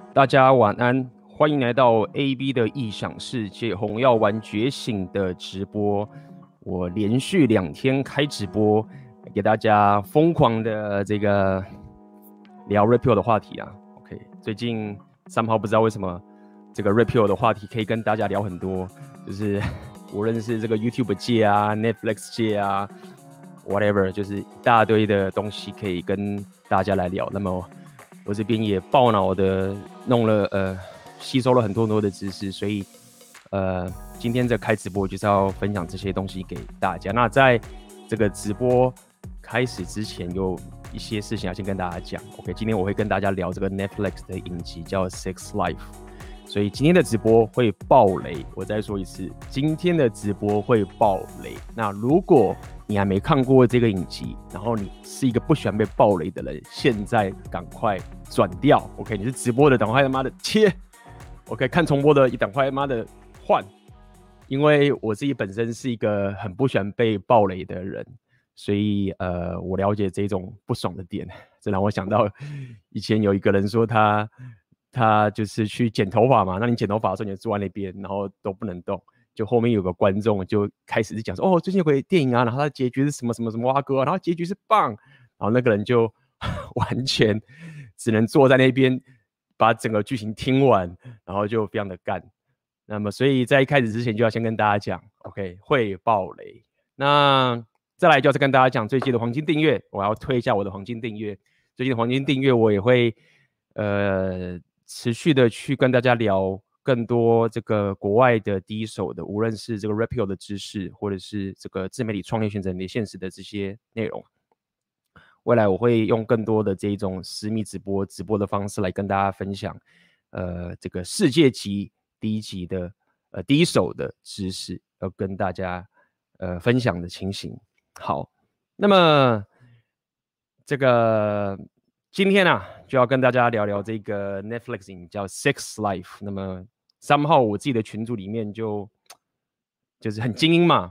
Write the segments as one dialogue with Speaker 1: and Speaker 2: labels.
Speaker 1: 大家晚安，欢迎来到 AB 的异想世界红药丸觉醒的直播。我连续2天开直播，给大家疯狂的这个聊 Repeal 的话题啊。OK， 最近somehow不知道为什么这个 Repeal 的话题可以跟大家聊很多，就是无论是这个 YouTube 界啊、Netflix 界啊 ，whatever， 就是一大堆的东西可以跟大家来聊。那么我这边也爆脑的弄了吸收了很多的知识，所以今天这开直播就是要分享这些东西给大家。那在这个直播开始之前，有一些事情要先跟大家讲。OK， 今天我会跟大家聊这个 Netflix 的影集叫《Sex Life》，所以今天的直播会爆雷。我再说一次，今天的直播会爆雷。那如果你还没看过这个影集，然后你是一个不喜欢被爆雷的人，现在赶快转掉。OK， 你是直播的，赶快他妈的切。OK， 看重播的，赶快他妈的换。因为我自己本身是一个很不喜欢被爆雷的人，所以我了解这种不爽的点。这让我想到以前有一个人说他就是去剪头发嘛，那你剪头发的时候你就坐在那边，然后都不能动。就后面有个观众就开始讲说，哦，最近有个电影啊，然后它的结局是什么什么什么哇哥，然后结局是棒，然后那个人就完全只能坐在那边把整个剧情听完，然后就非常的干。那么所以在一开始之前就要先跟大家讲 ，OK， 会爆雷。那再来就是跟大家讲最近的黄金订阅，我要推一下我的黄金订阅。最近的黄金订阅我也会持续的去跟大家聊更多这个国外的第一手的，无论是这个 Repeal 的知识，或者是这个自媒体创业选择你现实的这些内容。未来我会用更多的这种私密直播的方式来跟大家分享，这个世界级第一手的知识，要跟大家分享的情形。好，那么这个今天啊，就要跟大家聊聊这个 Netflix 影叫《Sex Life》。那么somehow我自己的群组里面就是很精英嘛，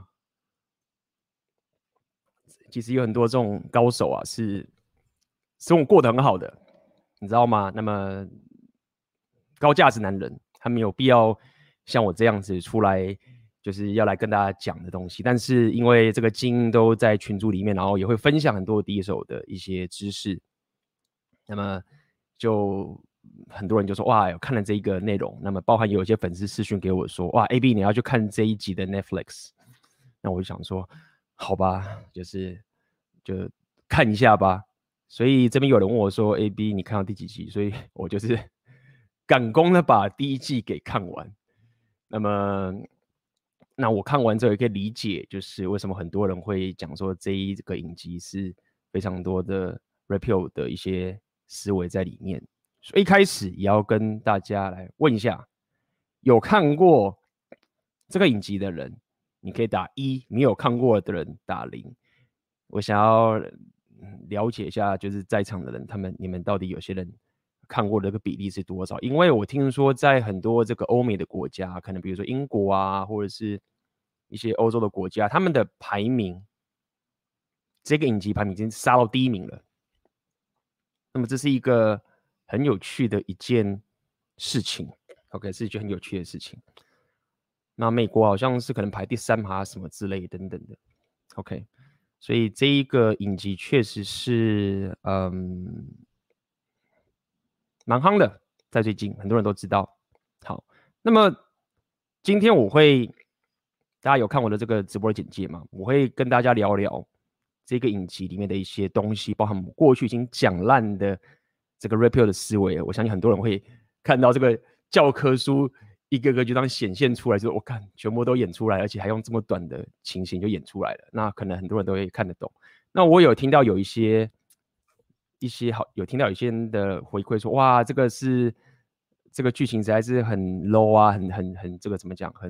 Speaker 1: 其实有很多这种高手啊，是生活过得很好的，你知道吗？那么高价值男人，他没有必要像我这样子出来，就是要来跟大家讲的东西。但是因为这个精英都在群组里面，然后也会分享很多第一手的一些知识，那么就很多人就说哇，看了这一个内容，那么包含有一些粉丝私讯给我说，哇 ，AB 你要去看这一集的 Netflix， 那我就想说，好吧，就看一下吧。所以这边有人问我说 ，AB 你看到第几集？所以我就是赶工的把第一季给看完。那我看完之后也可以理解，就是为什么很多人会讲说这一个影集是非常多的 Repeal 的一些思维在里面。所以一开始也要跟大家来问一下，有看过这个影集的人，你可以打1；没有看过的人打0。我想要了解一下，就是在场的人，你们到底有些人看过的这个比例是多少？因为我听说在很多这个欧美的国家，可能比如说英国啊，或者是一些欧洲的国家，他们的排名，这个影集排名已经杀到第1名了。那么这是一个很有趣的一件事情 ，OK， 是一件很有趣的事情。那美国好像是可能排第3趴什么之类等等的 ，OK。所以这一个影集确实是蛮夯的，在最近很多人都知道。好，那么今天大家有看我的这个直播的简介吗？我会跟大家聊聊这个影集里面的一些东西，包含我们过去已经讲烂的这个 Repeal 的思维。我相信很多人会看到这个教科书一个个就当显现出来，就是我看全部都演出来，而且还用这么短的情形就演出来了。那可能很多人都会看得懂。那我有听到有一些人的回馈说，哇，这个剧情实在是很 low 啊，很这个怎么讲，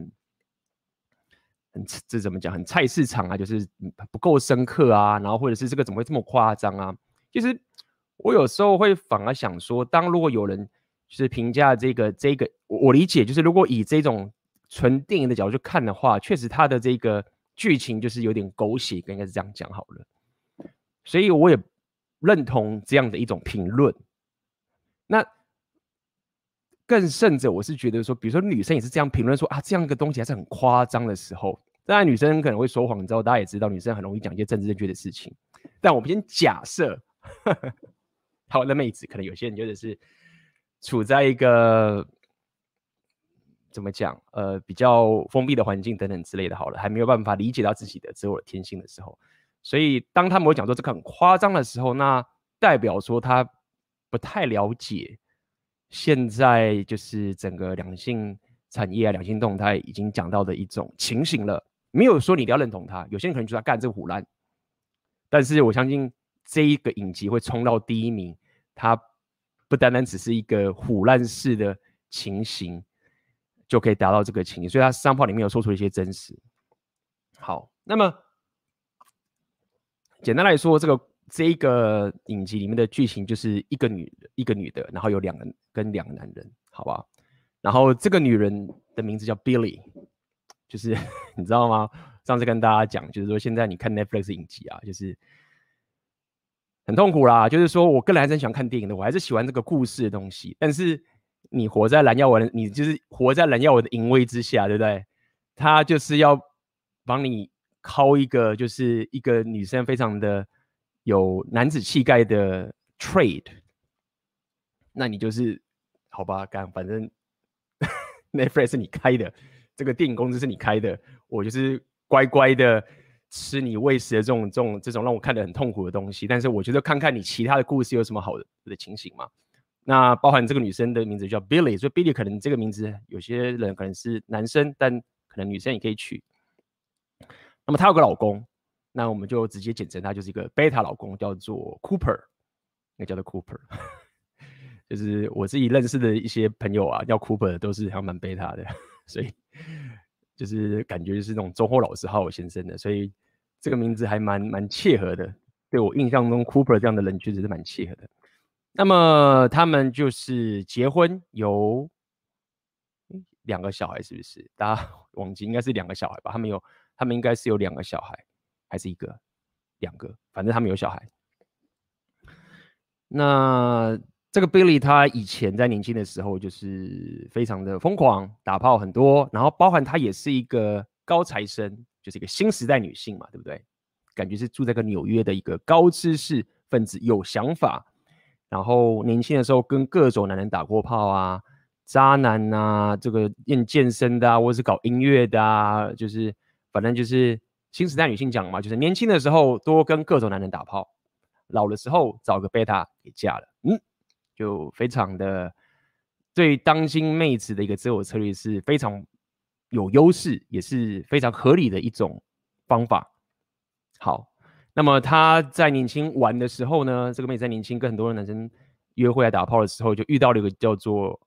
Speaker 1: 这怎么讲，很菜市场啊，就是不够深刻啊，然后或者是这个怎么会这么夸张啊？其实我有时候会反而想说，如果有人就是评价这个，我理解，就是如果以这种纯电影的角度去看的话，确实它的这个剧情就是有点狗血，应该是这样讲好了。所以我也认同这样的一种评论。那更甚者，我是觉得说，比如说女生也是这样评论说啊，这样一个东西还是很夸张的时候，当然女生可能会说谎，之后大家也知道，女生很容易讲一些政治正确的事情。但我们先假设，台湾的妹子可能有些人就是处在一个怎么讲，比较封闭的环境等等之类的，好了，还没有办法理解到自己的自我的天性的时候，所以当他们会讲说这个很夸张的时候，那代表说他不太了解现在就是整个两性产业啊、两性动态已经讲到的一种情形了。没有说你一定要认同他，有些人可能觉得他干这个唬烂，但是我相信这一个影集会冲到第一名，它不单单只是一个唬烂式的情形，就可以达到这个情形，所以它商炮里面有说出一些真实。好，那么简单来说，这一个影集里面的剧情就是一个女的，然后有两个男人，好吧？然后这个女人的名字叫 Billy， 就是你知道吗？上次跟大家讲，就是说现在你看 Netflix 影集啊，就是很痛苦啦。就是说我个人还是很喜欢看电影的，我还是喜欢这个故事的东西。但是你活在蓝耀文，你就是活在蓝耀文的淫威之下，对不对？他就是要帮你敲一个，就是一个女生非常的有男子气概的 trade， 那你就是好吧，反正Netflix 是你开的，这个电影公司是你开的，我就是乖乖的吃你喂食的这种让我看得很痛苦的东西。但是我觉得看看你其他的故事有什么好的情形嘛。那包含这个女生的名字叫 Billy， 所以 Billy 可能这个名字有些人可能是男生，但可能女生也可以取。那么她有个老公，那我们就直接简称他就是一个 beta 老公，叫做 Cooper， 那叫做 Cooper。就是我自己认识的一些朋友啊，叫 Cooper 的都是还蛮 beta 的，所以就是感觉就是那种周后老师浩先生的，所以这个名字还蛮切合的。对我印象中 Cooper 这样的人确实是蛮切合的。那么他们就是结婚有2个小孩，是不是？大家忘记应该是2个小孩吧？他们应该是有2个小孩，还是1个、2个，反正他们有小孩。那这个 Billy 他以前在年轻的时候就是非常的疯狂，打炮很多，然后包含他也是一个高材生，就是一个新时代女性嘛，对不对？感觉是住在个纽约的一个高知识分子，有想法，然后年轻的时候跟各种男人打过炮啊，渣男啊，这个练健身的啊，或是搞音乐的啊，就是反正就是新时代女性讲嘛，就是年轻的时候多跟各种男人打炮，老的时候找个 beta 给嫁了，就非常的对当今妹子的一个择偶策略是非常有优势，也是非常合理的一种方法。好，那么他在年轻玩的时候呢，这个妹子在年轻跟很多男生约会来打炮的时候，就遇到了一个叫做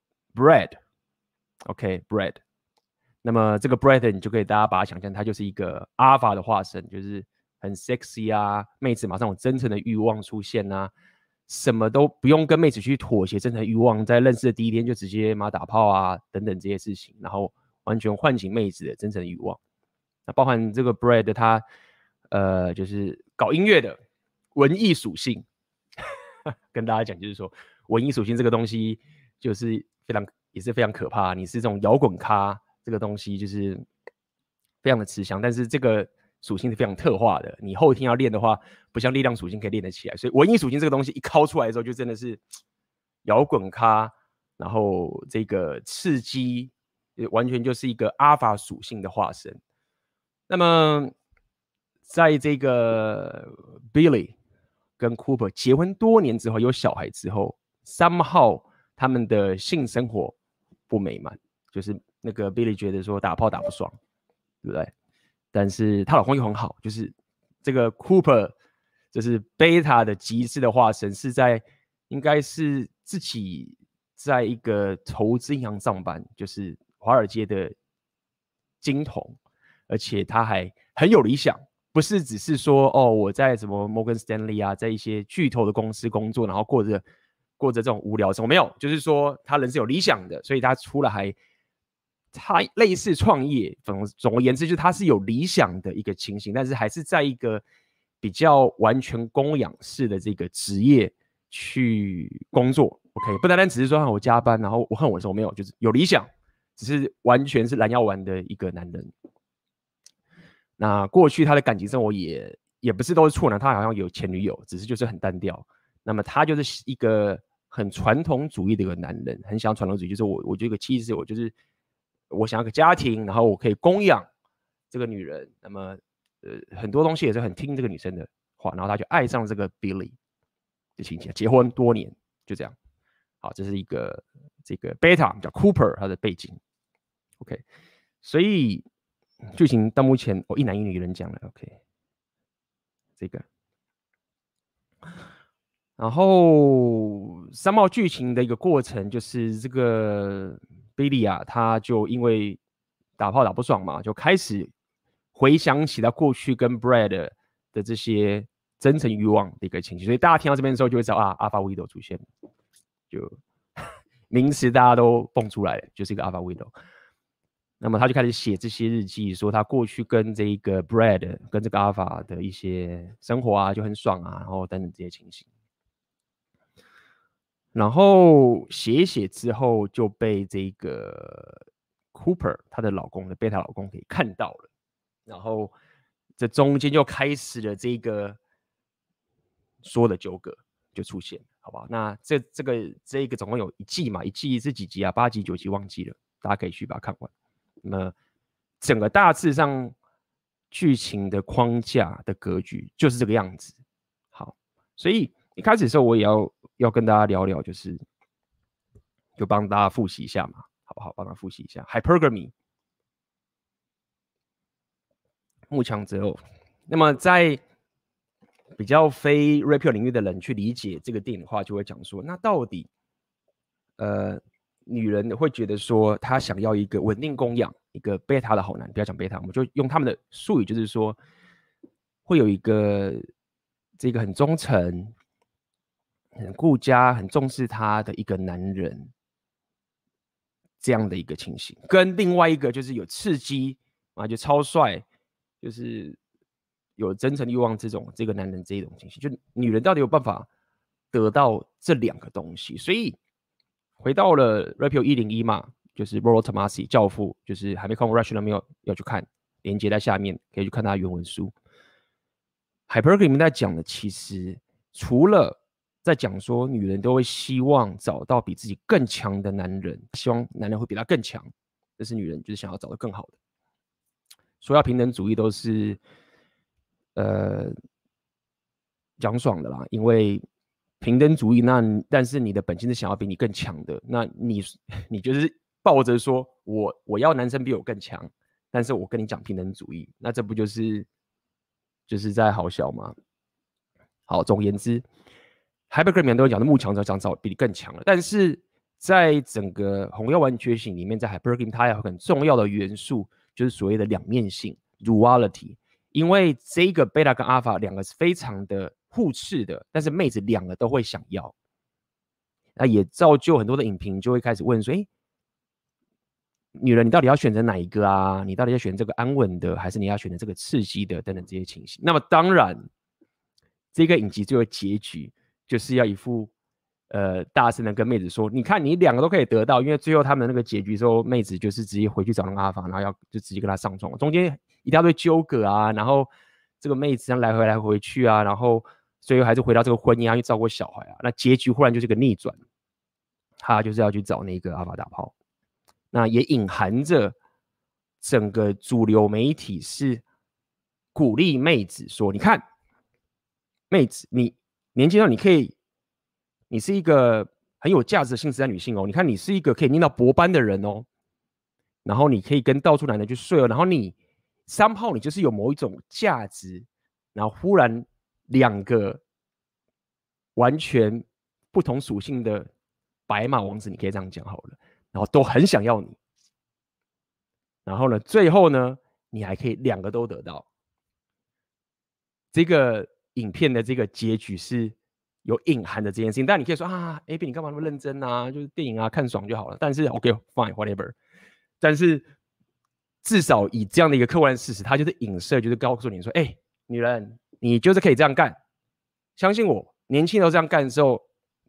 Speaker 1: Brad。OK，Brad。那么这个 Brad 你就可以大家把它想象，他就是一个 Alpha 的化身，就是很 sexy 啊，妹子马上有真诚的欲望出现啊，什么都不用跟妹子去妥协，真诚的欲望在认识的第一天就直接打炮啊等等这些事情，然后完全唤醒妹子的真诚的欲望。那包含这个 Brad 他就是搞音乐的文艺属性，跟大家讲就是说文艺属性这个东西就是也是非常可怕。你是这种摇滚咖，这个东西就是非常的吃香，但是这个属性是非常特化的，你后天要练的话，不像力量属性可以练得起来。所以文艺属性这个东西一敲出来的时候，就真的是摇滚咖，然后这个刺激完全就是一个阿法属性的化身。那么在这个 Billy 跟 Cooper 结婚多年之后，有小孩之后 ，somehow 他们的性生活不美满，就是那个 Billy 觉得说打炮打不爽，对不对？但是她老公又很好，就是这个 Cooper 就是 Beta 的极致的化身，是在应该是自己在一个投资银行上班，就是华尔街的金童，而且他还很有理想，不是只是说哦我在什么 Morgan Stanley 啊，在一些巨头的公司工作，然后过着这种无聊生活，没有，就是说他人是有理想的，所以他出来他类似创业，总而言之就是他是有理想的一个情形，但是还是在一个比较完全供养式的这个职业去工作。 OK， 不单单只是说我加班，然后我恨我的时候没有，就是有理想，只是完全是懒腰丸的一个男人。那过去他的感情生活也不是都是处男，他好像有前女友，只是就是很单调。那么他就是一个很传统主义的一个男人，很想传统主义，就是我这个妻子，我就是我想要个家庭，然后我可以供养这个女人。那么很多东西也是很听这个女生的话，然后他就爱上这个 Billy 的情节，结婚多年就这样。好，这是一个这个 Beta 叫 Cooper 他的背景。OK， 所以剧情到目前一男一女人讲了 OK， 这个。然后三茂剧情的一个过程就是这个 Billy 啊，他就因为打炮打不爽嘛，就开始回想起他过去跟 Brad 的这些真诚欲望的一个情绪，所以大家听到这边的时候就会知道啊 ，Alpha Widow 出现了，就名词大家都蹦出来了，就是一个 Alpha Widow。那么他就开始写这些日记，说他过去跟这个 Brad 跟这个 Alpha 的一些生活啊，就很爽啊，然后等等这些情形。然后写一写之后，就被这个 Cooper 她的老公的贝塔老公给看到了，然后这中间就开始了这个说的纠葛就出现，好不好？那这个总共有1季嘛，1季是几集啊？8集9集忘记了，大家可以去把它看完。那么整个大致上剧情的框架的格局就是这个样子。好，所以一开始的时候我也要跟大家聊聊，就帮大家复习一下嘛，好不好？帮大家复习一下 Hypergamy 慕强择偶。那么在比较非 Rapier 领域的人去理解这个电影的话，就会讲说，那到底女人会觉得说，她想要一个稳定供养，一个贝塔的好男，不要讲贝塔，我们就用他们的术语，就是说会有一个这个很忠诚、很顾家、很重视他的一个男人，这样的一个情形，跟另外一个就是有刺激啊，就超帅，就是有真诚欲望这个男人这一种情形，就女人到底有办法得到这2个东西？所以回到了 Rapio 101嘛，就是 Rollo Tomasi 教父，就是还没看过 Rush 的没有要去看，连接在下面可以去看他的原文书。Hypergamy 里面在讲的，其实除了在讲说女人都会希望找到比自己更强的男人，希望男人会比她更强，这是女人就是想要找到更好的。说要平等主义都是讲爽的啦，因为平等主义，但是你的本性是想要比你更强的，那你就是抱着说我要男生比我更强，但是我跟你讲平等主义，那这不就是在好笑吗？好，总而言之 ，Hypergamy 都讲的慕强者想找比你更强了，但是在整个红药丸觉醒里面，在 Hypergamy 它有很重要的元素，就是所谓的两面性 （duality）。因为这个贝塔跟阿尔法2个是非常的互斥的，但是妹子2个都会想要，那也造就很多的影评就会开始问说：女人你到底要选择哪一个啊？你到底要选这个安稳的，还是你要选择这个刺激的等等这些情形？那么当然，这个影集最后结局就是要一副大声的跟妹子说：你看你2个都可以得到，因为最后他们那个结局之后，妹子就是直接回去找那个阿法，然后就直接跟他上床，中间一大堆纠葛啊，然后这个妹子这样来回去啊，然后最后还是回到这个婚姻啊，去照顾小孩啊，那结局忽然就是个逆转，他就是要去找那个阿法打炮。那也隐含着整个主流媒体是鼓励妹子说：你看，妹子，你年轻到你可以，你是一个很有价值的新时代女性哦。你看，你是一个可以念到博班的人哦，然后你可以跟到处男人去睡哦，然后你somehow你就是有某一种价值，然后忽然2个完全不同属性的白马王子，你可以这样讲好了。然后都很想要你，然后呢，最后呢，你还可以2个都得到。这个影片的这个结局是有隐含的这件事情，但你可以说啊 ，AB 你干嘛那么认真啊？就是电影啊，看爽就好了。但是 OK fine whatever， 但是至少以这样的一个客观事实，它就是影射，就是告诉你说，女人，你就是可以这样干，相信我，年轻都这样干的时候，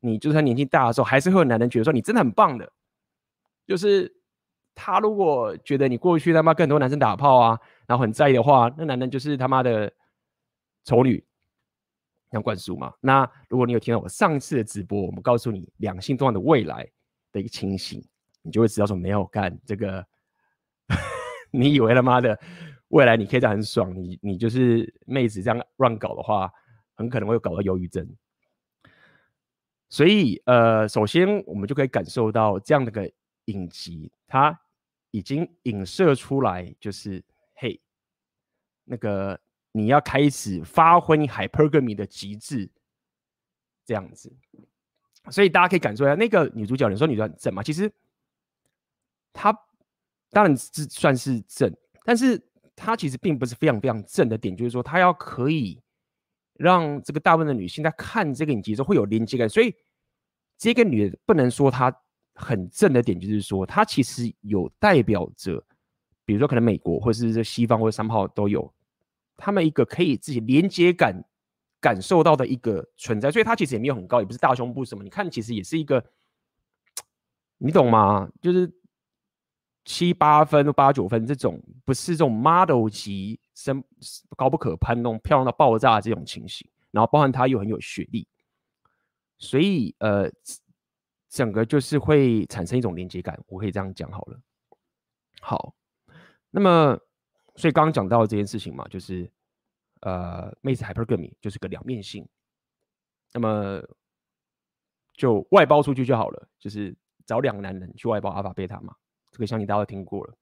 Speaker 1: 你就算年纪大的时候，还是会有男人觉得说你真的很棒的。就是他如果觉得你过去他妈跟很多男生打炮啊，然后很在意的话，那男人就是他妈的丑女，想灌输嘛。那如果你有听到我上次的直播，我们告诉你两性动荡的未来的一个情形，你就会知道说没有干这个，你以为他妈的未来你可以这样很爽，你就是妹子这样乱搞的话，很可能会搞到忧郁症。所以首先我们就可以感受到这样的个影集，它已经影射出来，就是嘿，那个你要开始发挥你 hypergamy 的极致，这样子。所以大家可以感受一下，那个女主角，你说女主角很正嘛？其实她当然是算是正，但是她其实并不是非常非常正的点，就是说她要可以让这个大部分的女性在看这个影集的时候会有连接感。所以这个女的不能说她很正的点，就是说她其实有代表着，比如说可能美国或者是西方或者三炮都有，他们一个可以自己连接感受到的一个存在。所以她其实也没有很高，也不是大胸部什么，你看其实也是一个，你懂吗？就是7、8分、8、9分这种，不是这种 model 级高不可攀那种漂亮到爆炸的这种情形，然后包含她又很有学历，所以整个就是会产生一种连接感，我可以这样讲好了。好，那么所以刚刚讲到这件事情嘛，就是妹子 hypergamy 就是个两面性，那么就外包出去就好了，就是找2个男人去外包阿法贝塔嘛，这个相信大家都听过了。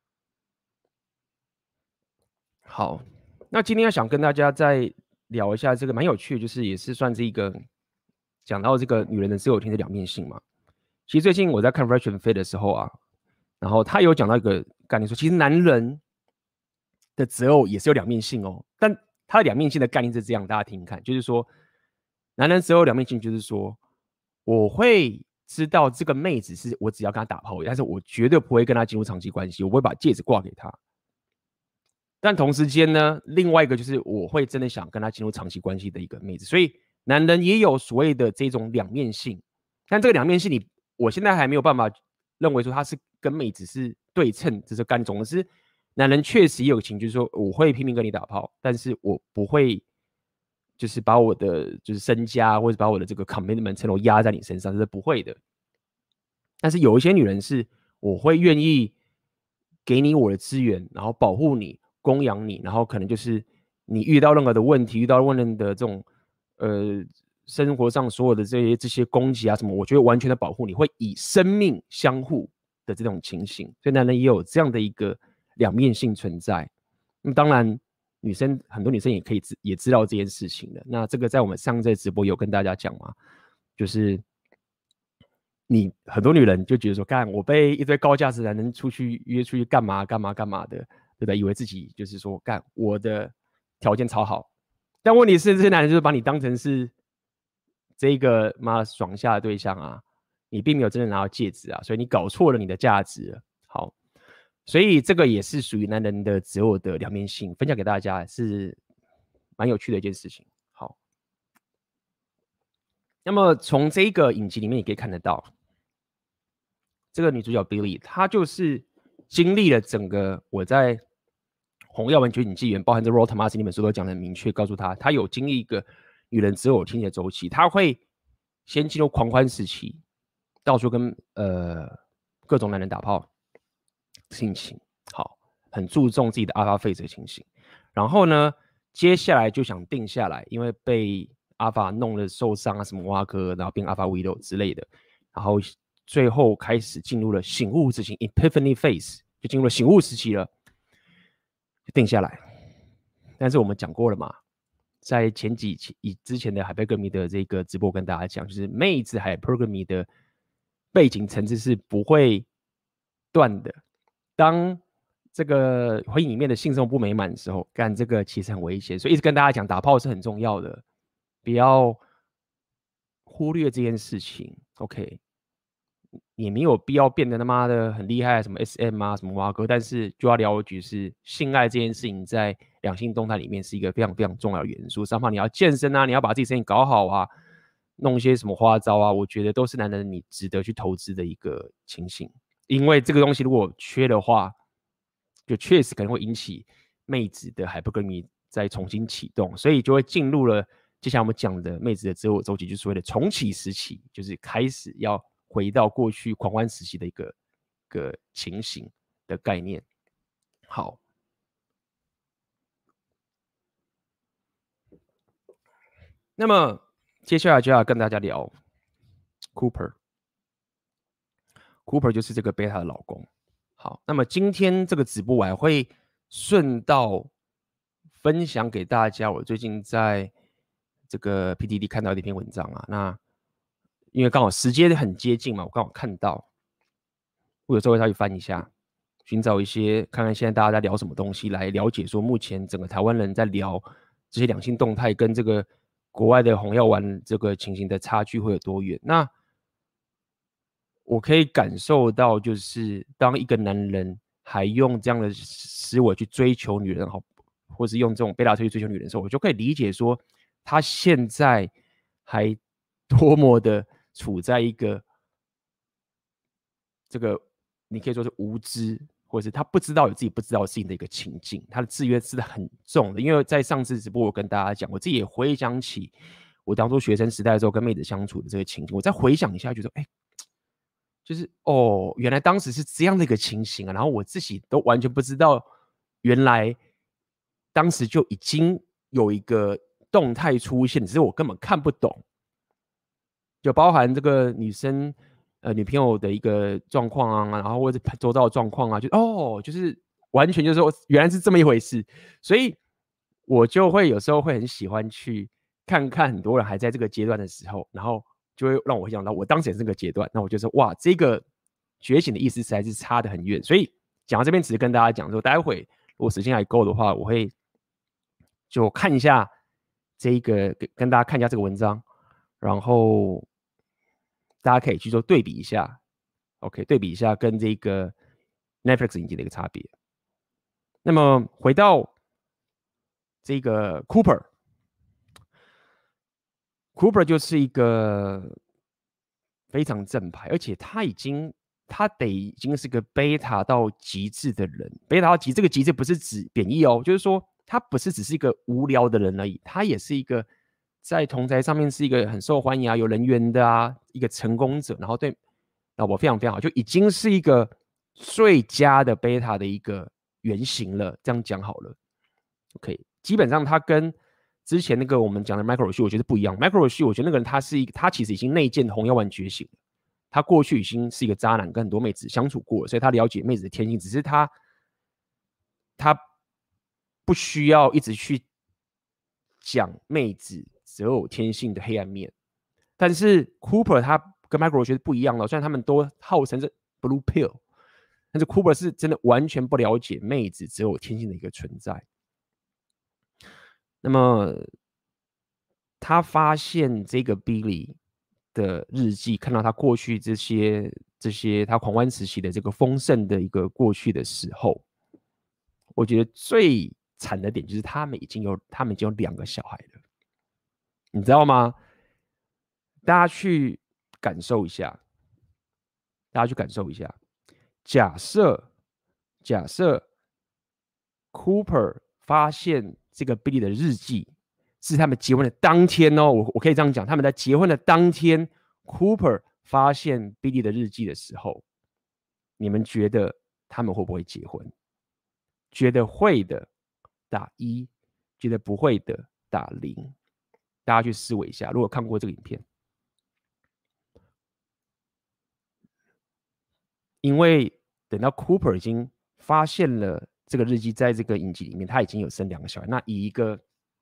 Speaker 1: 好，那今天要想跟大家再聊一下这个蛮有趣的，就是也是算是一个讲到这个女人的自由天的两面性嘛。其实最近我在看 Rachel Fay 的时候啊，然后他有讲到一个概念说，其实男人的择偶也是有两面性哦，但他的两面性的概念是这样，大家听听看，就是说男人择偶两面性，就是说我会知道这个妹子是我只要跟她打炮，但是我绝对不会跟她进入长期关系，我不会把戒指挂给她。但同时间呢，另外一个就是我会真的想跟她进入长期关系的一个妹子，所以男人也有所谓的这种两面性。但这个两面性我现在还没有办法认为说他是跟妹子是对称，这是干总的是男人确实也有情，就是说我会拼命跟你打炮，但是我不会就是把我的就是身家或者把我的这个 commitment 承诺压在你身上，这是不会的。但是有一些女人是我会愿意给你我的资源，然后保护你、供养你，然后可能就是你遇到任何的问题，遇到任何的这种生活上所有的这些攻击啊什么，我觉得完全的保护你，会以生命相互的这种情形，所以男人也有这样的一个两面性存在。那么当然，很多女生也知道这件事情的。那这个在我们上次直播有跟大家讲嘛，就是很多女人就觉得说，干我被一堆高价值男人约出去干嘛干嘛干嘛的，对不对？以为自己就是说，干我的条件超好，但问题是这些男人就是把你当成是这个妈爽下的对象啊，你并没有真的拿到戒指啊，所以你搞错了你的价值了。好，所以这个也是属于男人的择偶的两面性，分享给大家是蛮有趣的一件事情。好，那么从这个影集里面也可以看得到，这个女主角 Billy 她就是经历了整个我在《红药丸觉醒纪元》包含这 Roll Thomas 那本书都讲得很明确，告诉她有经历一个女人择偶天的周期，她会先进入狂欢时期，到处跟各种男人打炮性情，好，很注重自己的阿法费这个情形。然后呢，接下来就想定下来，因为被阿法弄了受伤啊，什么挖哥，然后变阿法 widow 之类的，然后最后开始进入了醒悟之期 （Epiphany Phase），就进入了醒悟时期了，就定下来。但是我们讲过了嘛，在之前的 hypergamy 的这个直播跟大家讲，就是妹子 hypergamy 的背景层次是不会断的。当这个婚姻里面的性生活不美满的时候，干这个其实很危险，所以一直跟大家讲，打炮是很重要的，不要忽略这件事情。OK， 也没有必要变得他妈的很厉害，什么 SM 啊，什么蛙哥，但是就要了解是性爱这件事情在两性动态里面是一个非常非常重要的元素。哪怕你要健身啊，你要把自己身体搞好啊， 弄些什么花招啊，我觉得都是男人你值得去投资的一个情形。因为这个东西如果缺的话，就确实可能会引起妹子的hypergamy再重新启动，所以就会进入了接下来我们讲的妹子的择偶周期，就是所谓的重启时期，就是开始要回到过去狂欢时期的一个情形的概念。好，那么接下来就要跟大家聊 Cooper。Cooper 就是这个贝塔的老公。好，那么今天这个直播我还会顺道分享给大家，我最近在这个 PTT 看到的一篇文章啊。那因为刚好时间很接近嘛，我刚好看到，我有时候会再去翻一下，寻找一些看看现在大家在聊什么东西，来了解说目前整个台湾人在聊这些两性动态跟这个国外的红药丸这个情形的差距会有多远。那我可以感受到，就是当一个男人还用这样的思维去追求女人，或是用这种贝塔特去追求女人的时候，我就可以理解说，他现在还多么的处在一个这个你可以说是无知，或者是他不知道有自己不知道的事情的一个情境，他的制约是很重的。因为在上次直播我跟大家讲，我自己也回想起我当初学生时代的时候跟妹子相处的这个情境，我再回想一下，觉得就是原来当时是这样的一个情形啊，然后我自己都完全不知道，原来当时就已经有一个动态出现，只是我根本看不懂，就包含这个女生女朋友的一个状况啊，然后或者周遭的状况啊，就是完全就是说原来是这么一回事，所以我就会有时候会很喜欢去看看很多人还在这个阶段的时候，然后就会让我想到我当时也是这个阶段，那我就说哇，这个觉醒的意思实在是差得很远。所以讲到这边，只是跟大家讲说，待会如果时间还够的话，我会就看一下这一个跟大家看一下这个文章，然后大家可以去做对比一下 ，OK， 对比一下跟这个 Netflix 影集的一个差别。那么回到这个 Cooper 就是一个非常正派，而且他已经是个贝塔到极致的人。贝塔到极，这个极致不是指贬义哦，就是说他不是只是一个无聊的人而已，他也是一个在同台上面是一个很受欢迎啊、有人缘的啊一个成功者，然后对老婆非常非常好，就已经是一个最佳的贝塔的一个原型了。这样讲好了 ，OK， 基本上他跟之前那个我们讲的 Michael Roche 我觉得不一样。Michael Roche 我觉得那个人他其实已经内建红药丸觉醒了，他过去已经是一个渣男，跟很多妹子相处过了，所以他了解妹子的天性，只是他不需要一直去讲妹子择偶天性的黑暗面。但是 Cooper 他跟 Michael Roche 不一样了，虽然他们都号称是 Blue Pill， 但是 Cooper 是真的完全不了解妹子择偶天性的一个存在。那么他发现这个 Billy 的日记，看到他过去这些他狂欢时期的这个丰盛的一个过去的时候，我觉得最惨的点就是他们已经有2个小孩了，你知道吗？大家去感受一下，假设 Cooper 发现这个 Billy 的日记是他们结婚的当天哦，我可以这样讲，他们在结婚的当天 ，Cooper 发现 Billy 的日记的时候，你们觉得他们会不会结婚？觉得会的打1，觉得不会的打0。大家去思维一下，如果看过这个影片，因为等到 Cooper 已经发现了这个日记，在这个影集里面，他已经有生2个小孩。那以一个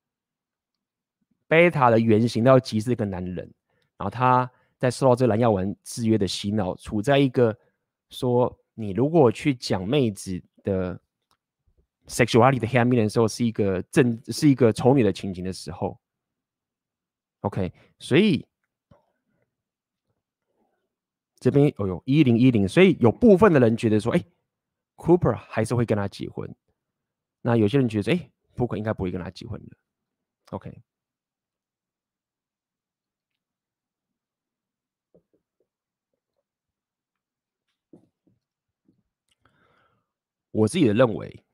Speaker 1: 贝塔的原型到极致一个男人，然后他在受到这个蓝药丸制约的洗脑，处在一个说你如果去讲妹子的 sexuality 的黑暗面的时候，是一个丑女的情景的时候 ，OK， 所以这边1010，所以有部分的人觉得说，Cooper 还是会跟他结婚，那有些人觉得，Cooper 应该不会跟他结婚的 ，OK。 我自己的认为，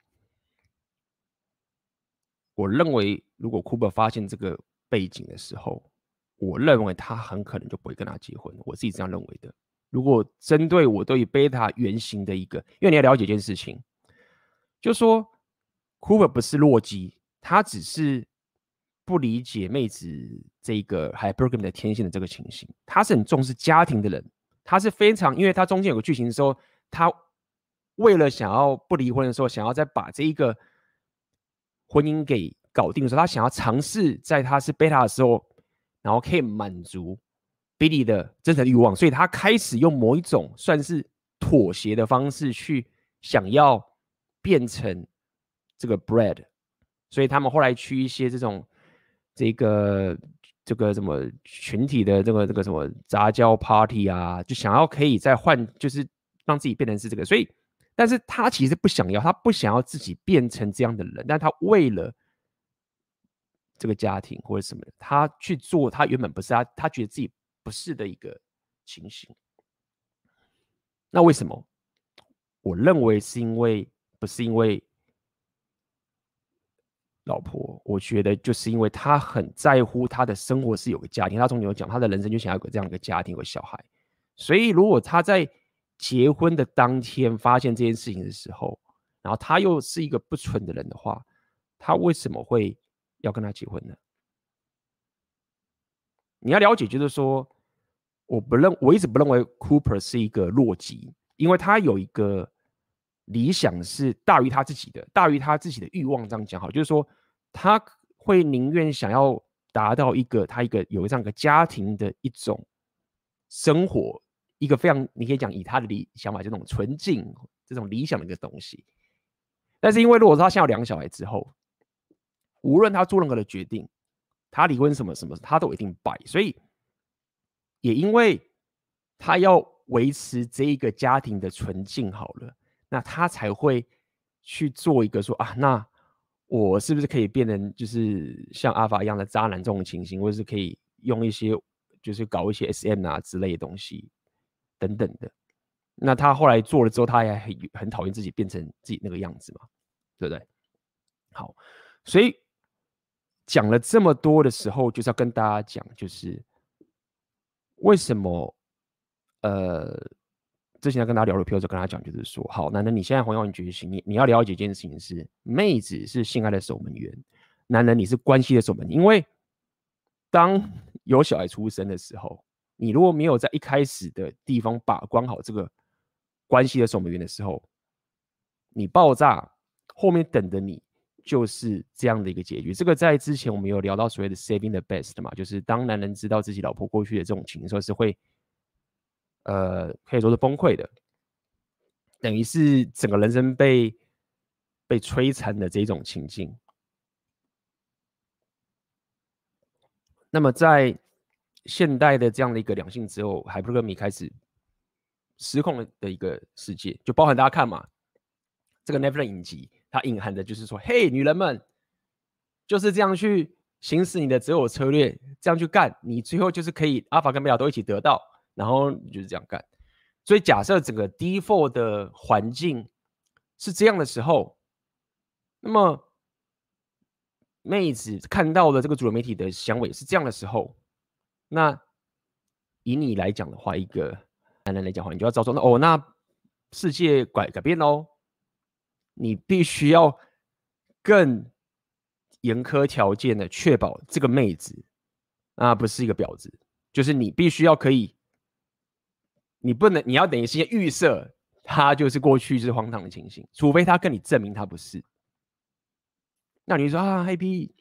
Speaker 1: 如果 Cooper 发现这个背景的时候，我认为他很可能就不会跟他结婚，我自己这样认为的。如果针对我对于贝塔原型的一个，因为你要了解一件事情，就说 Cooper 不是弱鸡，他只是不理解妹子这个 hypergamy 的天性的这个情形，他是很重视家庭的人，他是非常，因为他中间有个剧情的时候，他为了想要不离婚的时候，想要再把这一个婚姻给搞定的时候，他想要尝试在他是贝塔的时候，然后可以满足 Billy 的真诚欲望，所以他开始用某一种算是妥协的方式去想要变成这个 Brad， 所以他们后来去一些这个什么群体的这个什么杂交 party 啊，就想要可以再换，就是让自己变成是这个，所以。但是他其实不想要，他不想要自己变成这样的人，但他为了这个家庭或者什么，他去做他原本不是他觉得自己不是的一个情形。那为什么？我认为是因为不是因为老婆，我觉得就是因为他很在乎他的生活是有个家庭，他从有讲他的人生就想要有这样一个家庭，有个小孩，所以如果他在结婚的当天发现这件事情的时候，然后他又是一个不纯的人的话，他为什么会要跟他结婚呢？你要了解，就是说，我一直不认为 Cooper 是一个弱鸡，因为他有一个理想是大于他自己的，大于他自己的欲望。这样讲好，就是说，他会宁愿想要达到他有这样一个家庭的一种生活。一个非常，你可以讲以他的想法，这种纯净、这种理想的一个东西。但是因为如果说他现在有2个小孩之后，无论他做任何的决定，他离婚什么什么，他都一定败。所以也因为他要维持这一个家庭的纯净好了，那他才会去做一个说啊，那我是不是可以变成就是像阿法一样的渣男这种情形，或者是可以用一些就是搞一些 SM 啊之类的东西。等等的，那他后来做了之后，他也很讨厌自己变成自己那个样子嘛，对不对？好，所以讲了这么多的时候，就是要跟大家讲，就是为什么之前要跟他聊的，譬如说跟他讲，就是说，好，男人你现在红耀你觉醒，你要了解一件事情是，妹子是性爱的守门员，男人你是关系的守门员，因为当有小孩出生的时候。你如果没有在一开始的地方把关好这个关系的守门员的时候，你爆炸，后面等的你就是这样的一个结局。这个在之前我们有聊到所谓的 saving the best 嘛，就是当男人知道自己老婆过去的这种情况是会，可以说是崩溃的，等于是整个人生被摧残的这种情境。那么在现代的这样的一个两性之后，海布格米开始失控的一个世界，就包含大家看嘛，这个 Netflix 影集，它隐含的就是说，嘿，女人们就是这样去行使你的择偶策略，这样去干，你最后就是可以阿法跟贝塔都一起得到，然后就是这样干。所以假设整个 default 的环境是这样的时候，那么妹子看到的这个主流媒体的香味是这样的时候，那以你来讲的话，一个男人来讲的话，你就要照说，那世界改变喽，你必须要更严苛条件的确保这个妹子不是一个婊子，就是你必须要可以，你不能，你要等于先预设他就是过去就是荒唐的情形，除非他跟你证明他不是。那你就说黑皮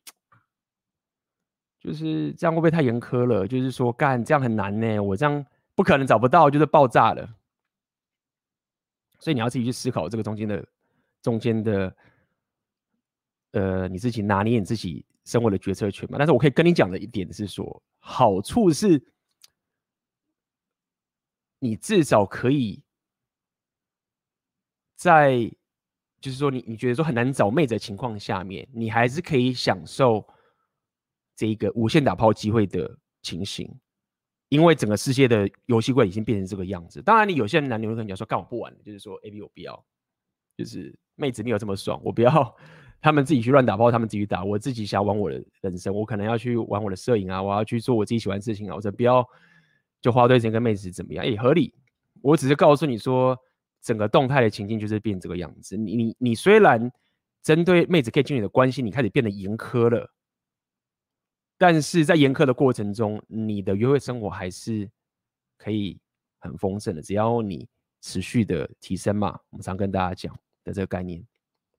Speaker 1: 就是这样会不会太严苛了？就是说干这样很难呢，我这样不可能找不到，就是爆炸了。所以你要自己去思考这个中间的你自己拿捏你自己生活的决策权嘛。但是我可以跟你讲的一点是说，好处是你至少可以在就是说你觉得说很难找妹子的情况下面，你还是可以享受这个无限打炮机会的情形，因为整个世界的游戏规已经变成这个样子。当然，你有些人男女会跟你讲说，干我不玩了，就是说 A B 我不要，就是妹子没有这么爽，我不要他们自己去乱打炮，他们自己去打，我自己想玩我的人生，我可能要去玩我的摄影啊，我要去做我自己喜欢的事情啊，我不要就花对时间跟妹子怎么样，合理。我只是告诉你说，整个动态的情境就是变这个样子。你虽然针对妹子可以进入你的关系，你开始变得严苛了，但是在严苛的过程中，你的约会生活还是可以很丰盛的，只要你持续的提升嘛。我们常跟大家讲的这个概念。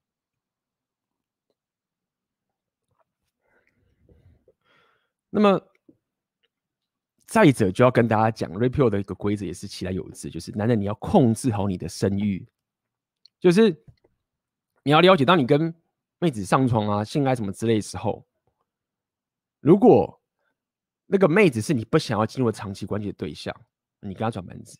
Speaker 1: 那么再者就要跟大家讲 ，Rapio 的一个规则也是其来有之，就是男人你要控制好你的生育，就是你要了解，当你跟妹子上床啊、性爱什么之类的时候，如果那个妹子是你不想要进入长期关系的对象，你跟她转门子，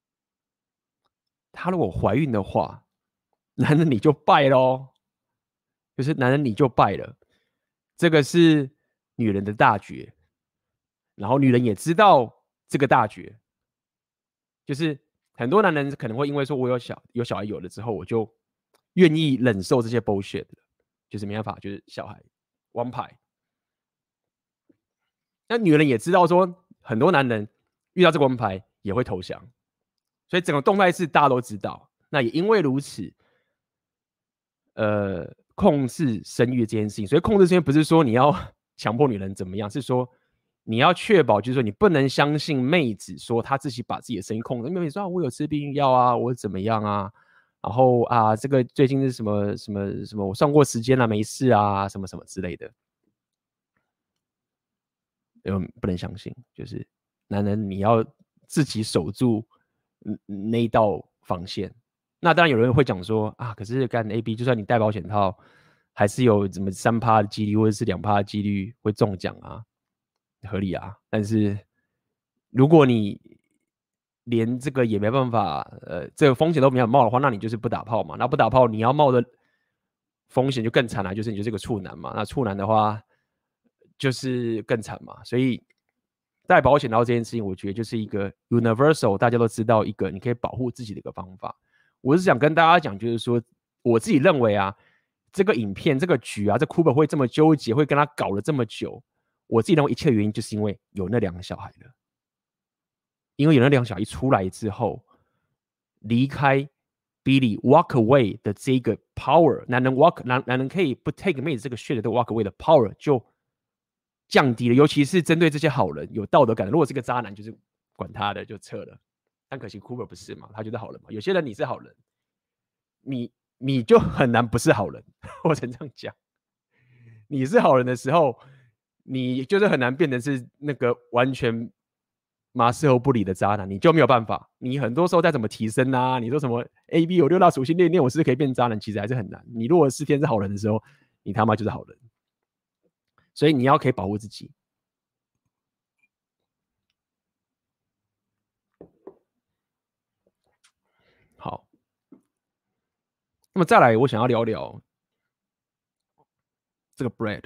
Speaker 1: 她如果怀孕的话，男人你就败咯，就是男人你就败了，这个是女人的大绝，然后女人也知道这个大绝，就是很多男人可能会因为说我有小孩有了之后，我就愿意忍受这些 bullshit， 就是没办法，就是小孩王牌。那女人也知道说，很多男人遇到这个王牌也会投降，所以整个动态是大家都知道。那也因为如此，控制生育这件事情，所以控制生育不是说你要强迫女人怎么样，是说你要确保，就是说你不能相信妹子说她自己把自己的生育控制，妹子说、我有吃避孕药啊，我怎么样啊，然后啊这个最近是什么什么什么，我算过时间了、没事啊，什么什么之类的，不能相信，就是男人你要自己守住那一道防线。那当然有人会讲说啊，可是干 AB， 就算你戴保险套，还是有什么3%的几率或者是2%的几率会中奖啊，合理啊。但是如果你连这个也没办法，这个风险都没有冒的话，那你就是不打炮嘛。那不打炮，你要冒的风险就更惨了，就是你就是个处男嘛。那处男的话，就是更惨嘛。所以戴保险套这件事情，我觉得就是一个 universal， 大家都知道一个你可以保护自己的一个方法。我是想跟大家讲，就是说我自己认为啊，这个影片这个局啊，这 Cooper 会这么纠结，会跟他搞了这么久，我自己认为一切的原因就是因为有那2个小孩了。因为有那2个小孩一出来之后，离开 Billy walk away 的这个 power， 男人可以不 take 妹子这个 shit 的 walk away 的 power 就降低了，尤其是针对这些好人有道德感的。如果是个渣男，就是管他的就撤了。但可惜 Cooper 不是嘛，他就是好人嘛。有些人你是好人，你就很难不是好人，我只能这样讲。你是好人的时候，你就是很难变成是那个完全马事后不理的渣男，你就没有办法。你很多时候再怎么提升啊，你说什么 AB 有6大属性练，我是可以变渣男，其实还是很难。你如果4天是好人的时候，你他妈就是好人。所以你要可以保护自己。好，那么再来，我想要聊聊这个 Brad。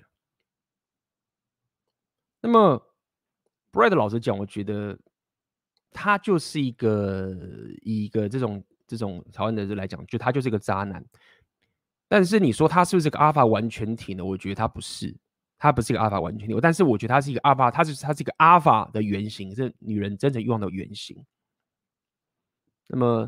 Speaker 1: 那么 Brad 老实讲，我觉得他就是一个这种台湾的人来讲，就他就是一个渣男。但是你说他是不是个阿法完全体呢？我觉得他不是，他不是一个阿法完全体。但是我觉得他是一个阿法，他是一个阿法的原型，是女人真正欲望的原型。那么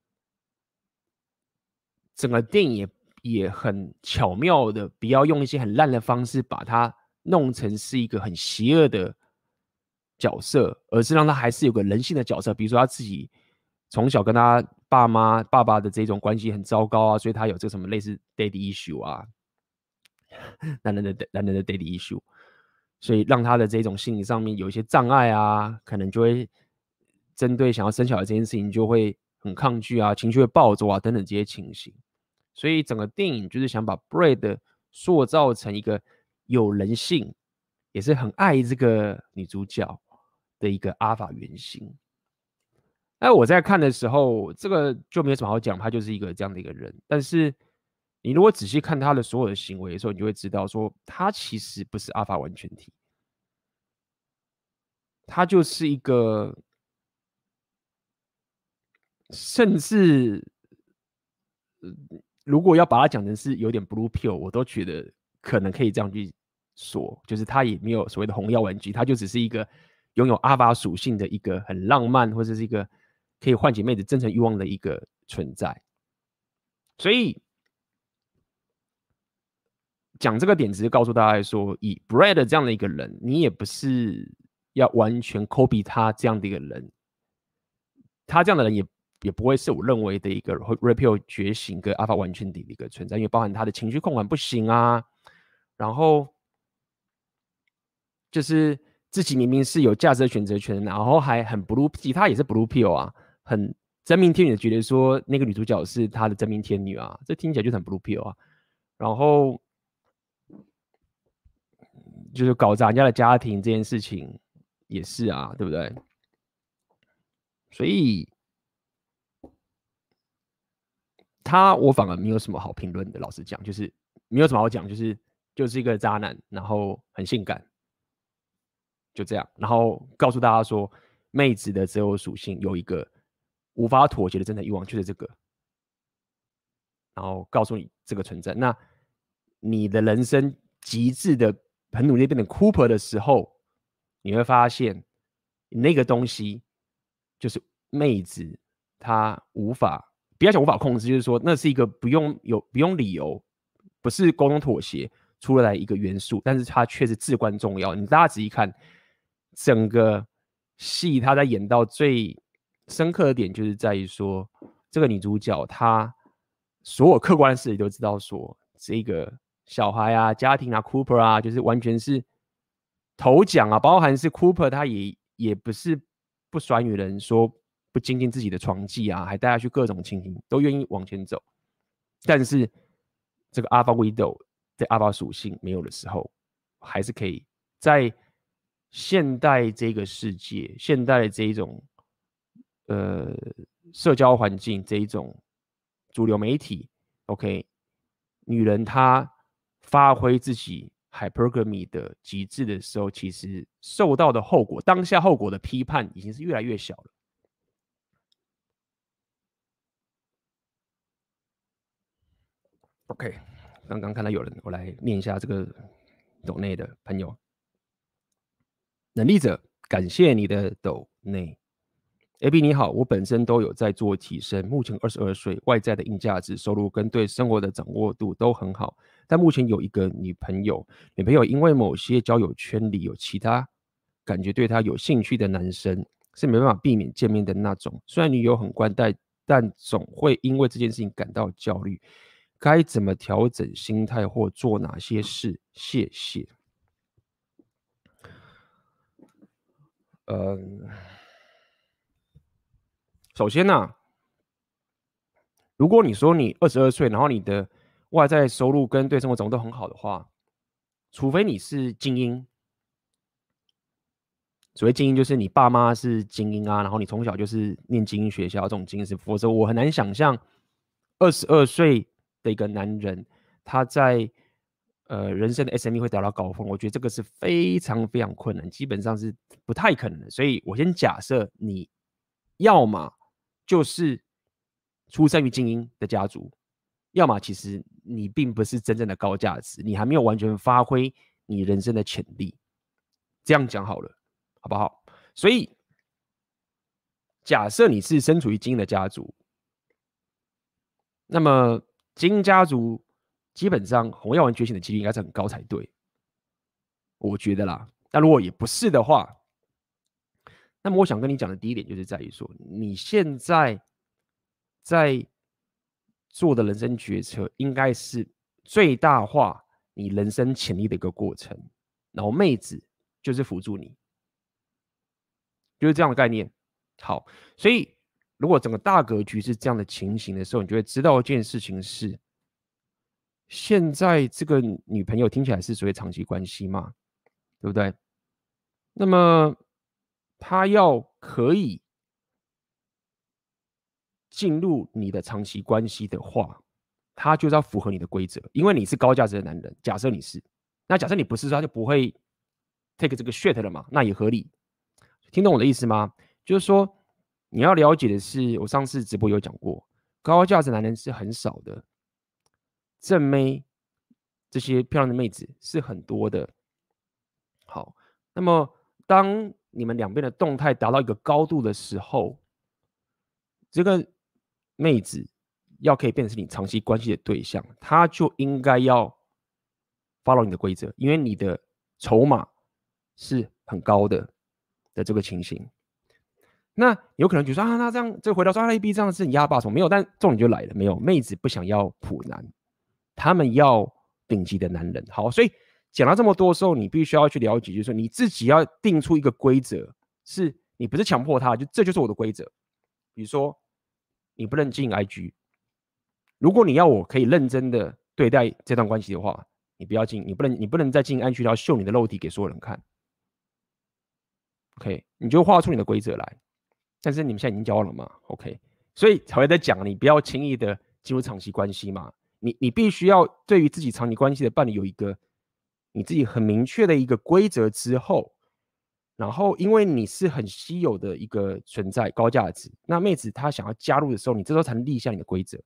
Speaker 1: 整个电影也很巧妙的，不要用一些很烂的方式把它弄成是一个很邪恶的角色，而是让他还是有个人性的角色。比如说他自己从小跟他爸爸的这种关系很糟糕啊，所以他有这什么类似 daddy issue 啊，男人的 daddy issue， 所以让他的这种心理上面有一些障碍啊，可能就会针对想要生小孩这件事情就会很抗拒啊，情绪会暴走啊等等这些情形。所以整个电影就是想把 Brad 塑造成一个有人性，也是很爱这个女主角的一个阿法原型。那我在看的时候，这个就没有什么好讲，他就是一个这样的一个人。但是你如果仔细看他的所有的行为的时候，你就会知道说，他其实不是阿法完全体，他就是一个，甚至如果要把它讲成是有点 blue pill，我都觉得可能可以这样去说，就是它也没有所谓的红药丸 G， 它就只是一个拥有阿法属性的一个很浪漫，或者是一个可以唤起妹子真诚欲望的一个存在。所以讲这个点，只是告诉大家说，以 Brad 这样的一个人，你也不是要完全 copy 他这样的一个人，他这样的人也不会是我认为的一个 Repeal 觉醒跟 Alpha 完全体的一个存在，因为包含他的情绪控管不行啊，然后就是自己明明是有价值的选择权，然后还很 Blue Pill，他也是 Blue Pill 啊，很真命天女的觉得说那个女主角是他的真命天女啊，这听起来就很 Blue Pill 啊，然后就是搞砸人家的家庭这件事情也是啊，对不对？所以我反而没有什么好评论的，老实讲，就是没有什么好讲，就是一个渣男，然后很性感，就这样，然后告诉大家说，妹子的择偶属性有一个无法妥协的真诚欲望，就是这个，然后告诉你这个存在。那你的人生极致的很努力变成 Cooper 的时候，你会发现那个东西就是妹子她无法，不要讲无法控制，就是说那是一个不用理由，不是沟通妥协出来一个元素，但是它却是至关重要。你大家仔细看，整个戏他在演到最深刻的点，就是在于说，这个女主角她所有客观的事情都知道说，这个小孩啊、家庭啊、Cooper 啊，就是完全是头奖啊，包含是 Cooper 他也不是不甩女人，说不精进自己的床技啊，还带她去各种情形，都愿意往前走。但是这个 Alpha Widow 在 Alpha 属性没有的时候，还是可以在现代这个世界，现代的这一种社交环境，这一种主流媒体 ，OK， 女人她发挥自己 hypergamy 的极致的时候，其实受到的后果，当下后果的批判已经是越来越小了。OK， 刚刚看到有人，我来念一下这个抖内的朋友。能力者，感谢你的抖内。AB 你好，我本身都有在做提升，目前22岁，外在的硬价值、收入跟对生活的掌握度都很好，但目前有一个女朋友因为某些交友圈里有其他感觉对她有兴趣的男生，是没办法避免见面的那种。虽然女友很关待，但总会因为这件事情感到焦虑。该怎么调整心态或做哪些事？谢谢。首先呢，如果你说你22岁，然后你的外在收入跟对生活掌握都很好的话，除非你是精英，所谓精英就是你爸妈是精英啊，然后你从小就是念精英学校这种精英是，否则我很难想象22岁的一个男人他在人生的 SME 会达到高峰，我觉得这个是非常非常困难，基本上是不太可能的。所以我先假设你要么就是出生于精英的家族，要么其实你并不是真正的高价值，你还没有完全发挥你人生的潜力。这样讲好了，好不好？所以假设你是身处于精英的家族，那么精英家族基本上红药丸觉醒的几率应该是很高才对，我觉得啦。那如果也不是的话，那么我想跟你讲的第一点就是在于说，你现在在做的人生决策，应该是最大化你人生潜力的一个过程，然后妹子就是辅助你，就是这样的概念。好，所以如果整个大格局是这样的情形的时候，你就会知道一件事情是，现在这个女朋友听起来是属于长期关系嘛，对不对？那么她要可以进入你的长期关系的话，他就是要符合你的规则，因为你是高价值的男人。假设你是，那假设你不是，他就不会 take 这个 shit 了嘛，那也合理。听懂我的意思吗？就是说，你要了解的是，我上次直播有讲过，高价值男人是很少的， 正妹这些漂亮的妹子是很多的。好，那么当你们两边的动态达到一个高度的时候，这个妹子要可以变成是你长期关系的对象，她就应该要 follow 你的规则，因为你的筹码是很高的这个情形。那有可能觉得说啊，那这样就回到说A B 这样是你压霸什么没有？但重点就来了，没有妹子不想要普男，他们要顶级的男人。好，所以讲到这么多的时候，你必须要去了解，就是说你自己要定出一个规则，是你不是强迫他，就这就是我的规则。比如说，你不能进 IG， 如果你要我可以认真的对待这段关系的话，你不要进，你不能再进 IG 然后秀你的肉体给所有人看。OK， 你就画出你的规则来。但是你们现在已经交往了嘛 ？OK， 所以才会在讲，你不要轻易的进入长期关系嘛。你必须要对于自己长期关系的伴侣有一个你自己很明确的一个规则之后，然后因为你是很稀有的一个存在，高价值，那妹子她想要加入的时候，你这时候才能立下你的规则。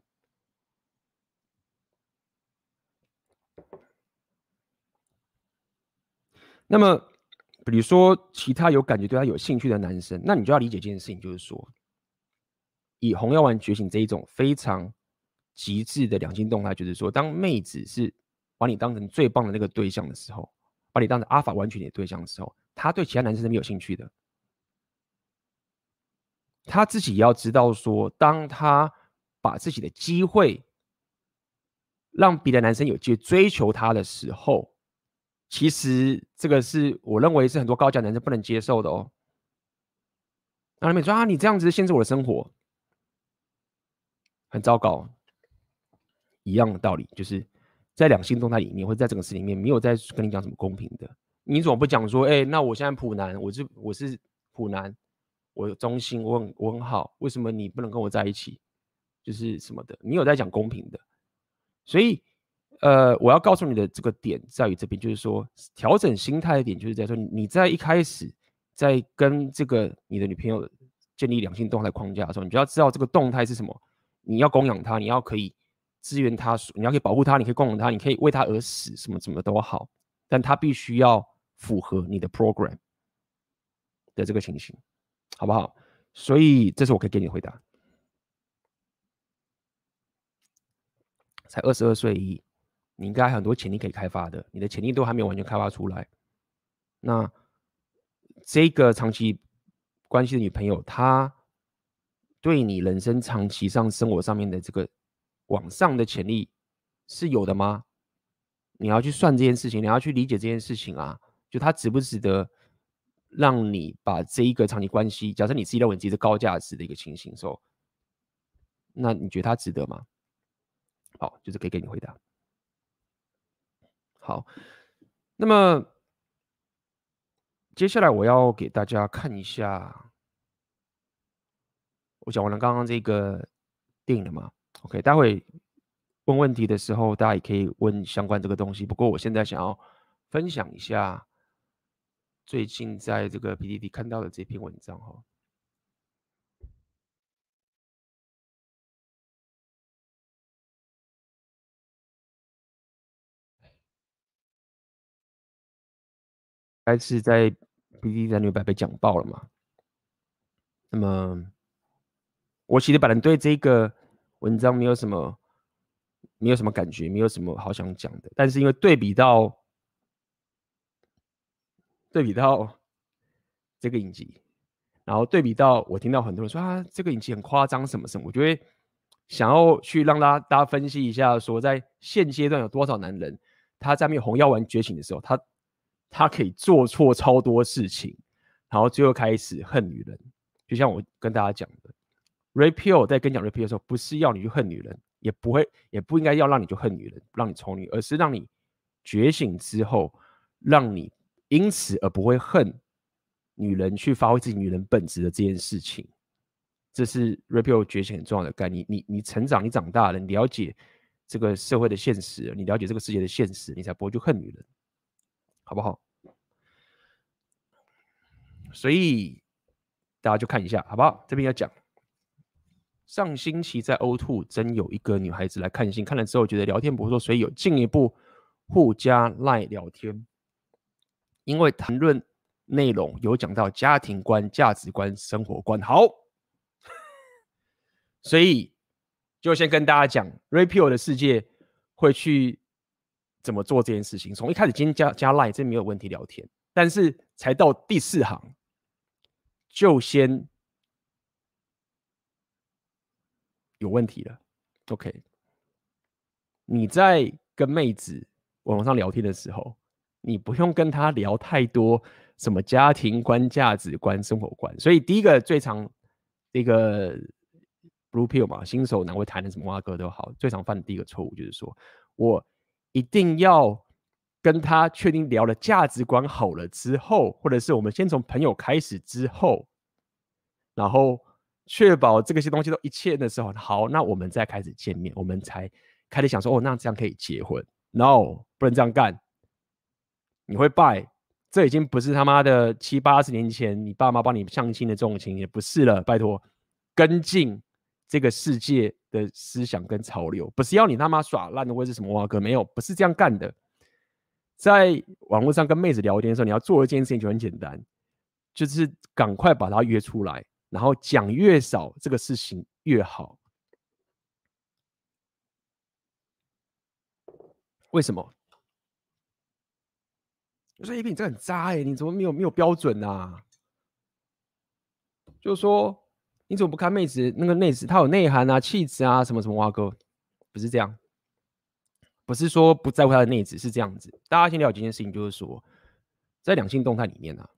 Speaker 1: 那么，比如说其他有感觉对他有兴趣的男生，那你就要理解这件事情，就是说，以红药丸觉醒这一种非常极致的两性动态，就是说，当妹子是把你当成最棒的那个对象的时候，把你当成阿法完全的对象的时候，他对其他男生是没有兴趣的。他自己也要知道说，当他把自己的机会让别的男生有机会追求他的时候，其实这个是我认为是很多高价男生不能接受的哦。那他们说啊，你这样子限制我的生活，很糟糕。一样的道理，就是在两性动态里面，或者在整个事里面，没有在跟你讲什么公平的。你怎么不讲说，哎，那我现在普男，我是普男，我中性，我很好，为什么你不能跟我在一起？就是什么的，你有在讲公平的。所以，我要告诉你的这个点在于这边，就是说调整心态的点，就是在说你在一开始在跟这个你的女朋友建立两性动态框架的时候，你就要知道这个动态是什么，你要供养她，你要可以支援她，你要可以保护她，你可以供养她，你可以为她而死，什么什么都好，但她必须要符合你的 program 的这个情形，好不好？所以这是我可以给你的回答。才22岁而已，你应该还有很多潜力可以开发的，你的潜力都还没有完全开发出来。那这个长期关系的女朋友，她对你人生长期上生活上面的这个往上的潜力是有的吗？你要去算这件事情，你要去理解这件事情啊，就她值不值得让你把这一个长期关系，假设你自己认为自己是高价值的一个情形的时候，那你觉得她值得吗？好，就是可以给你回答。好，那么接下来我要给大家看一下，我讲完了刚刚这个电影了嘛 ？OK， 待会问问题的时候，大家也可以问相关这个东西。不过我现在想要分享一下最近在这个 PTT 看到的这篇文章哈。该是在 PTT 的600被讲爆了嘛？那么我其实本来对这个文章没有什么感觉，没有什么好想讲的，但是因为对比到这个影集，然后对比到我听到很多人说啊，这个影集很夸张什么什么，我就会想要去让大家分析一下，说在现阶段有多少男人他在没有红药丸觉醒的时候，他可以做错超多事情，然后最后开始恨女人。就像我跟大家讲的 ，Red Pill 在跟你讲 Red Pill 的时候，不是要你去恨女人，也不应该要让你去恨女人，让你丑女，而是让你觉醒之后，让你因此而不会恨女人去发挥自己女人本质的这件事情。这是 Red Pill 觉醒很重要的概念。你成长，你长大了，你了解这个社会的现实，你了解这个世界的现实，你才不会去恨女人，好不好？所以大家就看一下，好不好？这边要讲， 上星期在 O2 真有一个女孩子来看信，看了之后觉得聊天不错，所以有进一步互加 LINE 聊天。因为谈论内容有讲到家庭观、价值观、生活观，好，所以就先跟大家讲 Rapio 的世界会去怎么做这件事情。从一开始今天加 LINE 这没有问题聊天，但是才到第4行就先有问题了。OK， 你在跟妹子网络上聊天的时候，你不用跟她聊太多什么家庭观、价值观、生活观。所以第一个最常这个 Blue Pill 嘛，新手男会谈的什么蛙哥都好，最常犯的第一个错误就是说，我一定要跟他确定聊了价值观好了之后，或者是我们先从朋友开始之后，然后确保这些东西都一切的时候，好，那我们再开始见面，我们才开始想说，哦，那这样可以结婚。No， 不能这样干，你会败。这已经不是他妈的70、80年前你爸妈帮你相亲的这种情形，也不是了。拜托，跟进这个世界的思想跟潮流，不是要你他妈耍烂的或者是什么蛙哥，没有，不是这样干的。在网络上跟妹子聊天的时候，你要做一件事情就很简单，就是赶快把她约出来，然后讲越少，这个事情越好。为什么？我说 AP 你这很渣你怎么没有标准啊？就是说你怎么不看妹子那个内子，她有内涵啊、气质啊什么什么蛙哥，不是这样，不是说不在乎她的内子，是这样子。大家先了解一件事情，就是说在两性动态里面啊，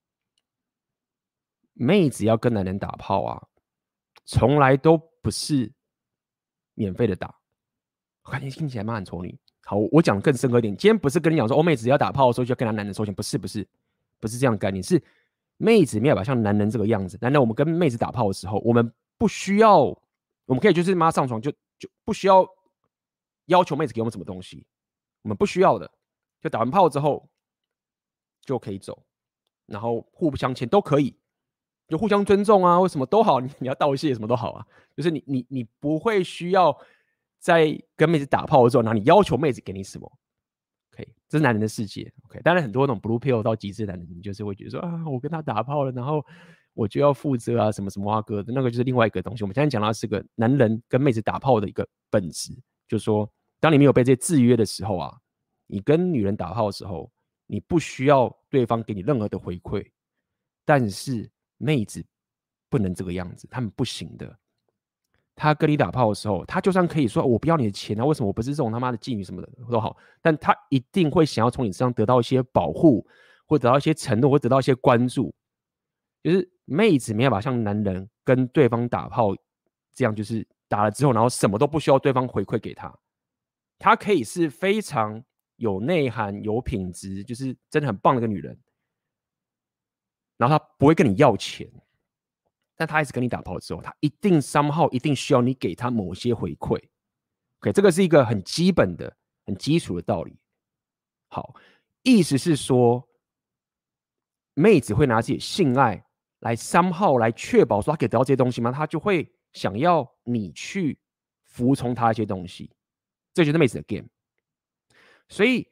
Speaker 1: 妹子要跟男人打炮啊，从来都不是免费的打。我感觉听起来蛮很丑女。好，我讲更深刻一点，今天不是跟你讲说，妹子要打炮的时候就要跟男人收钱，不是这样的概念，是妹子没有办法像男人这个样子。男人我们跟妹子打炮的时候，我们不需要，我们可以就是妈上床就不需要要求妹子给我们什么东西，我们不需要的，就打完炮之后就可以走，然后互不相欠都可以，就互相尊重啊，或什么都好，你要道谢什么都好啊，就是你不会需要。在跟妹子打炮的时候，然后你要求妹子给你什么 ？OK， 这是男人的世界。OK， 当然很多那种 blue pill 到极致的男人，你就是会觉得说啊，我跟他打炮了，然后我就要负责啊，什么什么啊哥的，那个就是另外一个东西。我们现在讲到是个男人跟妹子打炮的一个本质，就是说，当你没有被这些制约的时候啊，你跟女人打炮的时候，你不需要对方给你任何的回馈，但是妹子不能这个样子，他们不行的。他跟你打炮的时候，他就算可以说我不要你的钱啊，为什么我不是这种他妈的妓女什么的都好，但他一定会想要从你身上得到一些保护，或得到一些承诺，或得到一些关注。就是妹子没办法像男人跟对方打炮这样，就是打了之后，然后什么都不需要对方回馈给他，他可以是非常有内涵、有品质，就是真的很棒的一个女人，然后他不会跟你要钱。但他一直跟你打炮之后，他一定somehow一定需要你给他某些回馈。OK， 这个是一个很基本的、很基础的道理。好，意思是说，妹子会拿自己的性爱来somehow来确保说他可以得到这些东西吗？他就会想要你去服从他一些东西，这就是妹子的 game。所以，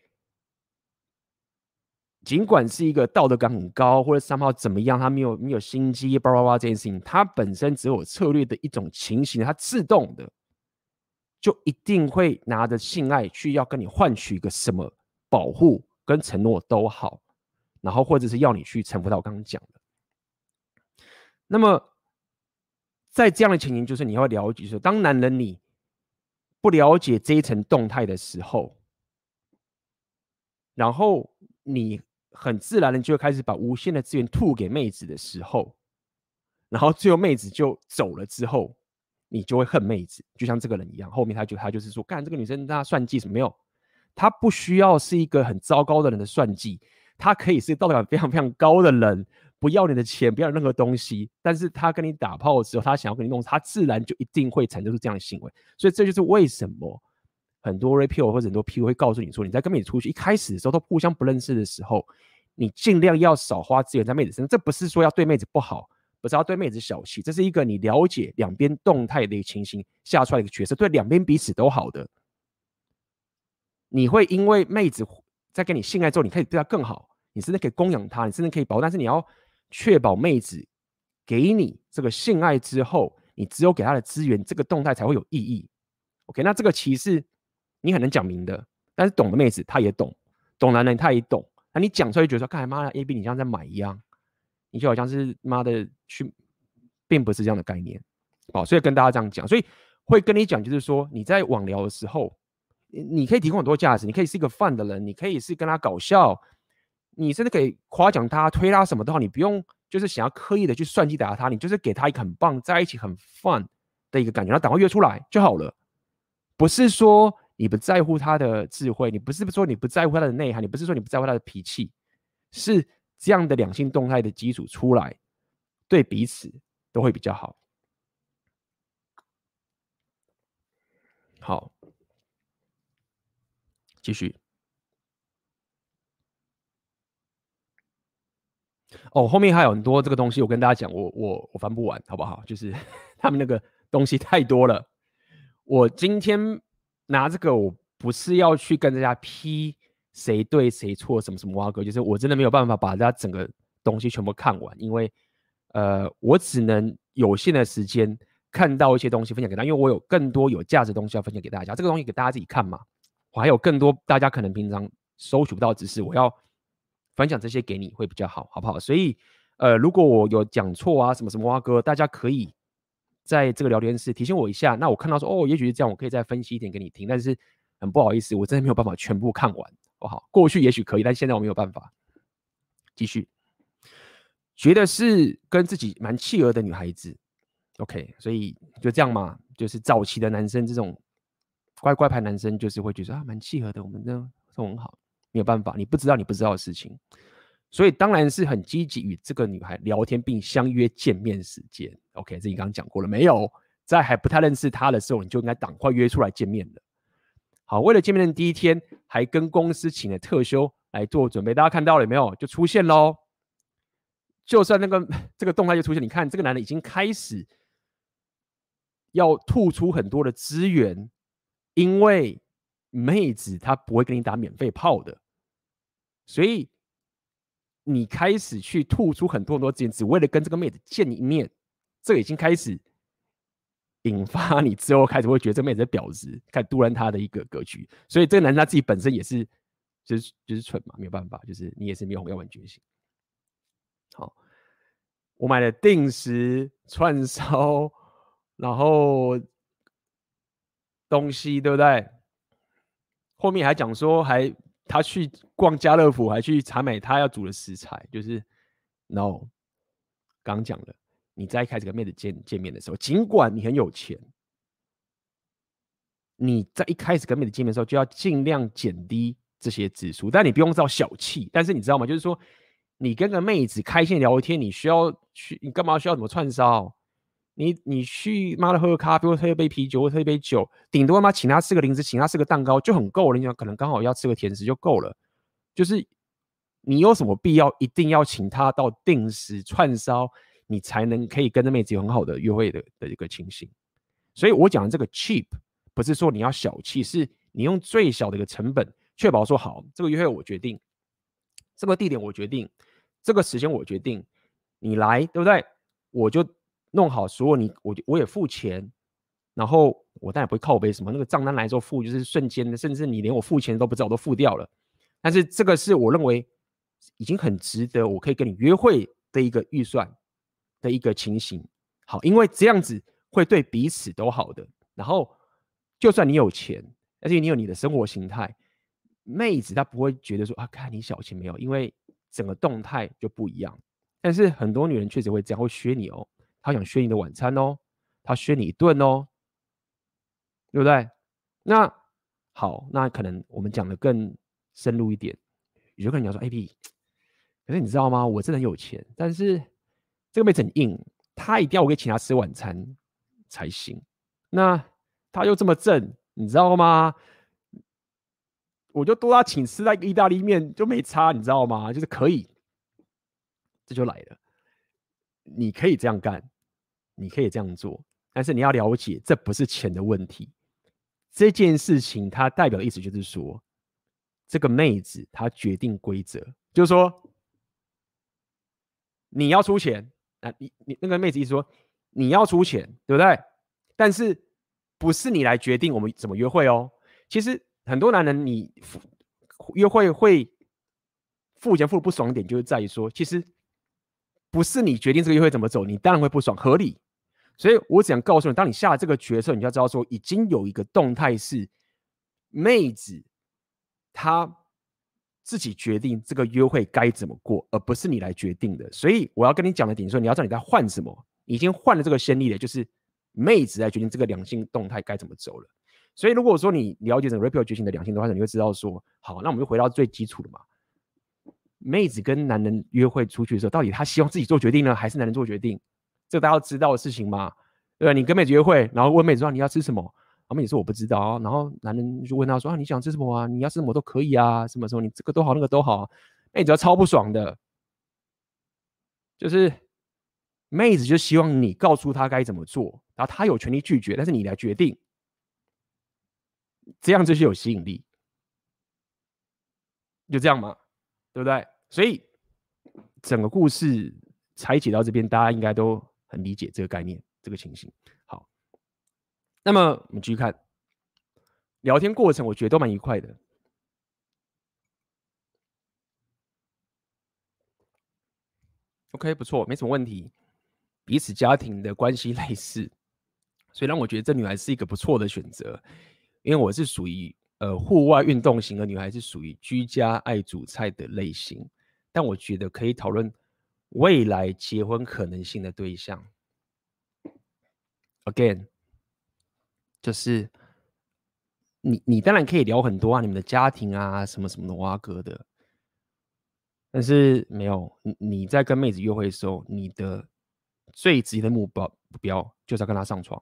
Speaker 1: 尽管是一个道德感很高，或者somehow怎么样，他没有心机，叭叭叭这件事情，他本身只有策略的一种情形，他自动的就一定会拿着性爱去要跟你换取一个什么保护跟承诺都好，然后或者是要你去臣服到我刚刚讲的。那么在这样的情形，就是你要了解说，当男人你不了解这一层动态的时候，然后你很自然的就会开始把无限的资源吐给妹子的时候，然后最后妹子就走了之后，你就会恨妹子，就像这个人一样，后面他就是说，干这个女生她算计什么没有？她不需要是一个很糟糕的人的算计，她可以是道德感非常非常高的人，不要你的钱，不要任何东西，但是她跟你打炮的时候，她想要跟你弄，她自然就一定会产生出这样的行为。所以这就是为什么很多 Rapio 或者很多 P 会告诉你说，你在跟妹子出去一开始的时候都互相不认识的时候，你尽量要少花资源在妹子身上。这不是说要对妹子不好， 不是要对妹子小气，这是一个你了解两边动态的一个情形下出来的一个角色，对两边彼此都好的。你会因为妹子在跟你性爱之后，你可以对她更好，你甚至可以供养她，你甚至可以保护，但是你要确保妹子给你这个性爱之后，你只有给她的资源，这个动态才会有意义。OK， 那这个其实你很难讲明的，但是懂的妹子她也懂，懂男人她也懂。那你讲出来就觉得说，看妈的 AB 你像在买一样，你就好像是妈的去，并不是这样的概念。好，所以跟大家这样讲，所以会跟你讲，就是说你在网聊的时候，你可以提供很多价值，你可以是一个 fun 的人，你可以是跟他搞笑，你甚至可以夸奖他、推他什么的话，你不用就是想要刻意的去算计打他，你就是给他一个很棒、在一起很 fun 的一个感觉，然后赶快约出来就好了。不是说你不在乎他的智慧，你不是说你不在乎他的内涵，你不是说你不在乎他的脾气，是这样的两性动态的基础出来，对彼此都会比较好。好，继续。哦，后面还有很多这个东西，我跟大家讲，我翻不完，好不好？就是他们那个东西太多了。我今天拿这个，我不是要去跟大家批谁对谁错，什么什么挖哥，就是我真的没有办法把大家整个东西全部看完，因为我只能有限的时间看到一些东西分享给大家，因为我有更多有价值的东西要分享给大家。这个东西给大家自己看嘛，我还有更多大家可能平常搜取不到的知识，我要分享这些给你会比较好，好不好？所以如果我有讲错啊，什么什么挖哥，大家可以在这个聊天室提醒我一下。那我看到说哦，也许是这样，我可以再分析一点给你听。但是很不好意思，我真的没有办法全部看完，好不好？过去也许可以，但现在我没有办法。继续，觉得是跟自己蛮契合的女孩子 ，OK， 所以就这样嘛，就是早期的男生这种乖乖牌男生，就是会觉得啊蛮契合的，我们这都很好。没有办法，你不知道你不知道的事情，所以当然是很积极与这个女孩聊天，并相约见面时间。OK， 这你刚刚讲过了没有？在还不太认识她的时候，你就应该赶快约出来见面了。好，为了见面的第一天，还跟公司请了特休来做准备。大家看到了没有？就出现喽。就算那个这个动态就出现，你看这个男的已经开始要吐出很多的资源，因为妹子她不会跟你打免费炮的，所以你开始去吐出很多很多资源，只为了跟这个妹子见一面，这已经开始引发你之后开始会觉得这个妹子是婊子，开始杜烂她的一个格局。所以这个男生他自己本身也是就是蠢嘛，没有办法，就是你也是没有红药丸觉醒。好，我买了定时串烧，然后东西对不对？后面还讲说他去逛家乐福，还去采买他要煮的食材，就是 no。刚讲了，你在一开始跟妹子见面的时候，尽管你很有钱，你在一开始跟妹子见面的时候就要尽量减低这些指数，但你不用到小气。但是你知道吗？就是说，你跟个妹子开心聊天，你需要去，你干嘛需要怎么串烧？你去妈的喝个咖啡，或喝一杯啤酒，或喝一杯酒，顶多妈请他吃个零食，请他吃个蛋糕就很够了。你想可能刚好要吃个甜食就够了。就是你有什么必要一定要请他到定时串烧，你才能可以跟这妹子有很好的约会的一个情形。所以我讲的这个 cheap 不是说你要小气，是你用最小的一个成本，确保说好这个约会我决定，这个地点我决定，这个时间我决定，你来对不对？我就弄好所有我也付钱，然后我当然不会靠背什么那个账单来之后付就是瞬间的，甚至你连我付钱都不知道我都付掉了。但是这个是我认为已经很值得我可以跟你约会的一个预算的一个情形。好，因为这样子会对彼此都好的。然后就算你有钱，而且你有你的生活形态，妹子她不会觉得说啊，看你小气没有，因为整个动态就不一样。但是很多女人确实会这样，会削你哦，她想削你的晚餐哦，她削你一顿哦，对不对？那好，那可能我们讲的更深入一点，有可能讲说，AB，可是你知道吗？我真的很有钱，但是这个妹子很硬，她一定要我给请她吃晚餐才行。那她又这么正，你知道吗？我就多她请吃那个意大利面就没差，你知道吗？就是可以，这就来了。 你可以这样干，你可以这样做，但是你要了解，这不是钱的问题。这件事情它代表的意思就是说，这个妹子她决定规则，就是说你要出钱啊，你那个妹子意思说你要出钱，对不对？但是不是你来决定我们怎么约会哦。其实很多男人你约会会付钱付的不爽点，就是在于说，其实不是你决定这个约会怎么走，你当然会不爽，合理。所以我只想告诉你，当你下了这个决策，你就要知道说，已经有一个动态是妹子她自己决定这个约会该怎么过，而不是你来决定的。所以我要跟你讲的点说，你要知道你在换什么，已经换了这个先例了，就是妹子来决定这个两性动态该怎么走了。所以如果说你了解整个 Rapio 觉醒的两性动态，你会知道说，好，那我们就回到最基础的嘛。妹子跟男人约会出去的时候，到底她希望自己做决定呢，还是男人做决定？这个大家要知道的事情嘛。对吧？你跟妹子约会，然后问妹子说你要吃什么，然后妹子说我不知道，然后男人就问他说你想吃什么啊？你要吃什么都可以啊，什么时候你这个都好，那个都好，妹子要超不爽的，就是妹子就希望你告诉她该怎么做，然后她有权利拒绝，但是你来决定，这样就是有吸引力，就这样嘛，对不对？所以整个故事拆解到这边，大家应该都很理解这个概念，这个情形。好，那么我们继续看。聊天过程我觉得都蛮愉快的。OK， 不错，没什么问题。彼此家庭的关系类似，所以让我觉得这女孩是一个不错的选择。因为我是属于户外运动型的女孩，是属于居家爱煮菜的类型。但我觉得可以讨论未来结婚可能性的对象。Again， 就是你当然可以聊很多啊，你们的家庭啊，什么什么的哇哥的。但是没有，你在跟妹子约会的时候，你的最直接的目标就是要跟她上床，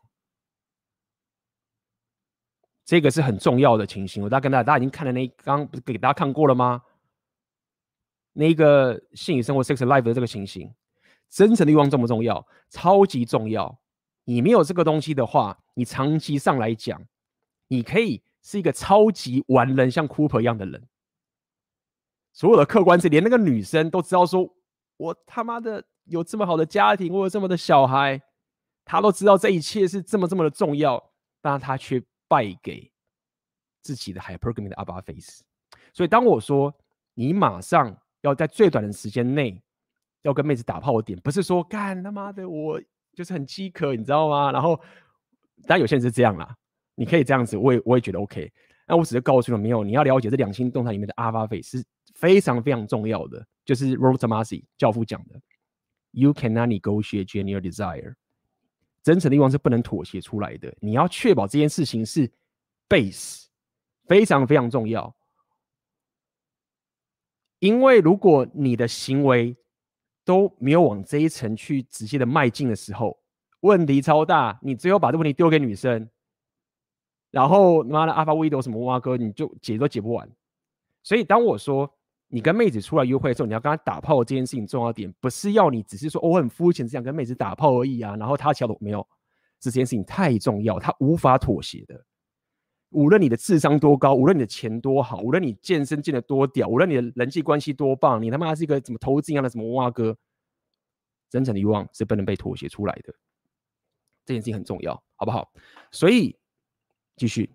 Speaker 1: 这个是很重要的情形。我大家已经看了刚不是给大家看过了吗？那个性与生活 sex life 的这个情形，真诚的欲望重不重要？超级重要。你没有这个东西的话，你长期上来讲，你可以是一个超级完人，像 Cooper 一样的人。所有的客观是连那个女生都知道说，我他妈的有这么好的家庭，我有这么的小孩，她都知道这一切是这么的重要，但她却败给自己的 hypergamy 的 alpha face。所以当我说你马上要在最短的时间内要跟妹子打炮的点，不是说干他妈的我就是很饥渴，你知道吗？然后当然有些人是这样啦，你可以这样子，我也觉得 OK。那我只是告诉你没有，你要了解这两性动态里面的 alpha face 是非常非常重要的，就是 Rollo Tomassi 教父讲的 ，You cannot negotiate genuine desire， 真诚的欲望是不能妥协出来的。你要确保这件事情是 base， 非常非常重要。因为如果你的行为都没有往这一层去直接的迈进的时候，问题超大。你最后把这问题丢给女生，然后妈的阿发威斗什么蛙哥，你就解都解不完。所以当我说你跟妹子出来约会的时候，你要跟她打炮这件事情重要点，不是要你只是说、我很肤浅，只想跟妹子打炮而已啊。然后她其他都没有，这件事情太重要，她无法妥协的。无论你的智商多高，无论你的钱多好，无论你健身健得多屌，无论你的人际关系多棒，你他妈是一个怎么投资一样的什么蛙哥，真诚的欲望是不能被妥协出来的。这件事情很重要，好不好？所以继续。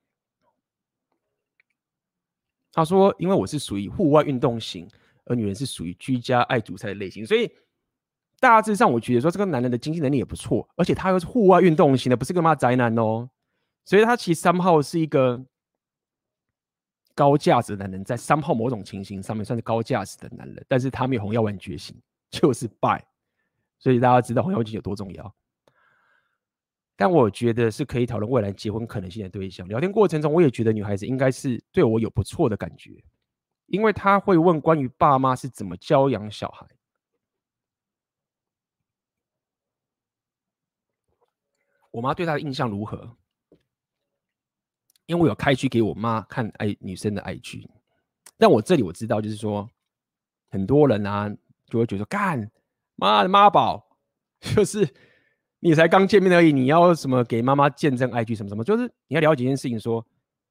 Speaker 1: 他说：“因为我是属于户外运动型，而女人是属于居家爱煮菜的类型，所以大致上我觉得说这个男人的经济能力也不错，而且他又是户外运动型的，不是个妈宅男哦。所以他其实3号是一个高价值的男人，在3号某种情形上面算是高价值的男人，但是他没有红药丸觉醒，就是败。所以大家知道红药丸觉醒有多重要。但我觉得是可以讨论未来结婚可能性的对象。聊天过程中，我也觉得女孩子应该是对我有不错的感觉，因为她会问关于爸妈是怎么教养小孩。我妈对她的印象如何？因为我有开区给我妈看女生的 IG， 但我这里我知道，就是说很多人啊就会觉得说干妈的妈宝， 就是你才刚见面而已，你要什么给妈妈见证 IG 什么什么，就是你要了解一件事情说。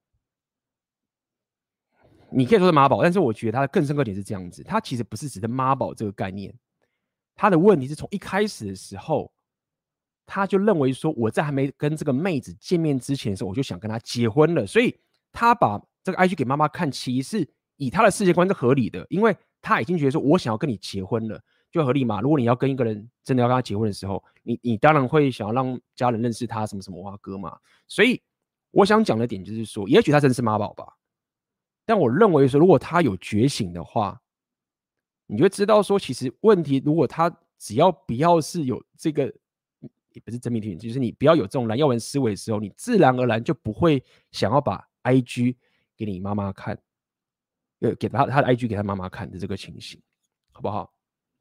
Speaker 1: 你可以说是妈宝，但是我觉得它的更深刻点是这样子，它其实不是指的妈宝这个概念，它的问题是从一开始的时候，他就认为说我在还没跟这个妹子见面之前的时候，我就想跟她结婚了，所以他把这个 IG 给妈妈看，其实是以他的世界观是合理的，因为他已经觉得说我想要跟你结婚了，就合理嘛。如果你要跟一个人真的要跟他结婚的时候，你当然会想要让家人认识他什么什么哇哥嘛。所以我想讲的点就是说，也许他真的是妈宝吧。但我认为说，如果他有觉醒的话，你就会知道说，其实问题如果他只要不要是有这个，也不是真命天女，就是你不要有这种蓝耀文思维的时候，你自然而然就不会想要把 IG 给你妈妈看，给他的 IG 给他妈妈看的这个情形，好不好？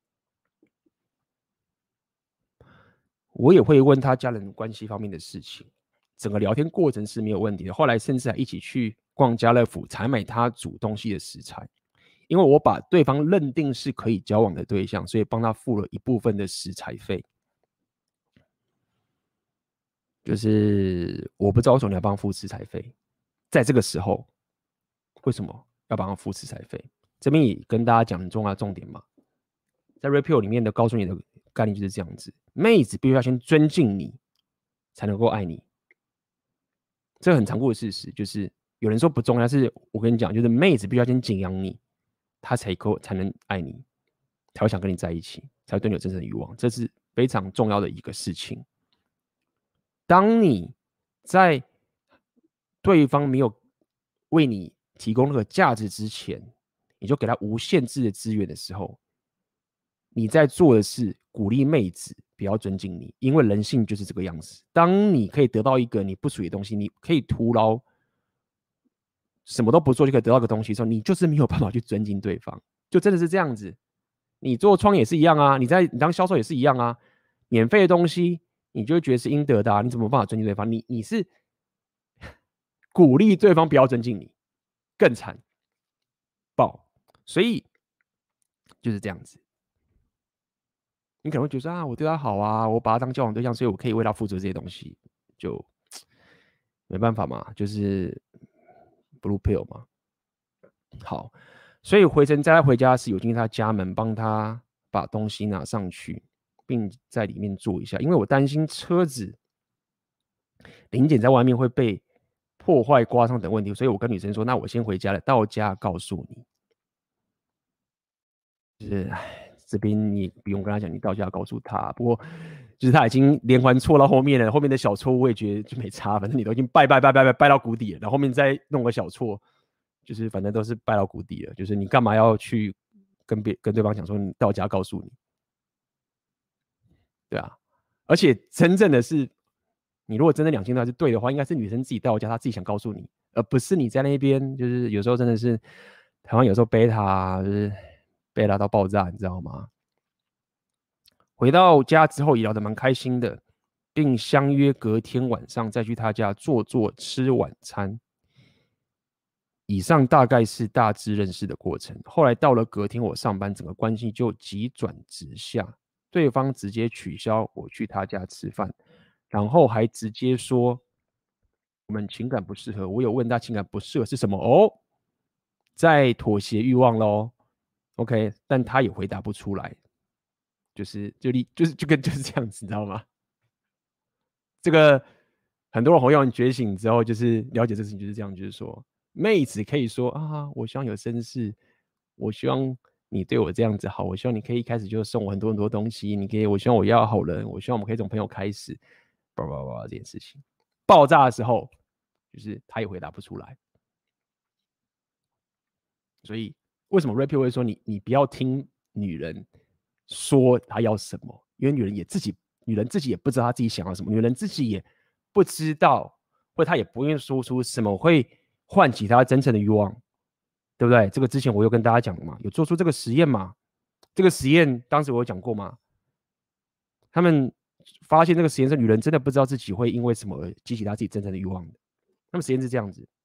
Speaker 1: 我也会问他家人关系方面的事情，整个聊天过程是没有问题的。后来甚至还一起去逛家乐福，采买他煮东西的食材。因为我把对方认定是可以交往的对象，所以帮他付了一部分的食材费。就是我不知道为什么你要帮他付食材费，在这个时候，为什么要帮他付食材费？这边也跟大家讲很重要的重点嘛，在 Repeal 里面的告诉你的概念就是这样子：妹子必须要先尊敬你，才能够爱你。这很残酷的事实，就是有人说不重要，但是我跟你讲，就是妹子必须要先敬仰你，她才能爱你，才会想跟你在一起，才会对你有真正的欲望。这是非常重要的一个事情。当你在对方没有为你提供那个价值之前，你就给他无限制的资源的时候，你在做的是鼓励妹子不要尊敬你，因为人性就是这个样子。当你可以得到一个你不属于的东西，你可以徒劳什么都不做就可以得到一个东西的时候，你就是没有办法去尊敬对方，就真的是这样子。你做创业也是一样啊，你当销售也是一样啊，免费的东西你就会觉得是应得的啊，你怎么办法尊敬对方？你是鼓励对方不要尊敬你，更惨爆。所以就是这样子。你可能会觉得啊，我对他好啊，我把他当交往对象，所以我可以为他付出这些东西，就没办法嘛，就是 blue pill 嘛。好，所以回程再回家时，有进他家门，帮他把东西拿上去，并在里面坐一下，因为我担心车子零件在外面会被破坏、刮伤等问题，所以我跟女生说：“那我先回家了，到家告诉你。”就是，这边你不用跟他讲，你到家告诉他。不过，就是他已经连环错到后面了，后面的小错我也觉得就没差，反正你都已经拜到谷底了，然后后面再弄个小错，就是反正都是拜到谷底了。就是你干嘛要去跟对方讲说你到家告诉你？对啊，而且真正的是，你如果真的两性都还是对的话，应该是女生自己到家，她自己想告诉你，而不是你在那边。就是有时候真的是台湾有时候贝塔就是贝塔到爆炸，你知道吗？回到家之后也聊得蛮开心的，并相约隔天晚上再去他家坐吃晚餐。以上大概是大致认识的过程。后来到了隔天我上班，整个关系就急转直下，对方直接取消我去他家吃饭，然后还直接说我们情感不适合。我有问他情感不适合是什么哦，在妥协欲望咯。OK， 但他也回答不出来，就是这样子，你知道吗？这个很多人红药觉醒之后，就是了解这事情，就是这样，就是说，妹子可以说啊，我希望有绅士，我希望你对我这样子好，我希望你可以一开始就送我很多很多东西，你可以，我希望我要好人，我希望我们可以从朋友开始，叭叭叭这件事情爆炸的时候，就是他也回答不出来。所以为什么 Rapio 会说你不要听女人说她要什么，因为女人自己也不知道她自己想要什么，女人自己也不知道，或她也不愿意说出什么会唤起她真正的欲望，对不对？这个之前我有跟大家讲嘛，有做出这个实验嘛？这个实验当时我有讲过嘛？他们发现这个实验是女人真的不知道自己会因为什么而激起她自己真正的欲望的。那么实验是这样子，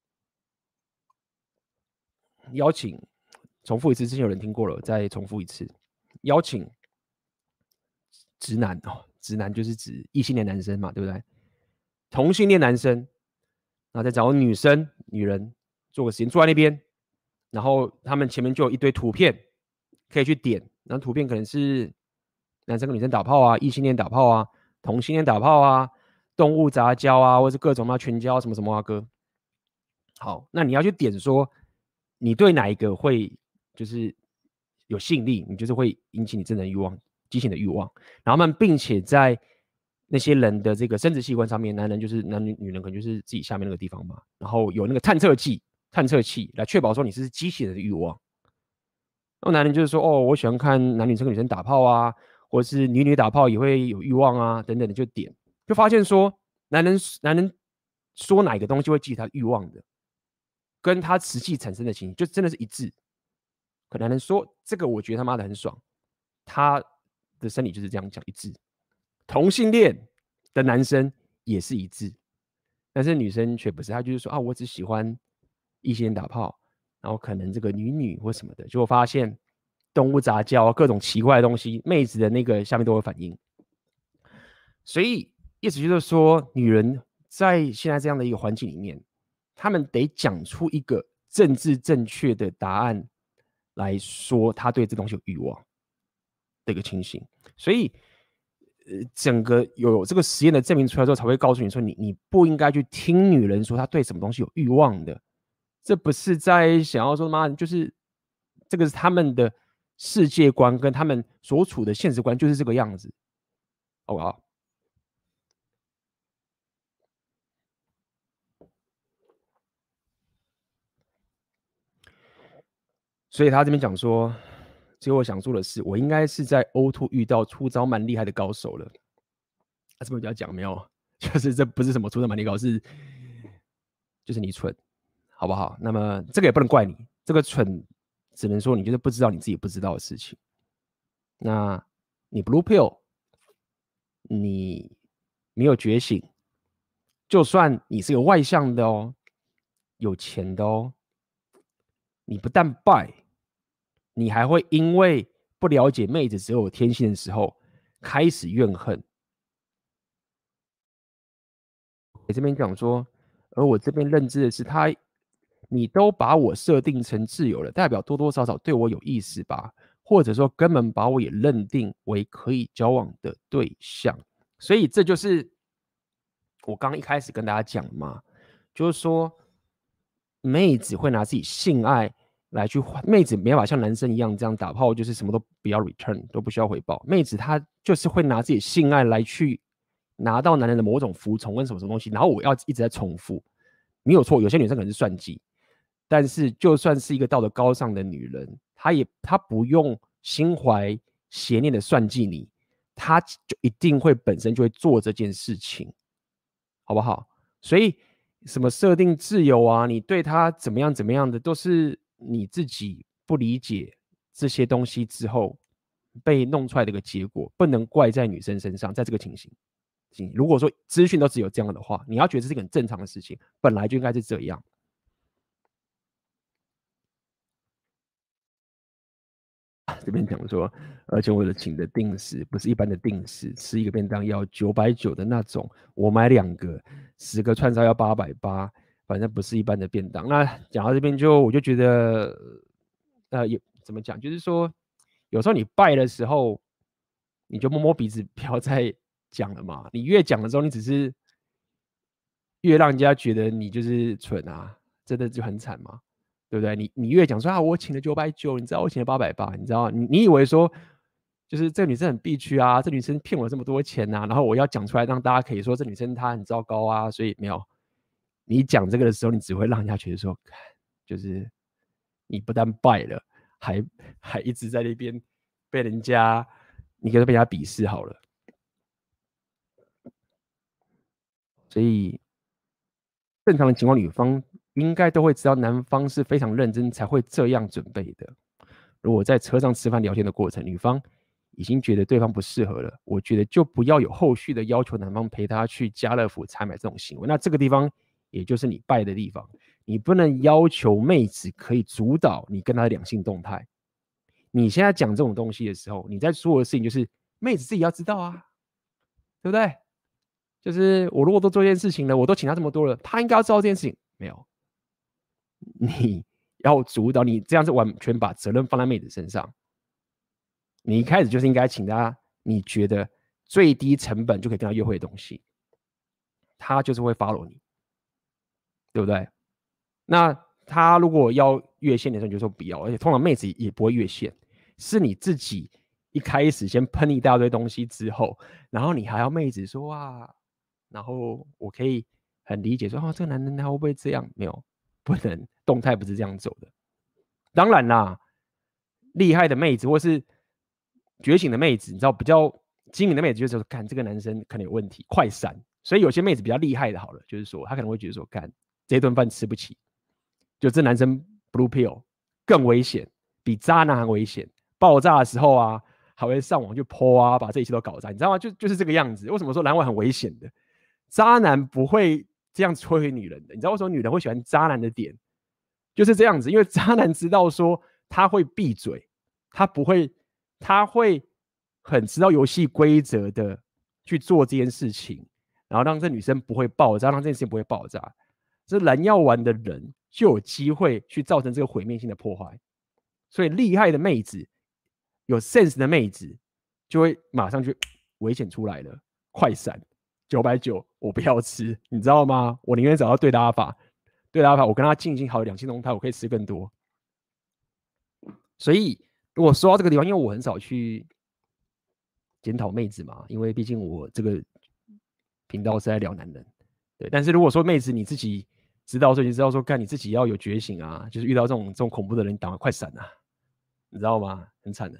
Speaker 1: 邀请重复一次，之前有人听过了，再重复一次。邀请直男哦， 直男就是指异性恋男生嘛，对不对？同性恋男生，然后再找女生、女人做个实验，坐在那边，然后他们前面就有一堆图片可以去点，然后图片可能是男生跟女生打炮啊，异性恋打炮啊，同性恋打炮啊，动物杂交啊，或是各种群交什么什么啊哥。好，那你要去点说，你对哪一个会就是有吸引力，你就是会引起你真的欲望、激情的欲望。然后他们并且在那些人的这个生殖器官上面，男人就是男女，女人可能就是自己下面那个地方嘛，然后有那个探测器来确保说你是机器人的欲望。那男人就是说，哦，我喜欢看男女生跟女生打炮啊，或者是女女打炮也会有欲望啊，等等的，就点，就发现说，男人说哪个东西会激起他欲望的，跟他实际产生的情形就真的是一致。可男人说这个我觉得他妈的很爽，他的生理就是这样讲一致。同性恋的男生也是一致，但是女生却不是，她就是说啊，我只喜欢异性恋打炮，然后可能这个女或什么的，结果发现动物杂交各种奇怪的东西，妹子的那个下面都有反应。所以意思就是说，女人在现在这样的一个环境里面，他们得讲出一个政治正确的答案来说，他对这东西有欲望的一个情形。所以，整个有这个实验的证明出来之后，才会告诉你说你不应该去听女人说她对什么东西有欲望的。这不是在想要说妈，就是这个是他们的世界观跟他们所处的现实观就是这个样子，好不好？所以他这边讲说，最后想做的是，我应该是在 O2 遇到出招蛮厉害的高手了。他这边就要讲没有，就是这不是什么出招蛮厉害高手，是就是你蠢，好不好？那么这个也不能怪你，这个蠢只能说你就是不知道你自己不知道的事情。那你 Blue Pill，你没有觉醒，就算你是个外向的哦，有钱的哦，你不但败，你还会因为不了解妹子只有天性的时候，开始怨恨。你这边讲说，而我这边认知的是你都把我设定成挚友了，代表多多少少对我有意思吧，或者说根本把我也认定为可以交往的对象。所以这就是我刚刚一开始跟大家讲嘛，就是说妹子会拿自己性爱来去换，妹子没办法像男生一样这样打炮，就是什么都不要 return， 都不需要回报。妹子她就是会拿自己性爱来去拿到男人的某种服从跟什么东西，然后我要一直在重复。没有错，有些女生可能是算计，但是就算是一个道德高尚的女人，她不用心怀邪念的算计你，她就一定会本身就会做这件事情，好不好？所以什么设定自由啊，你对她怎么样怎么样的，都是你自己不理解这些东西之后被弄出来的一个结果，不能怪在女生身上，在这个情形。如果说资讯都只有这样的话，你要觉得这是一个很正常的事情，本来就应该是这样。这边讲说，而且我的请的定时不是一般的定时，吃一个便当要990的那种，我买2个，10个串烧要880，反正不是一般的便当。那讲到这边我就觉得，也怎么讲，就是说，有时候你拜的时候，你就摸摸鼻子，不要再讲了嘛。你越讲的时候，你只是越让人家觉得你就是蠢啊，真的就很惨嘛。对不对？你越讲说啊，我请了990，你知道我请了880，你知道你以为说就是这个女生很必须啊，这女生骗我这么多钱啊，然后我要讲出来让大家可以说这女生她很糟糕啊，所以没有你讲这个的时候，你只会让人家觉得说，就是你不但败了，还一直在那边被人家，你可以被人家鄙视好了。所以正常的情况，女方应该都会知道男方是非常认真才会这样准备的。如果在车上吃饭聊天的过程，女方已经觉得对方不适合了，我觉得就不要有后续的要求男方陪她去家乐福采买这种行为。那这个地方也就是你败的地方，你不能要求妹子可以主导你跟她的两性动态。你现在讲这种东西的时候，你在做的事情就是妹子自己要知道啊， 对不对？就是我如果都做这件事情了，我都请他这么多了，他应该要知道这件事情。没有，你要主导，你这样是完全把责任放在妹子身上。你一开始就是应该请他，你觉得最低成本就可以跟他约会的东西，他就是会 follow 你，对不对？那他如果要越线的时候，你就说不要，而且通常妹子也不会越线，是你自己一开始先喷一大堆东西之后，然后你还要妹子说哇，然后我可以很理解说哦，这个男人他会不会这样？没有，不能，动态不是这样走的。当然啦，厉害的妹子或是觉醒的妹子，你知道比较精明的妹子就是说，看这个男生可能有问题，快闪。所以有些妹子比较厉害的，好了，就是说她可能会觉得说，看这顿饭吃不起，就这男生 blue pill 更危险，比渣男还危险。爆炸的时候啊，还会上网去 po 啊，把这一切都搞砸，你知道吗？就是这个样子。为什么说蓝网很危险的？渣男不会这样摧毁女人的。你知道为什么女人会喜欢渣男的点？就是这样子，因为渣男知道说他会闭嘴，他不会，他会很知道游戏规则的去做这件事情，然后让这女生不会爆炸，让这件事情不会爆炸。这蓝药丸的人就有机会去造成这个毁灭性的破坏。所以厉害的妹子，有 sense 的妹子，就会马上就危险出来了，快闪990，我不要吃，你知道吗？我宁愿找到对搭法。对搭法，我跟他进行好2性动态，我可以吃更多。所以，如果说到这个地方，因为我很少去检讨妹子嘛，因为毕竟我这个频道是在聊男人，对。但是如果说妹子你自己知道说，你知道说，干你自己要有觉醒啊，就是遇到这种恐怖的人，你赶快闪啊，你知道吗？很惨的。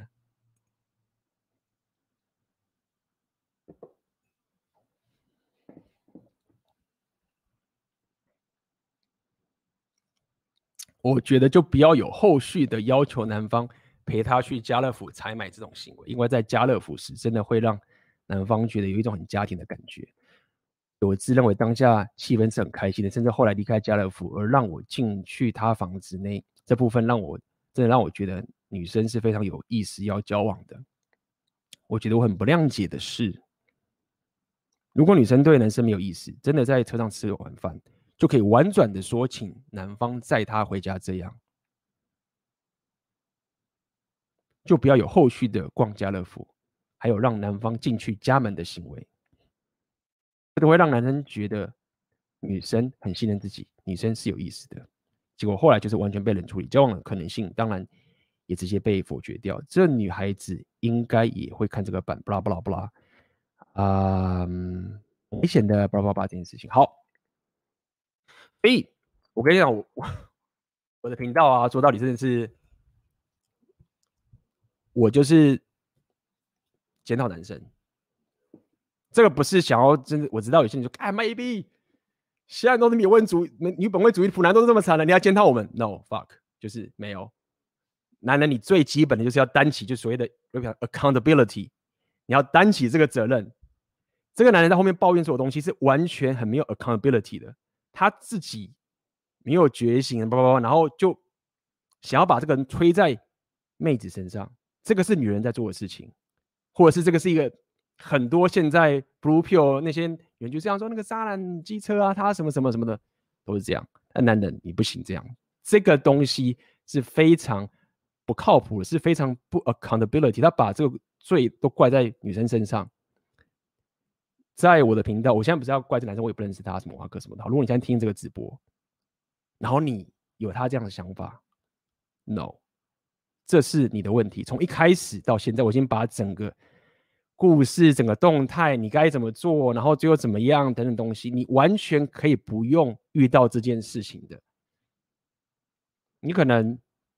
Speaker 1: 我觉得就不要有后续的要求男方陪他去家乐福采买这种行为，因为在家乐福时真的会让男方觉得有一种很家庭的感觉。我自认为当下气氛是很开心的，甚至后来离开家乐福而让我进去他房子内，这部分真的让我觉得女生是非常有意思要交往的。我觉得我很不谅解的是，如果女生对男生没有意思，真的在车上吃完饭就可以婉转的说请男方载她回家，这样就不要有后续的逛家乐福，还有让男方进去家门的行为，这都会让男生觉得女生很信任自己，女生是有意思的。结果后来就是完全被冷处理，交往的可能性当然也直接被否决掉。这女孩子应该也会看这个版，不啦不啦不啦，危险的巴拉巴拉这件事情。好，所以我跟你讲，我的频道啊，说到底真的是我就是检讨男生，这个不是想要真的，我知道有些人说，哎，maybe 现在都是女本位主义的普男都是这么惨了，你要检讨我们 ？No fuck，就是没有。男人，你最基本的就是要担起，就所谓的 accountability， 你要担起这个责任。这个男人在后面抱怨所有东西是完全很没有 accountability 的，他自己没有觉醒，然后就想要把这个人推在妹子身上，这个是女人在做的事情，或者是这个是一个很多现在 blue pill 那些人就这样说，那个渣男机车啊，他什么什么什么的都是这样。但男人你不行这样，这个东西是非常不靠谱的，是非常不 accountability，他把这个罪都怪在女生身上。在我的频道，我现在不是要怪这男生，我也不认识他什么华哥什么的。如果你现在听这个直播，然后你有他这样的想法 ，no， 这是你的问题。从一开始到现在，我已经把整个故事、整个动态，你该怎么做，然后最后怎么样等等东西，你完全可以不用遇到这件事情的。你可能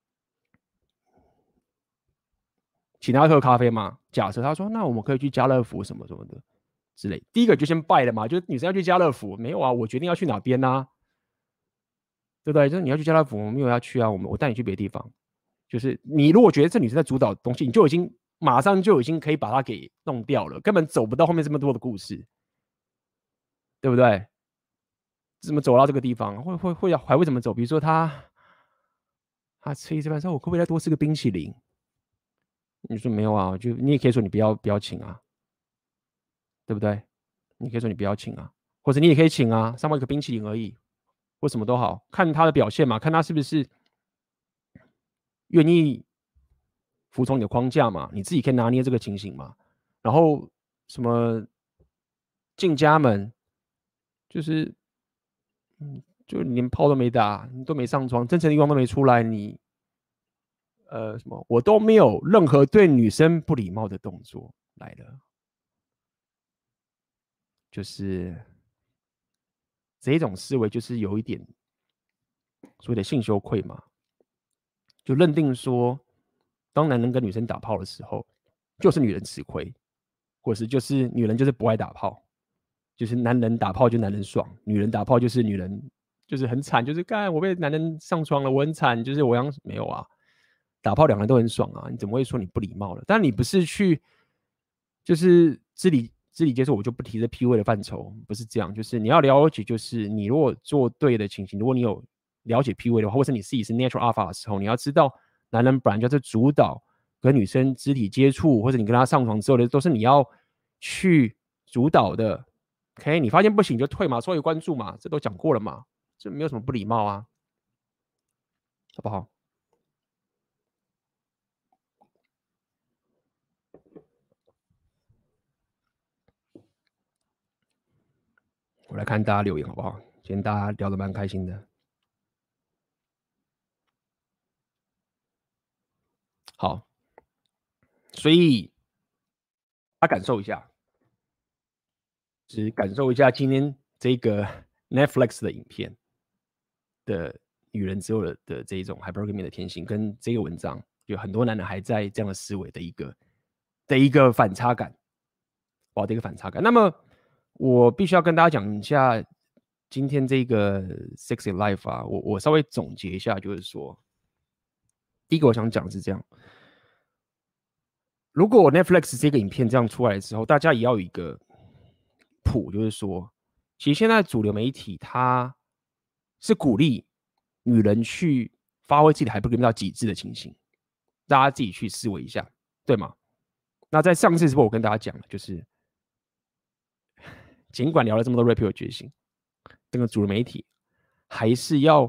Speaker 1: 请他喝咖啡嘛？假设他说，那我们可以去家乐福什么什么的之类。第一个就先拜了嘛，就是女生要去家乐福，没有啊？我决定要去哪边啊？对不对？就是你要去家乐福，我没有要去啊，我带你去别的地方。就是你如果觉得这女生在主导东西，你就已经马上就已经可以把她给弄掉了，根本走不到后面这么多的故事，对不对？怎么走到这个地方？还会怎么走？比如说他吃一次饭说，我可不可以再多吃个冰淇淋？你说没有啊，就你也可以说你不要请啊，对不对？ 你可以说你不要请啊，或者你也可以请啊，上包一个冰淇淋而已，或什么都好，看他的表现嘛，看他是不是愿意服从你的框架嘛，你自己可以拿捏这个情形嘛。然后什么进家门，就是就连炮都没打，你都没上床，真诚的欲望都没出来，你什么我都没有任何对女生不礼貌的动作来了，就是这种思维就是有一点所谓的性羞愧嘛，就认定说，当男人跟女生打炮的时候，就是女人吃亏，或是就是女人就是不爱打炮，就是男人打炮就男人爽，女人打炮就是女人就是很惨，就是干我被男人上床了，我很惨，就是我没有啊，打炮两个人都很爽啊，你怎么会说你不礼貌了？但你不是去就是肢体接触，我就不提这 PUA 的范畴，不是这样，就是你要了解，就是你如果做对的情形，如果你有了解 PUA 的话，或者你自己是 natural alpha 的时候，你要知道，男人本来就是主导跟女生肢体接触，或者你跟他上床之后的，都是你要去主导的。OK， 你发现不行就退嘛，所以关注嘛，这都讲过了嘛，这没有什么不礼貌啊，好不好？我来看大家留言好不好？今天大家聊得蛮开心的。好，所以大家感受一下，只感受一下今天这个 Netflix 的影片的女人之后的这一种 hypergamy 的天性，跟这个文章有很多男人还在这样的思维的一个反差感，哇，的一个反差感。那么我必须要跟大家讲一下今天这个 Sexy Life 啊，我稍微总结一下，就是说，第一个我想讲的是这样。如果 Netflix 这个影片这样出来之后，大家也要有一个谱，就是说，其实现在主流媒体它是鼓励女人去发挥自己的hypergamy到极致的情形，大家自己去思维一下，对吗？那在上次直播我跟大家讲了，就是尽管聊了这么多 rape 的觉醒，这个主流媒体还是要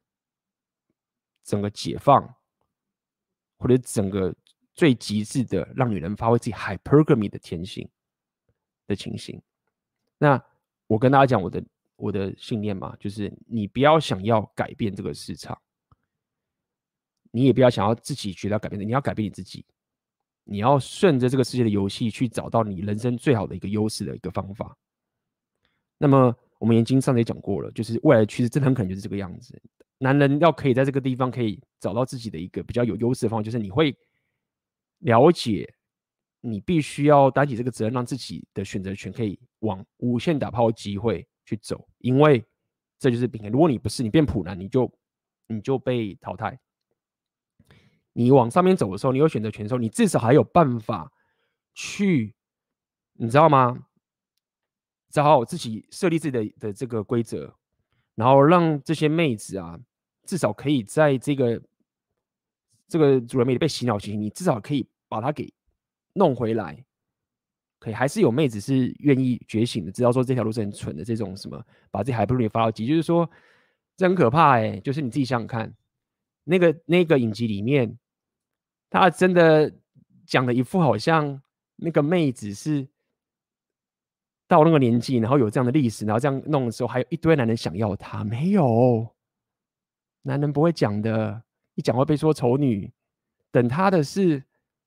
Speaker 1: 整个解放，或者整个最极致的让女人发挥自己 hypergamy 的天性的情形。那我跟大家讲我的信念嘛，就是你不要想要改变这个市场，你也不要想要自己觉得要改变，你要改变你自己，你要顺着这个世界的游戏去找到你人生最好的一个优势的一个方法。那么我们经上也讲过了，就是未来的趋势真的很可能就是这个样子。男人要可以在这个地方可以找到自己的一个比较有优势的方法，就是你会了解，你必须要担起这个责任，让自己的选择权可以往无限打炮机会去走，因为这就是平衡。如果你不是，你变普男，你就被淘汰。你往上面走的时候，你有选择权的时候，你至少还有办法去，你知道吗？找好自己设立自己的这个规则，然后让这些妹子啊，至少可以在这个主人妹被洗脑情形，你至少可以把它给弄回来。可以还是有妹子是愿意觉醒的，知道说这条路是很蠢的，这种什么把自己还不如你发到极，就是说这很可怕哎。就是你自己想想看，那个影集里面，他真的讲的一副好像那个妹子是到那个年纪，然后有这样的历史，然后这样弄的时候，还有一堆男人想要她，没有，男人不会讲的，一讲会被说丑女。等他的是，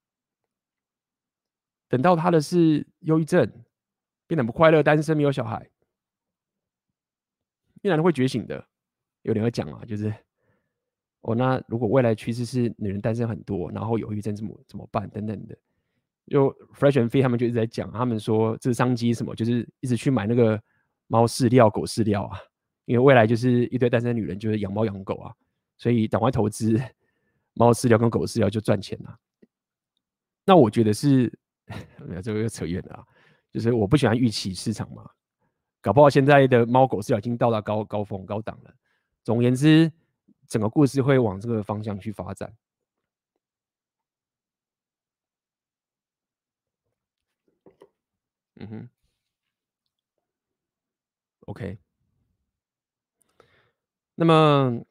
Speaker 1: 等到他的是忧郁症，变得不快乐，单身没有小孩，男人会觉醒的。有人会讲啊，就是哦，那如果未来趋势是女人单身很多，然后有忧郁症怎么办等等的，就 Fresh and Fit 他们就一直在讲，他们说这是商机什么，就是一直去买那个猫饲料、狗饲料啊，因为未来就是一堆单身女人就是养猫养狗啊，所以赶快投资猫饲料跟狗饲料就赚钱了。那我觉得是，这个又扯远了啊，就是我不喜欢预期市场嘛，搞不好现在的猫狗饲料已经到达高峰高档了。总而言之，整个故事会往这个方向去发展。嗯哼， OK， 那么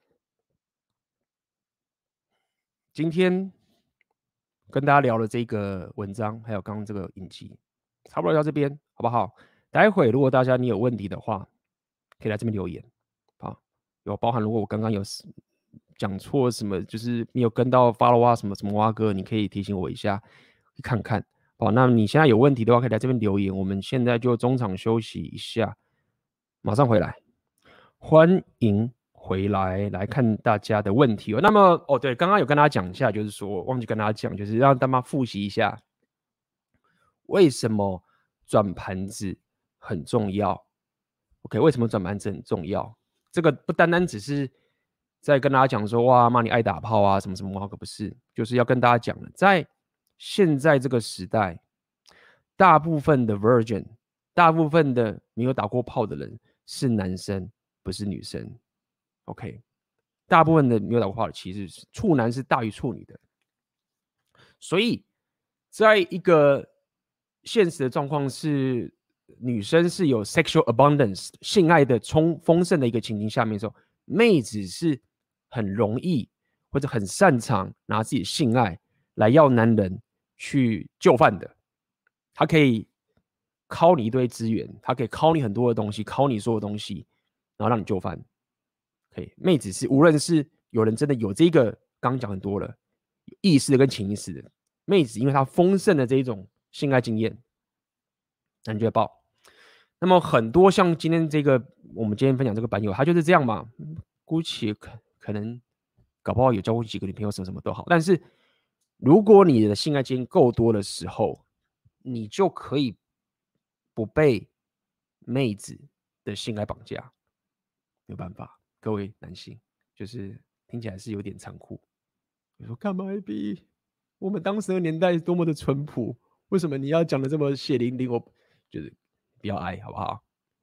Speaker 1: 今天跟大家聊了这个文章，还有刚刚这个影集，差不多到这边，好不好？待会如果大家你有问题的话，可以来这边留言，好，有包含如果我刚刚有讲错什么，就是没有跟到 follow 啊什么蛙哥，你可以提醒我一下，看看。好，那你现在有问题的话，可以来这边留言。我们现在就中场休息一下，马上回来。欢迎回来，来看大家的问题。那么，对，刚刚有跟大家讲一下，就是说忘记跟大家讲，就是让大家复习一下，为什么转盘子很重要。OK， 为什么转盘子很重要？这个不单单只是在跟大家讲说，哇，妈你爱打炮啊，什么什么，可不是，就是要跟大家讲的，在现在这个时代，大部分的 virgin， 大部分的没有打过炮的人是男生，不是女生。OK， 大部分的没有打过炮的其实是处男是大于处女的，所以在一个现实的状况是，女生是有 sexual abundance 性爱的丰盛的一个情形下面的时候，妹子是很容易或者很擅长拿自己的性爱来要男人去就范的。她可以敲你一堆资源，她可以敲你很多的东西，敲你所有东西，然后让你就范。OK， 妹子是无论是有人真的有这个，刚刚讲很多了，意识的跟潜意识的妹子，因为她丰盛的这一种性爱经验，那你就会爆。那么很多像今天这个，我们今天分享这个版友，他就是这样嘛，姑且可能搞不好有交过几个女朋友，什么什么都好。但是如果你的性爱经验够多的时候，你就可以不被妹子的性爱绑架，没有办法。各位男性，就是听起来是有点残酷。你说干嘛 AB？ 我们当时的年代多么的淳朴，为什么你要讲的这么血淋淋？我就是不要爱，好不好？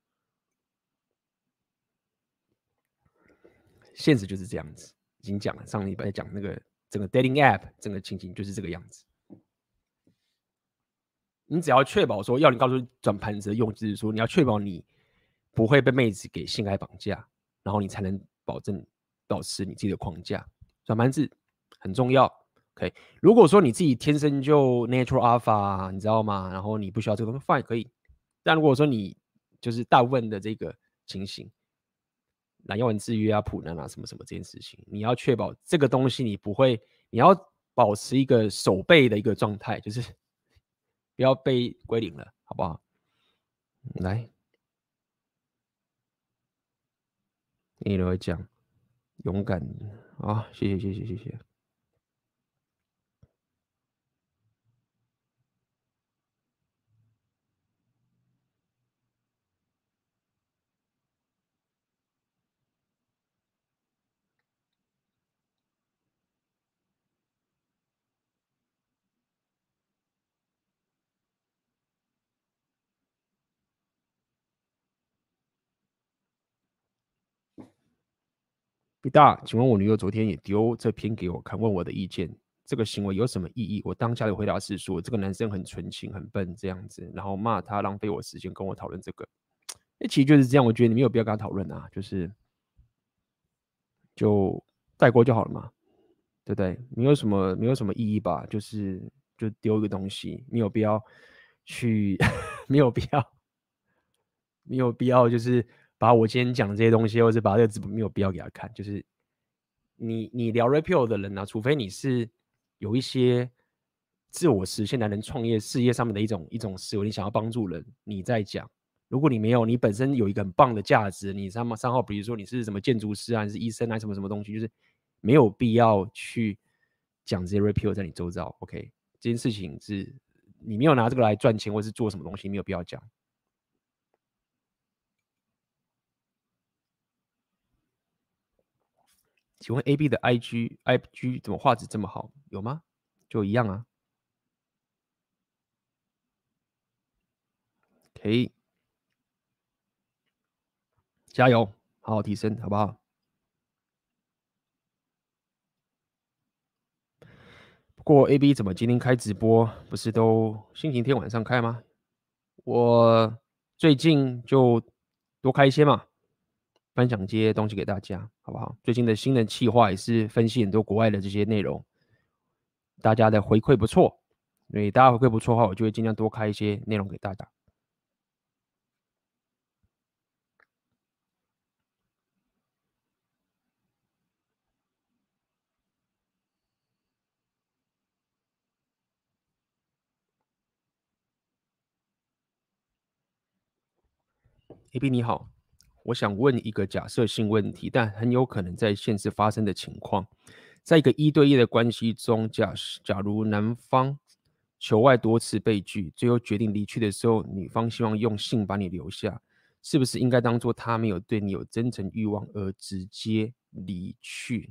Speaker 1: 现实就是这样子，已经讲了，上礼拜讲那个整个 dating app 整个情景就是这个样子。你只要确保说，要你告诉转盘子的用，就是说你要确保你不会被妹子给性爱绑架，然后你才能保持你自己的框架。转盘子很重要。OK， 如果说你自己天生就 natural alpha， 你知道吗？然后你不需要这个东西，fine 可以。但如果说你就是大部分的这个情形，蓝药丸制约啊、普男啊什么什么这件事情，你要确保这个东西你不会，你要保持一个守备的一个状态，就是不要被归零了，好不好？来，你都会讲勇敢啊，谢谢。B 大，请问我女友昨天也丢这篇给我看，问我的意见，这个行为有什么意义？我当下的回答是说，这个男生很纯情、很笨这样子，然后骂他浪费我时间跟我讨论这个。其实就是这样，我觉得你没有必要跟他讨论啊，就带过就好了嘛，对不对？没有什么意义吧，就丢一个东西，没有必要去，没有必要，就是把我今天讲的这些东西，或者把这个字没有必要给他看。就是你聊 repeal 的人啊，除非你是有一些自我实现的人创业事业上面的一种思维，你想要帮助人，你在讲。如果你没有，你本身有一个很棒的价值，你三号，比如说你是什么建筑师啊，你是医生啊，什么东西，就是没有必要去讲这些 repeal 在你周遭。OK， 这件事情是你没有拿这个来赚钱，或是做什么东西，没有必要讲。请问 AB 的 IG 怎么画质这么好？有吗？就一样啊。可以，加油，好好提升，好不好？不过 AB 怎么今天开直播？不是都星期天晚上开吗？我最近就多开一些嘛，分享这些东西给大家，好不好？最近的新的企划也是分析很多国外的这些内容，大家的回馈不错，所以大家回馈不错的话，我就会尽量多开一些内容给大家。AB 你好，我想问一个假设性问题，但很有可能在现实发生的情况。在一个1对1的关系中，假如男方求爱多次被拒，最后决定离去的时候，女方希望用性把你留下，是不是应该当做他没有对你有真诚欲望而直接离去？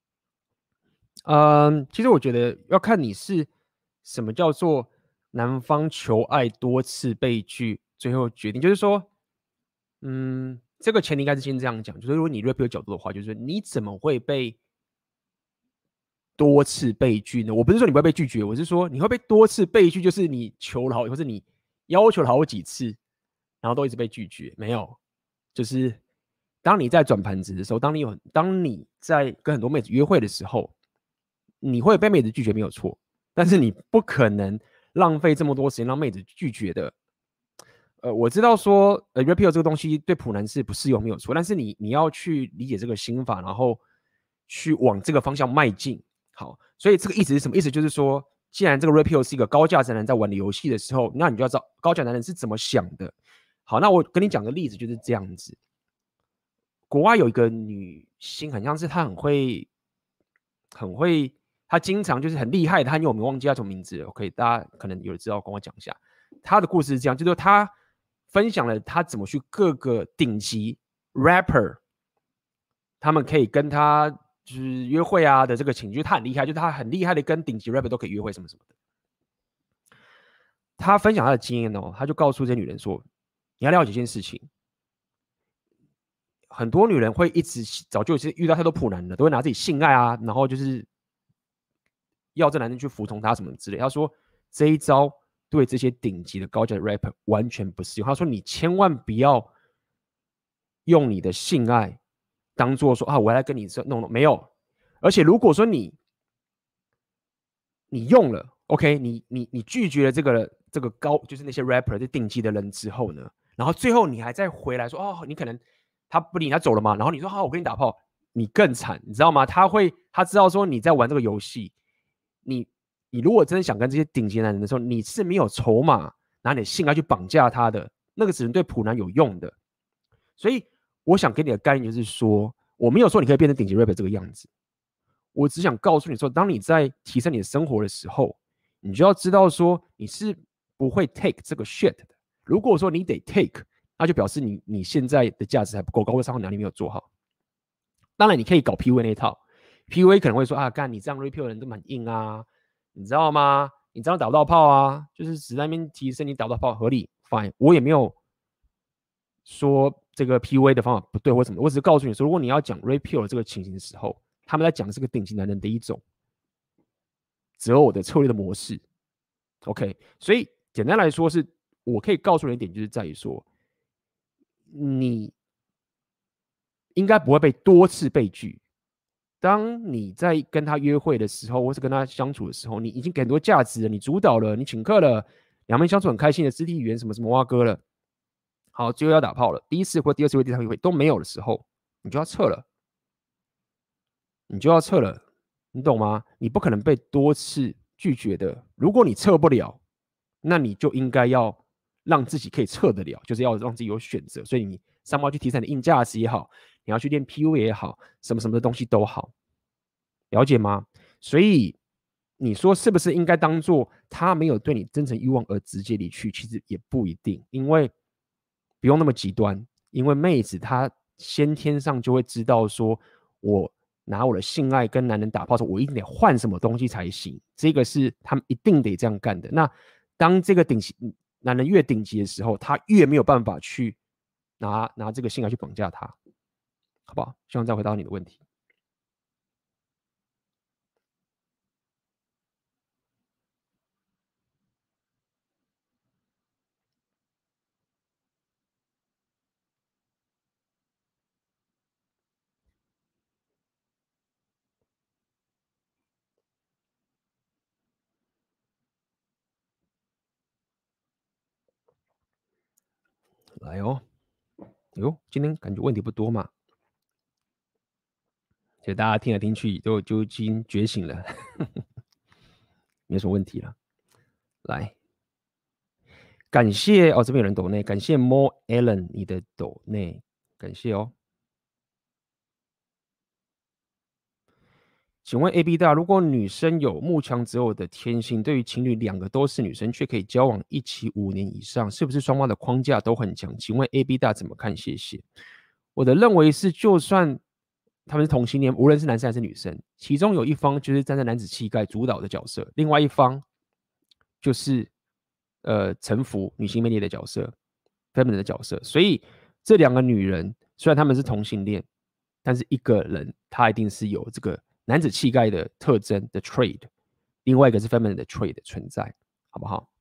Speaker 1: 其实我觉得要看你是什么叫做男方求爱多次被拒，最后决定，就是说，这个前提应该是先这样讲，就是如果你 rap 有角度的话，就是你怎么会被多次被拒呢？我不是说你不会被拒绝，我是说你会被多次被拒，就是你求了好，或是你要求了好几次，然后都一直被拒绝，没有，就是当你在转盘子的时候，当你在跟很多妹子约会的时候，你会被妹子拒绝没有错，但是你不可能浪费这么多时间让妹子拒绝的。我知道说repeal 这个东西对普男是不适用没有错，但是你要去理解这个心法，然后去往这个方向迈进。好，所以这个意思是什么？意思就是说，既然这个 repeal 是一个高价值男人在玩的游戏的时候，那你就要知道高价男人是怎么想的。好，那我跟你讲个例子，就是这样子。国外有一个女星，很像是她很会，她经常就是很厉害的，她因为我们忘记她什么名字了，OK，大家可能有人知道，跟我讲一下。她的故事是这样，就是她分享了她怎么去各个顶级 rapper，他们可以跟她就是约会啊的这个情，就是她很厉害，就是她很厉害的跟顶级 rapper 都可以约会什么什么的。她分享她的经验哦，她就告诉这些女人说，你要了解一件事情，很多女人会一直早就是遇到太多普男的，都会拿自己性爱啊，然后就是要这男人去服从他什么之类。他说这一招对这些顶级的高价的 rapper 完全不适用。他说你千万不要用你的性爱当做说啊，我来跟你弄，没有。而且如果说你用了，OK，你拒绝了这个高就是那些 rapper 就顶级的人之后呢，然后最后你还再回来说哦，你可能他不理他走了嘛，然后你说好，我跟你打炮，你更惨，你知道吗？他知道说你在玩这个游戏，你你如果真的想跟这些顶级男人的时候，你是没有筹码拿你的性爱去绑架他的，那个只能对普男有用的。所以我想给你的概念就是说，我没有说你可以变成顶级 rapper 这个样子，我只想告诉你说，当你在提升你的生活的时候，你就要知道说你是不会 take 这个 shit 的。如果说你得 take，那就表示你现在的价值还不够高，或者哪里没有做好。当然，你可以搞 PUA 那一套，PUA 可能会说啊，干你这样 repeal 的人都蛮硬啊，你知道吗？你这样打不到炮啊，就是只在那边提升你打不到炮合理 fine，我也没有说这个 PUA 的方法不对或什么，我只是告诉你说，如果你要讲 repeal 这个情形的时候，他们在讲的是个顶级男人的一种择偶的策略的模式。OK，所以简单来说是，我可以告诉你一点，就是在于说，你应该不会被多次被拒。当你在跟他约会的时候，或是跟他相处的时候，你已经给很多价值了，你主导了，你请客了，两边相处很开心的肢体语言什么什么蛙哥了，好，最后要打炮了，第一次或第二次或第三次都没有的时候，你就要撤了，你就要撤了，你懂吗？你不可能被多次拒绝的。如果你撤不了，那你就应该要让自己可以撤得了，就是要让自己有选择。所以你上包去提升你的硬价值也好，你要去练 PU 也好，什么什么的东西都好，了解吗？所以你说是不是应该当做他没有对你真诚欲望而直接离去？其实也不一定，因为不用那么极端，因为妹子她先天上就会知道说，我拿我的性爱跟男人打炮的时候，我一定得换什么东西才行，这个是他们一定得这样干的。那当这个顶级男人越顶级的时候，他越没有办法去拿这个性爱去绑架他，好不好？希望再回答你的问题。 来哦，哟，今天感觉问题不多嘛，其实大家听来听去就已经觉醒了，没什么问题了。来，感谢哦，这边有人抖内，感谢 More Allen 你的抖内，感谢哦。请问 AB 大，如果女生有慕强择偶的天性，对于情侣两个都是女生，却可以交往一起5年以上，是不是双方的框架都很强？请问 AB 大怎么看？谢谢。我的认为是，就算他们是同性恋，无论是男生还是女生，其中有一方就是站在男子气概主导的角色，另外一方就是臣服女性魅力的角色 feminine 的角色。所以这两个女人虽然他们是同性恋，但是一个人他一定是有这个男子气概的特征的 trait， 另外一个是 feminine 的 trait 的存在，好不好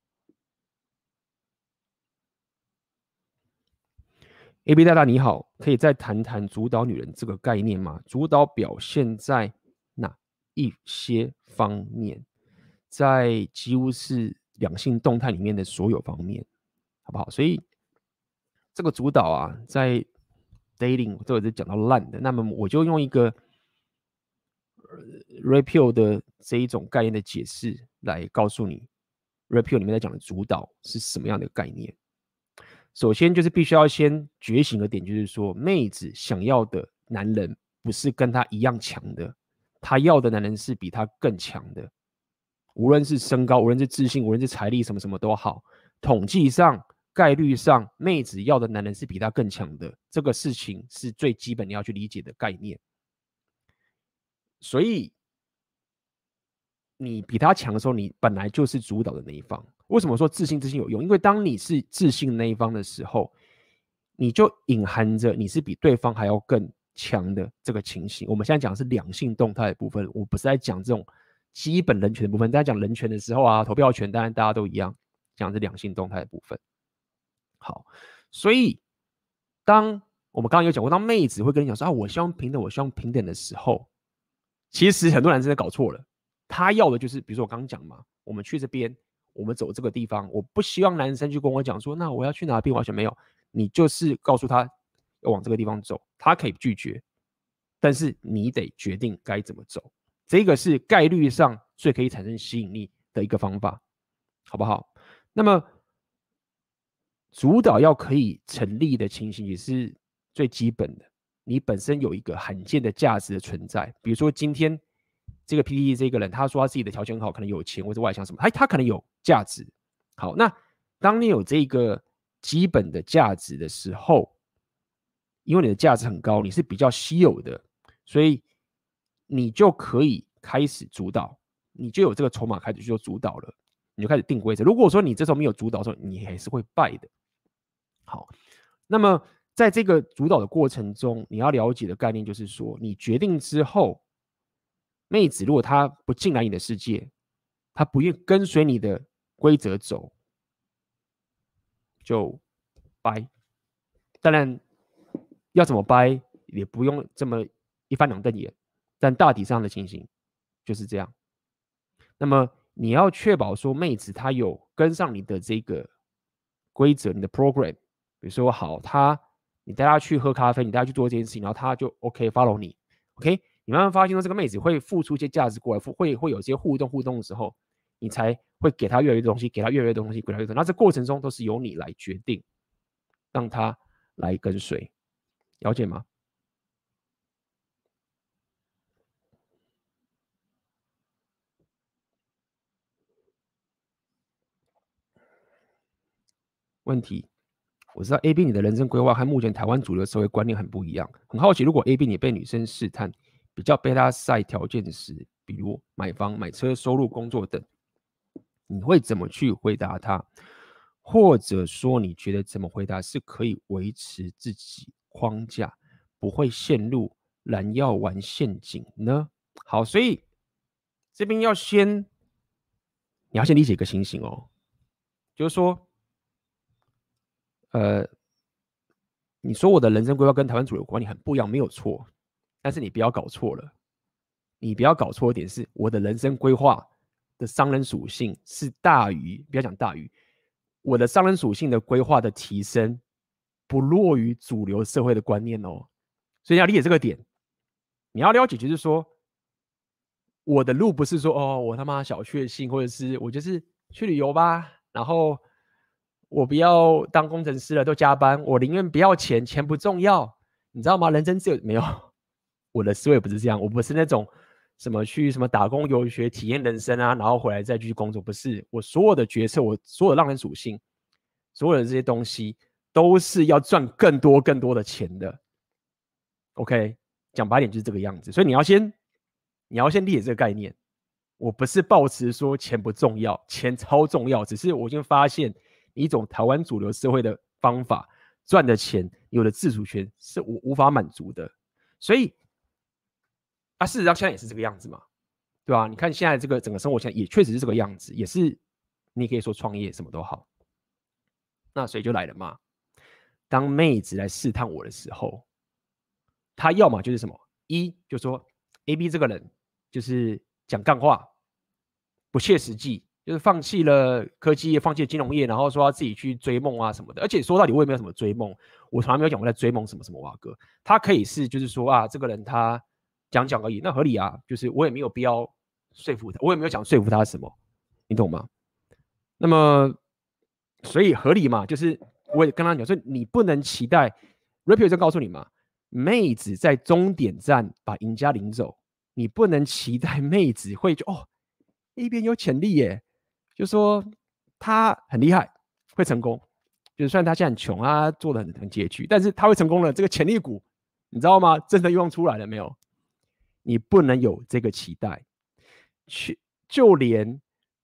Speaker 1: ？AB 大大你好，可以再谈谈主导女人这个概念吗？主导表现在哪一些方面？在几乎是两性动态里面的所有方面，好不好？所以这个主导啊，在 dating 这个是讲到烂的，那么我就用一个repeal 的这一种概念的解释来告诉你 repeal 里面在讲的主导是什么样的概念。首先就是必须要先觉醒的点，就是说妹子想要的男人不是跟她一样强的，她要的男人是比她更强的，无论是身高，无论是自信，无论是财力，什么什么都好。统计上、概率上，妹子要的男人是比她更强的，这个事情是最基本你要去理解的概念。所以你比他强的时候，你本来就是主导的那一方。为什么说自信有用？因为当你是自信的那一方的时候，你就隐含着你是比对方还要更强的这个情形。我们现在讲的是两性动态的部分，我不是在讲这种基本人权的部分。在讲人权的时候啊，投票权当然大家都一样，讲的是两性动态的部分。好，所以当我们刚刚有讲过，当妹子会跟你讲说啊，我希望平等，我希望平等的时候，其实很多男生搞错了。他要的就是，比如说我刚刚讲嘛，我们去这边，我们走这个地方，我不希望男生去跟我讲说，那我要去哪边？完全没有，你就是告诉他要往这个地方走，他可以拒绝，但是你得决定该怎么走。这个是概率上最可以产生吸引力的一个方法，好不好？那么主导要可以成立的情形也是最基本的，你本身有一个罕见的价值的存在，比如说今天这个 PTT 这个人，他说他自己的条件很好，可能有钱或者外向什么，他可能有价值。好，那当你有这个基本的价值的时候，因为你的价值很高，你是比较稀有的，所以你就可以开始主导，你就有这个筹码开始去做主导了，你就开始定规则。如果说你这时候没有主导的时候，你还是会败的。好，那么在这个主导的过程中，你要了解的概念就是说，你决定之后，妹子如果她不进来你的世界，她不愿跟随你的规则走，就掰。当然，要怎么掰也不用这么一翻两瞪眼，但大体上的情形就是这样。那么你要确保说妹子她有跟上你的这个规则，你的 program， 比如说好，你带她去喝咖啡，你带她去做这件事情，然后她就 OK follow 你 ，OK， 你慢慢发现说这个妹子会付出一些价值过来，会有一些互动的时候，你才会给她越来越多东西，给她越来越多东西，给她越来越多。那这过程中都是由你来决定，让她来跟随，了解吗？问题，我知道 AB 你的人生规划和目前台湾主流社会观念很不一样，很好奇，如果 AB 你被女生试探，比较被她晒条件时，比如买房、买车、收入、工作等，你会怎么去回答她？或者说，你觉得怎么回答是可以维持自己框架，不会陷入蓝药丸陷阱呢？好，所以这边你要先理解一个情形哦，就是说，你说我的人生规划跟台湾主流观念很不一样，没有错，但是你不要搞错了，你不要搞错一点是，我的人生规划的商人属性是大于，不要讲大于， 我的商人属性的规划的提升，不落于主流社会的观念哦。所以你要理解这个点，你要了解就是说，我的路不是说哦，我他妈小确幸，或者是我就是去旅游吧，然后我不要当工程师了，都加班，我宁愿不要钱，钱不重要，你知道吗？人生只有没有，我的思维不是这样，我不是那种什么去什么打工游学体验人生啊，然后回来再继续工作，不是，我所有的决策，我所有的让人属性，所有的这些东西都是要赚更多更多的钱的。OK， 讲白点就是这个样子，所以你要先理解这个概念。我不是抱持说钱不重要，钱超重要，只是我已经发现一种台湾主流社会的方法赚的钱有的自主权是我无法满足的，所以事实上现在也是这个样子嘛，对吧？你看现在这个整个生活现在也确实是这个样子，也是你可以说创业什么都好，那所以就来了嘛。当妹子来试探我的时候，她要么就是什么，一就说 AB 这个人就是讲干话。不切实际，就是放弃了科技业，放弃了金融业，然后说要自己去追梦啊什么的。而且说到底，我也没有什么追梦，我从来没有讲过在追梦什么什么哇哥。他可以是就是说啊，这个人他讲而已，那合理啊。就是我也没有必要说服他，我也没有想说服他什么，你懂吗？那么所以合理嘛，就是我也跟他讲说，你不能期待 Rapio 就告诉你嘛，妹子在终点站把赢家领走，你不能期待妹子会就哦。A 边有潜力耶，就说他很厉害，会成功。就虽然他现在很穷啊，做的很拮据，但是他会成功了。这个潜力股，你知道吗？真的用出来了没有？你不能有这个期待。就连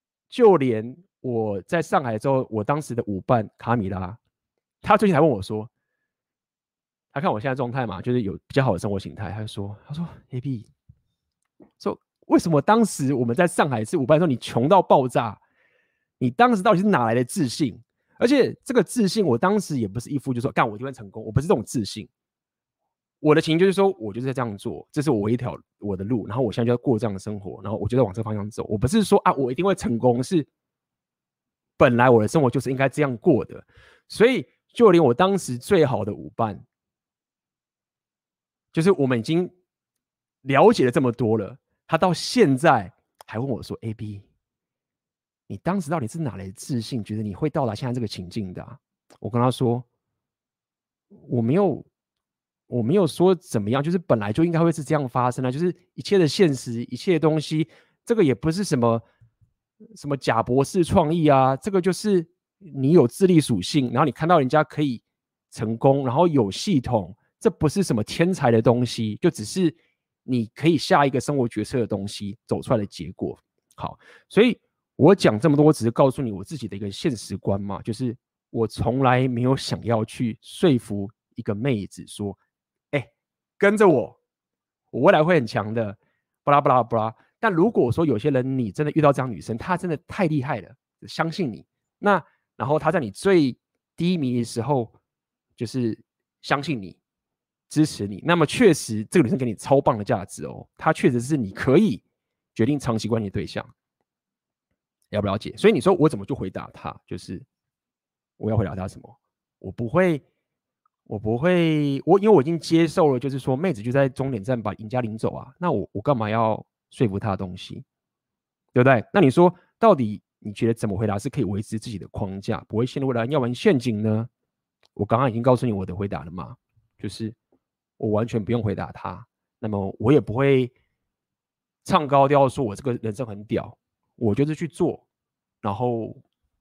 Speaker 1: 我在上海之后，我当时的舞伴卡米拉，他最近还问我说，他看我现在状态嘛，就是有比较好的生活形态，他说 AB 说。为什么当时我们在上海是舞伴的时候，你穷到爆炸？你当时到底是哪来的自信？而且这个自信，我当时也不是一副就说干我一定会成功，我不是这种自信。我的情绪就是说，我就是在这样做，这是我一条我的路，然后我现在就要过这样的生活，然后我就在往这个方向走。我不是说啊，我一定会成功，是本来我的生活就是应该这样过的。所以就连我当时最好的舞伴，就是我们已经了解了这么多了。他到现在还问我说 ：“AB， 你当时到底是哪来的自信，觉得你会到达现在这个情境的啊？”我跟他说：“我没有说怎么样，就是本来就应该会是这样发生的，就是一切的现实，一切的东西，这个也不是什么贾博士创意啊，这个就是你有智力属性，然后你看到人家可以成功，然后有系统，这不是什么天才的东西，就只是。”你可以下一个生活决策的东西走出来的结果。好，所以我讲这么多，我只是告诉你我自己的一个现实观嘛，就是我从来没有想要去说服一个妹子说，哎，跟着我未来会很强的，巴拉巴拉巴拉。但如果说有些人你真的遇到这样女生，她真的太厉害了，相信你，那然后她在你最低迷的时候，就是相信你。支持你，那么确实这个女生给你超棒的价值哦，她确实是你可以决定长期关系的对象，了不了解？所以你说我怎么就回答她？就是我要回答她什么？我不会，因为我已经接受了，就是说妹子就在终点站把赢家领走啊，那我干嘛要说服她的东西，对不对？那你说到底你觉得怎么回答是可以维持自己的框架，不会陷入要玩陷阱呢？我刚刚已经告诉你我的回答了嘛，就是我完全不用回答他，那么我也不会唱高调说我这个人生很屌，我就是去做，然后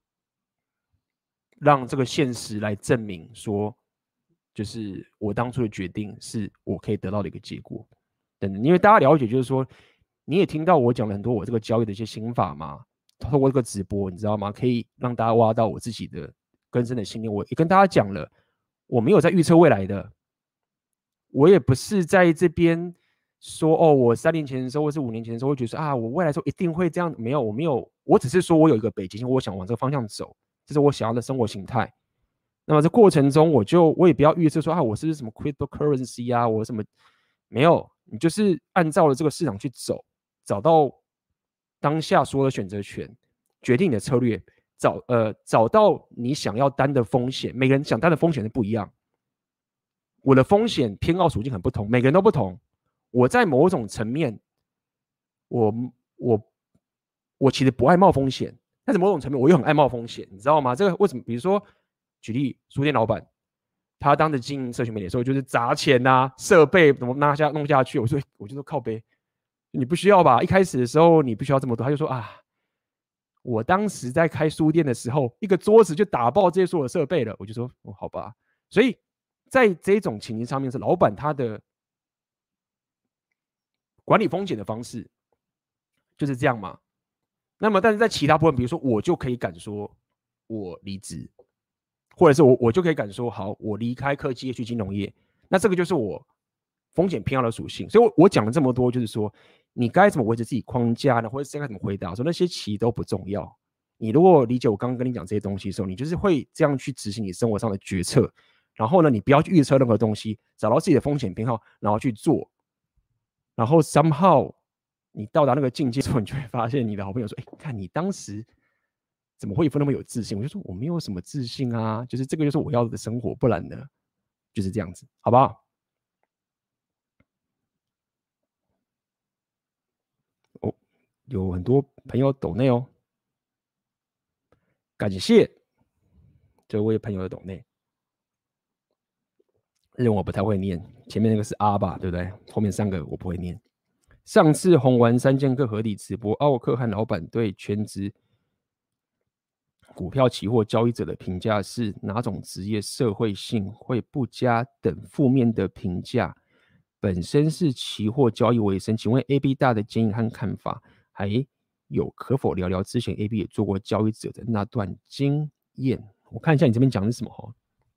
Speaker 1: 让这个现实来证明说，就是我当初的决定是我可以得到的一个结果。等等，因为大家了解，就是说你也听到我讲了很多我这个交易的一些心法嘛，透过这个直播，你知道吗？可以让大家挖到我自己的根深的信念。我也跟大家讲了，我没有在预测未来的。我也不是在这边说哦，我3年前的时候或是5年前的时候会觉得说啊，我未来时候一定会这样，没有，我没有，我只是说我有一个北极星，我想往这个方向走，这是我想要的生活形态。那么这过程中，我也不要预测说啊，我是不是什么 cryptocurrency 啊，我什么没有，你就是按照了这个市场去走，找到当下所有的选择权，决定你的策略， 找到你想要担的风险，每个人想担的风险是不一样。我的风险偏好属性很不同，每个人都不同。我在某种层面，我其实不爱冒风险，但是某种层面我又很爱冒风险，你知道吗？这个为什么？比如说举例，书店老板，他当时经营社群媒体的时候，就是砸钱啊，设备怎么弄下去，我就说靠背，你不需要吧？一开始的时候你不需要这么多，他就说啊，我当时在开书店的时候，一个桌子就打爆这些所有的设备了，我就说哦，好吧。所以在这种情形上面，是老板他的管理风险的方式就是这样嘛。那么，但是在其他部分，比如说我就可以敢说我离职，或者是我就可以敢说好，我离开科技业去金融业。那这个就是我风险偏好的属性。所以我讲了这么多，就是说你该怎么维持自己框架呢，或者是该怎么回答，说那些其实都不重要。你如果理解我刚刚跟你讲这些东西的时候，你就是会这样去执行你生活上的决策。然后呢，你不要去预测任何东西，找到自己的风险偏好，然后去做。然后 somehow 你到达那个境界之后，你就会发现你的好朋友说：“哎，看你当时怎么会那么有自信？”我就说：“我没有什么自信啊，就是这个就是我要的生活，不然呢，就是这样子，好不好？”哦，有很多朋友抖内哦，感谢这位朋友的抖内。日文我不太会念，前面那个是啊吧，对不对？后面3个我不会念。上次红丸3剑客合体直播，奥克和老板对全职股票期货交易者的评价是哪种职业社会性会不佳等负面的评价。本身是期货交易为生，请问 AB 大的建议和看法，还有可否聊聊之前 AB 也做过交易者的那段经验？我看一下你这边讲的是什么。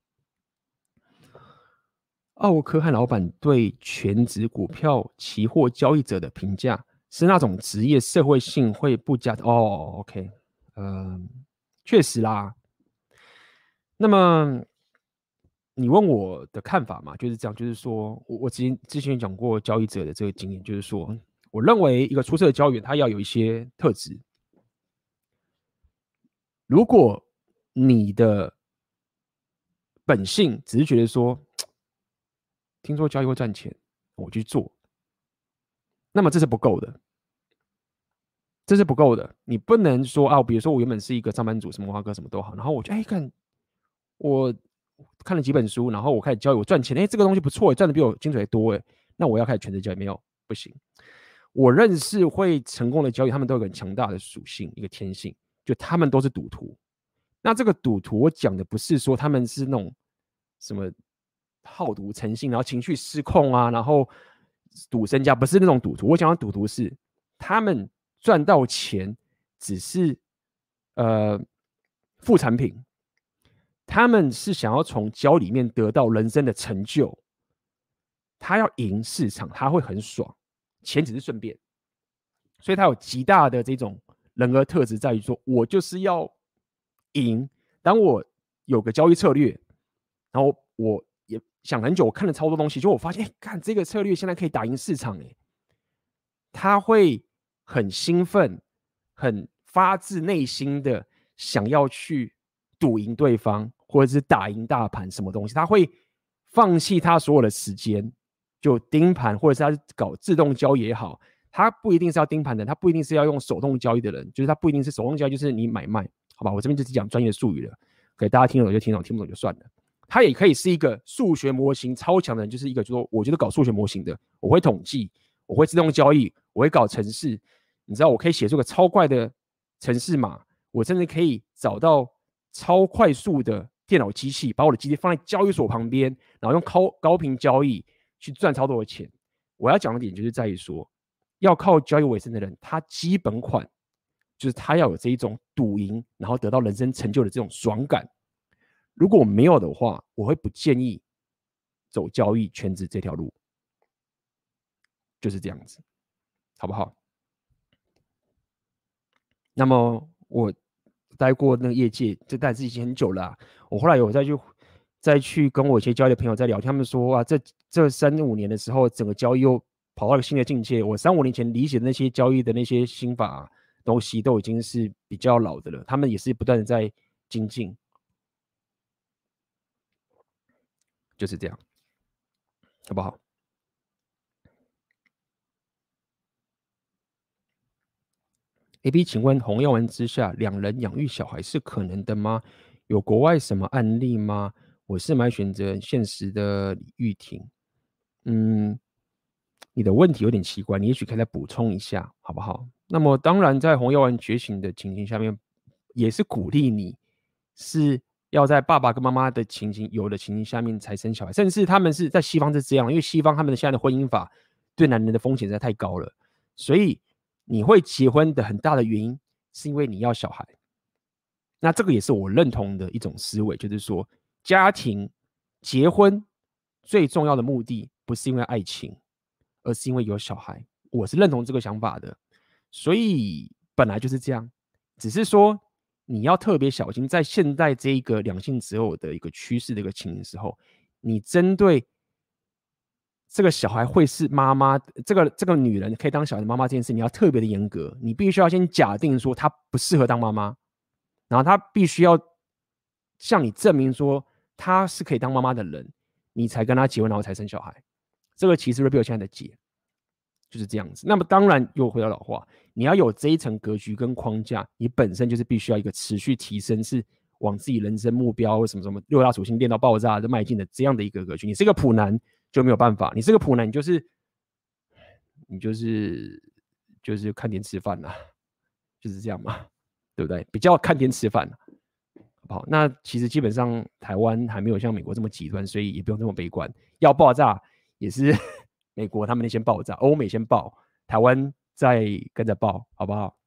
Speaker 1: 奥克和老板对全职股票期货交易者的评价是那种职业社会性会不佳的。哦 ，OK， 确实啦。那么你问我的看法嘛，就是这样，就是说我之前讲过交易者的这个经验，就是说我认为一个出色的交易员他要有一些特质。如果你的本性只是觉得说，听说交易会赚钱，我去做，那么这是不够的。这是不够的，你不能说啊，比如说我原本是一个上班族，什么花哥什么都好，然后我就看我看了几本书，然后我开始交易，我赚钱，这个东西不错，赚的比我薪水多，那我要开始全职交易，没有，不行。我认识会成功的交易，他们都有个很强大的属性，一个天性，就他们都是赌徒。那这个赌徒，我讲的不是说他们是那种什么好赌成性，然后情绪失控啊，然后赌身家，不是那种赌徒。我讲的赌徒是他们赚到钱只是副产品，他们是想要从交易里面得到人生的成就。他要赢市场，他会很爽，钱只是顺便。所以他有极大的这种人格特质，在于说我就是要赢。当我有个交易策略，然后我也想很久，我看了超多东西，就我发现，看这个策略现在可以打赢市场，他会很兴奋，很发自内心的想要去赌赢对方，或者是打赢大盘什么东西，他会放弃他所有的时间，就盯盘，或者是他搞自动交易也好，他不一定是要盯盘的，他不一定是要用手动交易的人，就是他不一定是手动交易，就是你买卖，好吧？我这边就是讲专业术语了，给大家听懂就听懂，听不懂就算了。他也可以是一个数学模型超强的人，就是一个就说我觉得搞数学模型的，我会统计，我会自动交易，我会搞程式，你知道我可以写出个超快的程式码，我甚至可以找到超快速的电脑机器，把我的机器放在交易所旁边，然后用高频交易去赚超多的钱。我要讲的点就是在于说，要靠交易为生的人，他基本款就是他要有这一种赌赢，然后得到人生成就的这种爽感。如果没有的话，我会不建议走交易全职这条路，就是这样子，好不好？那么我待过那个业界，这待是已经很久了我后来有再去跟我一些交易的朋友在聊天，他们说啊，这3-5年的时候，整个交易又跑到了新的境界。我3-5年前理解的那些交易的那些心法东西都已经是比较老的了，他们也是不断的在精进，就是这样，好不好？AB，请问红药丸之下，两人养育小孩是可能的吗？有国外什么案例吗？我是蛮选择现实的李玉婷。你的问题有点奇怪，你也许可以再补充一下，好不好？那么当然，在红药丸觉醒的情形下面，也是鼓励你是要在爸爸跟妈妈的情形有的情形下面才生小孩，甚至他们是在西方是这样，因为西方他们现在的婚姻法对男人的风险实在太高了，所以你会结婚的很大的原因是因为你要小孩。那这个也是我认同的一种思维，就是说家庭结婚最重要的目的不是因为爱情，而是因为有小孩。我是认同这个想法的，所以本来就是这样，只是说你要特别小心，在现在这一个两性择偶的一个趋势的一个情形时候，你针对这个小孩会是妈妈，这个女人可以当小孩的妈妈这件事，你要特别的严格，你必须要先假定说她不适合当妈妈，然后她必须要向你证明说她是可以当妈妈的人，你才跟她结婚，然后才生小孩。这个其实 Rebel 现在的解就是这样子。那么当然又回到老话，你要有这一层格局跟框架，你本身就是必须要一个持续提升，是往自己人生目标什么什么六大属性练到爆炸的迈进的这样的一个格局。你是个普男就没有办法，你是个普男，你就是看天吃饭啦，就是这样嘛，对不对？比较看天吃饭，好不好？那其实基本上台湾还没有像美国这么极端，所以也不用这么悲观。要爆炸也是美国他们先爆炸，欧美先爆，台湾再跟着爆，好不好？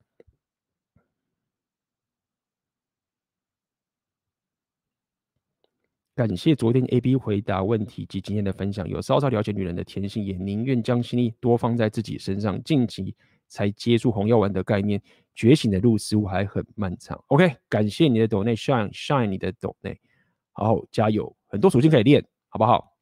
Speaker 1: 感谢昨天 AB 回答问题及今天的分享，有稍稍了解女人的天性，也宁愿将心力多放在自己身上。近期才接触红药丸的概念，觉醒的路似乎还很漫长。OK， 感谢你的抖内 shine 你的抖内，好，加油，很多属性可以练，好不好？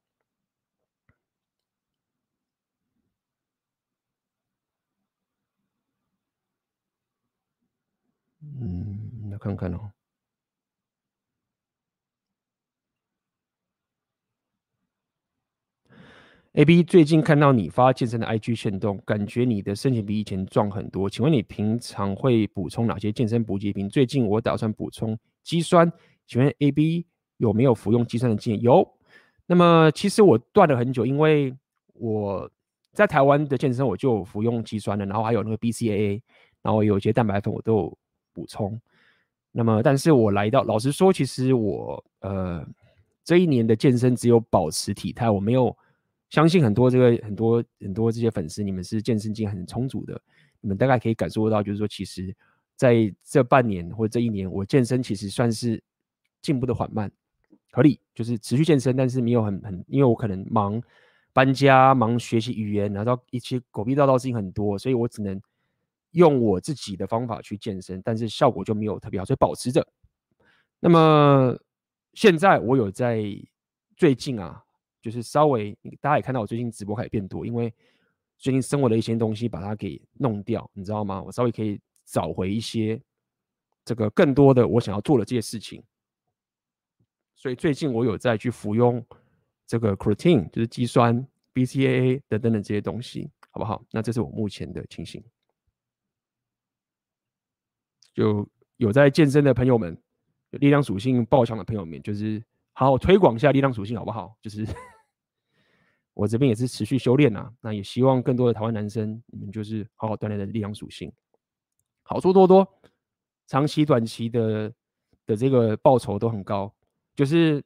Speaker 1: 来看看哦。AB 最近看到你发健身的 IG 限动，感觉你的身形比以前壮很多。请问你平常会补充哪些健身补给品？最近我打算补充肌酸，请问 AB 有没有服用肌酸的经验？有。那么其实我断了很久，因为我在台湾的健身我就服用肌酸了，然后还有那个 BCAA，然后有一些蛋白粉我都有补充。那么但是我来到，老实说，其实我这一年的健身只有保持体态，我没有。相信很多这些粉丝，你们是健身经验很充足的，你们大概可以感受到，就是说，其实在这半年或者这一年，我健身其实算是进步的缓慢，合理，就是持续健身，但是没有因为我可能忙搬家、忙学习语言，然后一些狗屁叨叨事情很多，所以我只能用我自己的方法去健身，但是效果就没有特别好，所以保持着。那么现在我有在最近啊。就是稍微大家也看到我最近直播开始变多，因为最近生活的一些东西把它给弄掉，你知道吗？我稍微可以找回一些这个更多的我想要做的这些事情，所以最近我有在去服用这个 creatine， 就是肌酸、BCAA 等等的这些东西，好不好？那这是我目前的情形。就有在健身的朋友们，有力量属性爆强的朋友们，就是好好推广一下力量属性，好不好？就是我这边也是持续修炼啊，那也希望更多的台湾男生，你们就是好好锻炼的力量属性，好处多多，长期、短期的这个报酬都很高。就是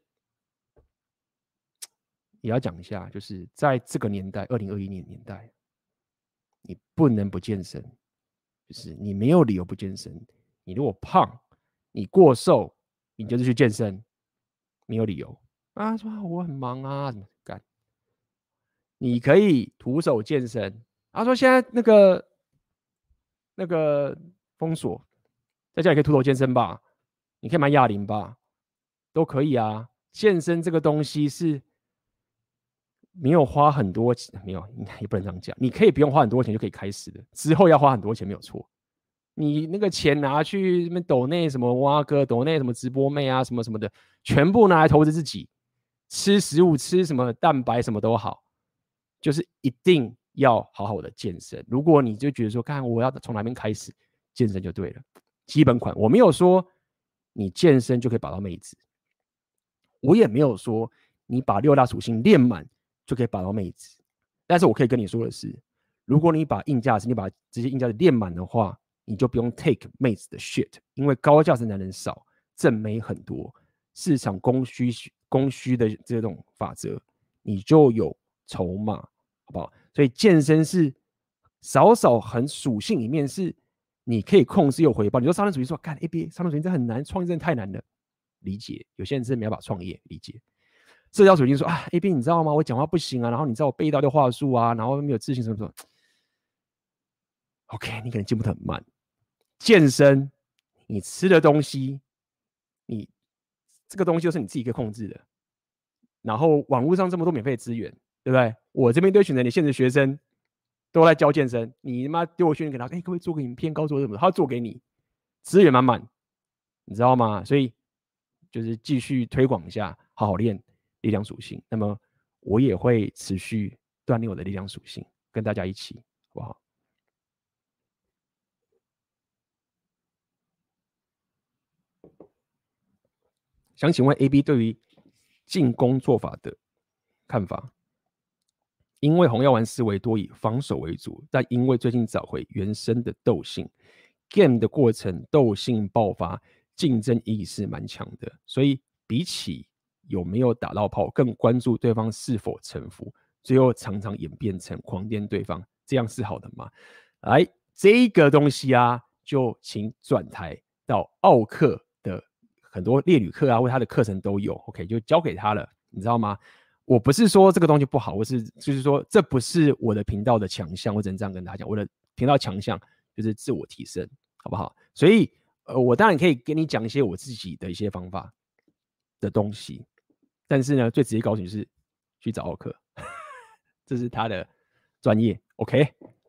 Speaker 1: 也要讲一下，就是在这个年代，2021年代，你不能不健身，就是你没有理由不健身。你如果胖，你过瘦，你就是去健身，没有理由啊。说我很忙啊，怎么干？你可以徒手健身。他说现在那个封锁，在家也可以徒手健身吧？你可以买哑铃吧？都可以啊。健身这个东西是没有花很多钱，没有，也不能这样讲。你可以不用花很多钱就可以开始的，之后要花很多钱没有错。 你那个钱拿去那边抖内什么蛙哥，抖内什么直播妹啊，什么什么的，全部拿来投资自己，吃食物，吃什么蛋白什么都好，就是一定要好好的健身。如果你就觉得说，看我要从哪边开始健身就对了，基本款我没有说你健身就可以把到妹子，我也没有说你把6大属性练满就可以把到妹子，但是我可以跟你说的是，如果你把硬价值，你把这些硬价值练满的话，你就不用 take 妹子的 shit， 因为高价值男人少，正妹很多，市场供需的这种法则，你就有筹码，好不好？所以健身是少很属性里面是你可以控制有回报。你说商人主义说，干 ABA 商人主义真的很难，创业真的太难了，理解。有些人真的没办法创业，理解。社交属性说啊 ，AB 你知道吗？我讲话不行啊，然后你知道我背一大堆话术啊，然后没有自信什么什么。OK， 你可能进步得很慢。健身，你吃的东西，你这个东西就是你自己可以控制的。然后网络上这么多免费的资源，对不对？我这边都选择你现在学生都在教健身，你他妈丢我训练给他，可不可以做个影片告诉我什么？他做给你，资源满满，你知道吗？所以就是继续推广一下，好好练力量属性。那么我也会持续锻炼我的力量属性，跟大家一起，好不好？想请问 AB 对于进攻做法的看法？因为红药丸思维多以防守为主，但因为最近找回原生的斗性 ，game 的过程斗性爆发，竞争意识蛮强的，所以比起有没有打到炮，更关注对方是否臣服，最后常常演变成狂颠对方，这样是好的吗？来，这个东西啊，就请转台到奥克的很多猎旅课啊，或他的课程都有 ，OK， 就交给他了，你知道吗？我不是说这个东西不好，就是说这不是我的频道的强项，我只能这样跟大家讲，我的频道强项就是自我提升，好不好？所以我当然可以跟你讲一些我自己的一些方法的东西，但是呢，最直接告诉你是去找奥克，这是他的专业 ，OK？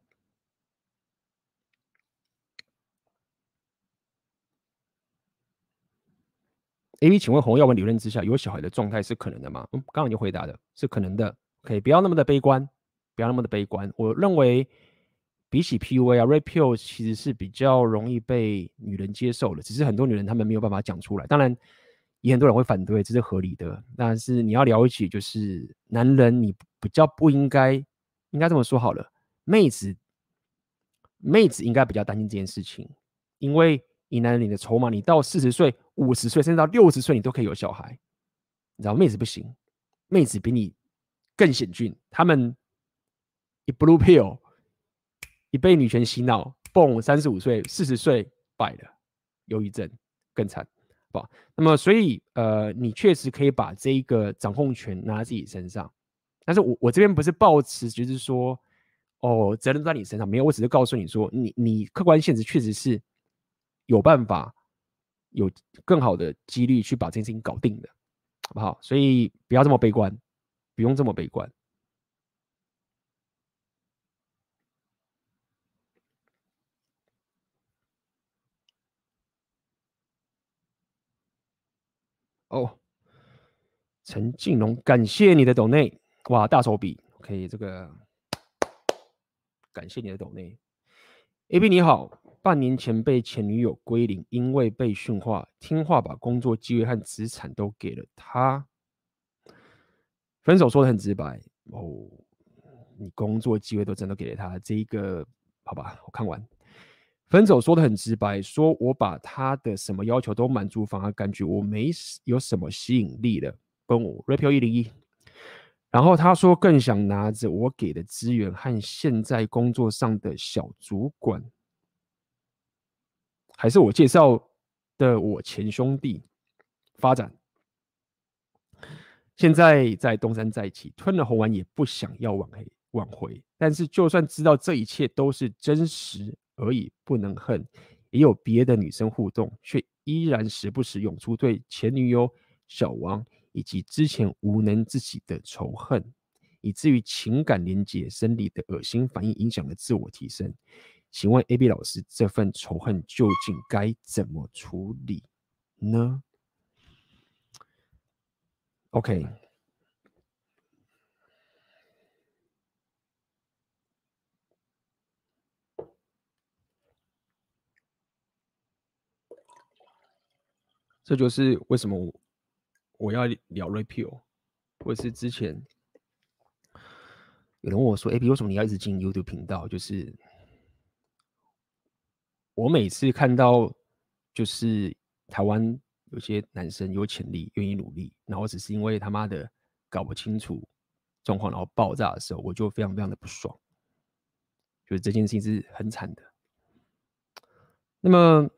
Speaker 1: AB， 请问红药丸理论之下，有小孩的状态是可能的吗？刚刚你就回答的是可能的。OK， 不要那么的悲观，不要那么的悲观。我认为比起 PUA 啊 ，Red Pill 其实是比较容易被女人接受的，只是很多女人她们没有办法讲出来。当然，也很多人会反对，这是合理的。但是你要了解，就是男人你比较不应该，应该这么说好了，妹子应该比较担心这件事情，因为以男人你的筹码，你到40岁、50岁，甚至到60岁，你都可以有小孩。你知道妹子不行，妹子比你更险峻，他们一 blue pill， 一被女权洗脑，蹦35岁、40岁败了，忧郁症更惨，好不好？那么所以你确实可以把这一个掌控权拿在自己身上，但是我这边不是抱持就是说哦责任在你身上，没有，我只是告诉你说你客观现实确实是有办法有更好的几率去把这件事情搞定的，好不好？所以不要这么悲观，不用这么悲观。哦，陈敬龙，感谢你的抖内，哇，大手笔，可以这个感谢你的抖内。AB 你好，半年前被前女友归零，因为被训话，听话把工作机会和资产都给了他。分手说的很直白哦，你工作机会都真的给了他，这一个好吧，我看完。分手说的很直白，说我把他的什么要求都满足，反而感觉我没有什么吸引力了。跟我 Rapio 101，然后他说更想拿着我给的资源和现在工作上的小主管，还是我介绍的我前兄弟发展。现在在东山再起，吞了红丸也不想要挽回。但是就算知道这一切都是真实而已，不能恨，也有别的女生互动，却依然时不时涌出对前女友小王以及之前无能自己的仇恨，以至于情感连结、生理的恶心反应影响了自我提升。 请问 AB 老师，这份仇恨究竟该怎么处理呢 ？OK， 这就是为什么我要聊 repeal， 或者是之前有人问我说 ：“AB 为什么你要一直进 YouTube 频道？”就是我每次看到，就是台湾有些男生有潜力、愿意努力，然后只是因为他妈的搞不清楚状况，然后爆炸的时候，我就非常非常的不爽。就是这件事情是很惨的。那么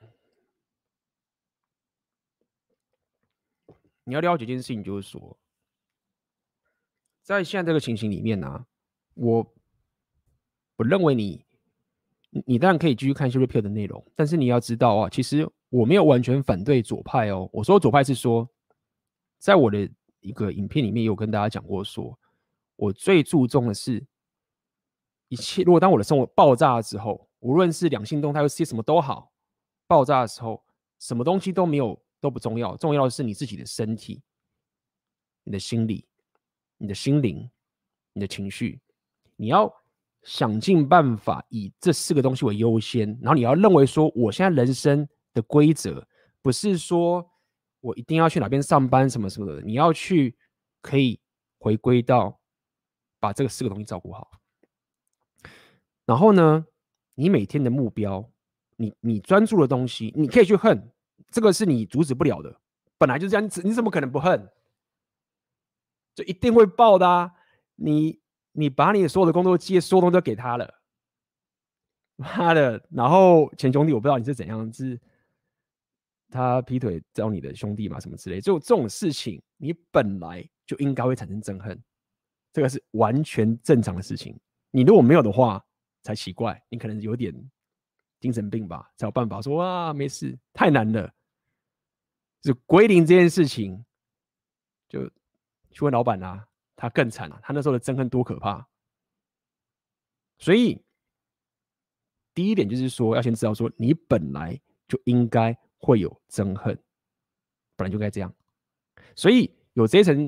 Speaker 1: 你要了解一件事情，就是说，在现在这个情形里面呢、我认为你当然可以继续看 repeal 的内容，但是你要知道啊，其实我没有完全反对左派哦。我说左派是说，在我的一个影片里面有跟大家讲过说，我最注重的是一切。如果当我的生活爆炸之后，无论是两性动态或是什么都好，爆炸的时候，什么东西都没有都不重要，重要的是你自己的身体、你的心理、你的心灵、你的情绪，你要想尽办法以这4个东西为优先，然后你要认为说，我现在人生的规则不是说我一定要去哪边上班什么什么的，你要去可以回归到把这个4个东西照顾好。然后呢，你每天的目标，你专注的东西，你可以去恨，这个是你阻止不了的，本来就是这样，你怎么可能不恨？就一定会爆的啊！你把你所有的工作机所有东西都给他了，妈的！然后前兄弟我不知道你是怎样，是他劈腿找你的兄弟嘛，什么之类，就这种事情，你本来就应该会产生憎恨，这个是完全正常的事情。你如果没有的话，才奇怪，你可能有点精神病吧，才有办法说啊没事，太难了。就归零这件事情，就去问老板啊，他更惨啊，他那时候的憎恨多可怕。所以第一点就是说，要先知道说，你本来就应该会有憎恨，本来就该这样。所以有这一层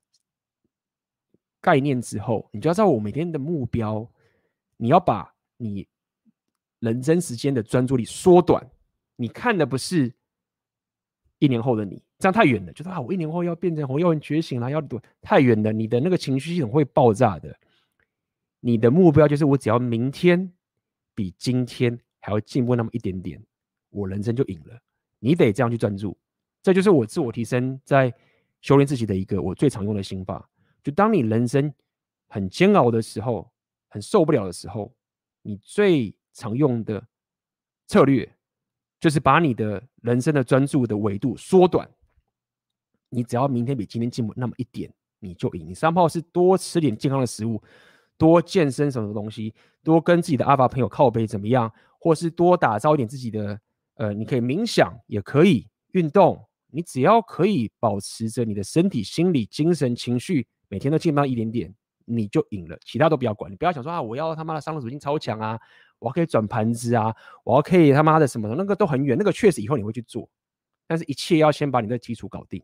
Speaker 1: 概念之后，你就要知道我每天的目标，你要把你人生时间的专注力缩短。你看的不是1年后的你，这样太远了。就是我1年后要变成红耀文觉醒了，要多太远了，你的那个情绪系统会爆炸的。你的目标就是我只要明天比今天还要进步那么一点点，我人生就赢了。你得这样去专注，这就是我自我提升在修炼自己的一个我最常用的心法。就当你人生很煎熬的时候，很受不了的时候，你最常用的策略就是把你的人生的专注的维度缩短。你只要明天比今天进步那么一点，你就赢。你3炮是多吃点健康的食物，多健身什么东西，多跟自己的阿法朋友靠背怎么样，或是多打造一点自己的你可以冥想，也可以运动。你只要可以保持着你的身体、心理、精神、情绪每天都进步一点点，你就赢了。其他都不要管，你不要想说啊，我要他妈的商人属性超强啊，我要可以转盘子啊，我要可以他妈的什么的，那个都很远，那个确实以后你会去做，但是一切要先把你的基础搞定。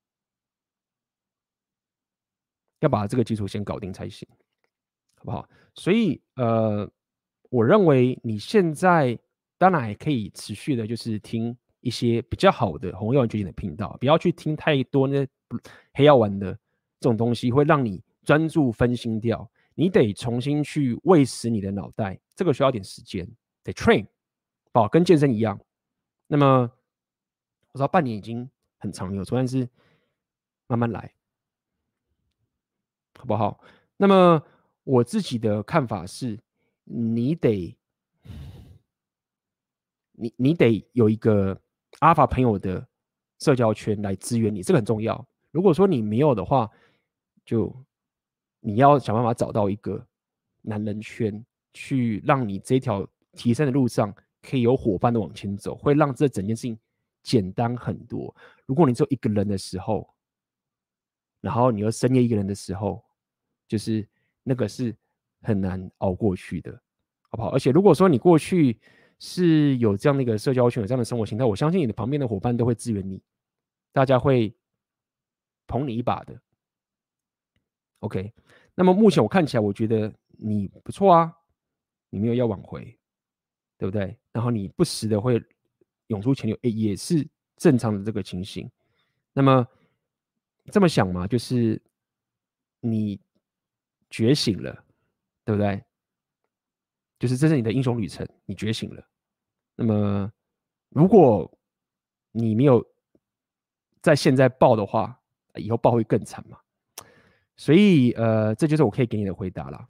Speaker 1: 要把这个基础先搞定才行，好不好？所以我认为你现在当然还可以持续的，就是听一些比较好的红药丸觉醒的频道，不要去听太多那黑药丸的这种东西，会让你专注分心掉。你得重新去喂食你的脑袋，这个需要点时间，得 train， 好，跟健身一样。那么我知道半年已经很长没有做，但是慢慢来。好不好？那么我自己的看法是，你得有一个阿法朋友的社交圈来支援你，这个很重要。如果说你没有的话，就你要想办法找到一个男人圈，去让你这条提升的路上可以有伙伴的往前走，会让这整件事情简单很多。如果你只有一个人的时候，然后你又深夜一个人的时候，就是那个是很难熬过去的。 好不好？而且如果说你过去是有这样的一个社交圈，有这样的生活形态，我相信你的旁边的伙伴都会支援你，大家会捧你一把的。OK， 那么目前我看起来，我觉得你不错啊，你没有要挽回，对不对？然后你不时的会涌出前流，也是正常的这个情形。那么这么想嘛，就是你觉醒了，对不对？就是这是你的英雄旅程，你觉醒了。那么如果你没有在现在爆的话，以后爆会更惨嘛。所以这就是我可以给你的回答啦。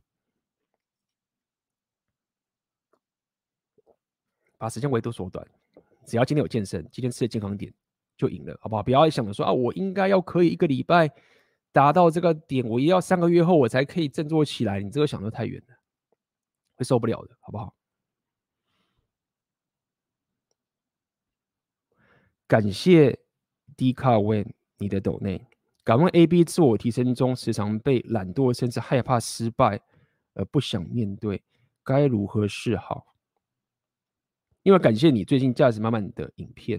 Speaker 1: 把时间维度缩短，只要今天有健身，今天吃的健康点就赢了，好不好？不要想着说啊，我应该要可以1个礼拜达到这个点，我也要3个月后我才可以振作起来。你这个想得太远了，会受不了的，好不好？感谢 D 卡问你的抖内，敢问 AB 自我提升中时常被懒惰甚至害怕失败而不想面对，该如何是好？因为感谢你最近价值满满的影片。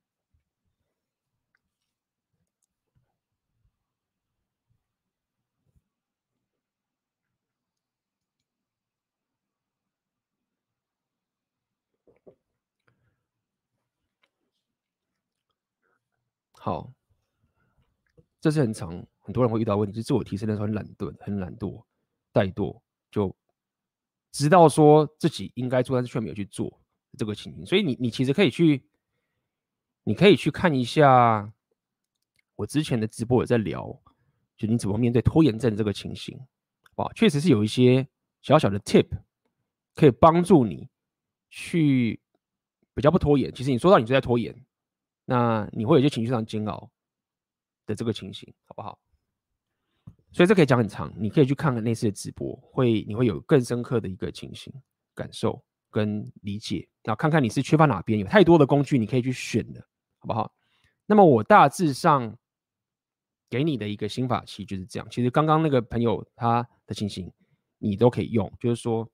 Speaker 1: 好，这是很多人会遇到的问题，就是自我提升的时候很懒惰、怠惰，就知道说自己应该做，但是却没有去做这个情形。所以你其实可以去看一下我之前的直播有在聊，就你怎么面对拖延症这个情形，哇，确实是有一些小小的 tip 可以帮助你去比较不拖延。其实你说到你就在拖延，那你会有一些情绪上煎熬的这个情形，好不好？所以这可以讲很长，你可以去看看类似的直播，你会有更深刻的一个情形感受跟理解，然后看看你是缺乏哪边，有太多的工具你可以去选的，好不好？那么我大致上给你的一个心法期就是这样。其实刚刚那个朋友他的情形你都可以用，就是说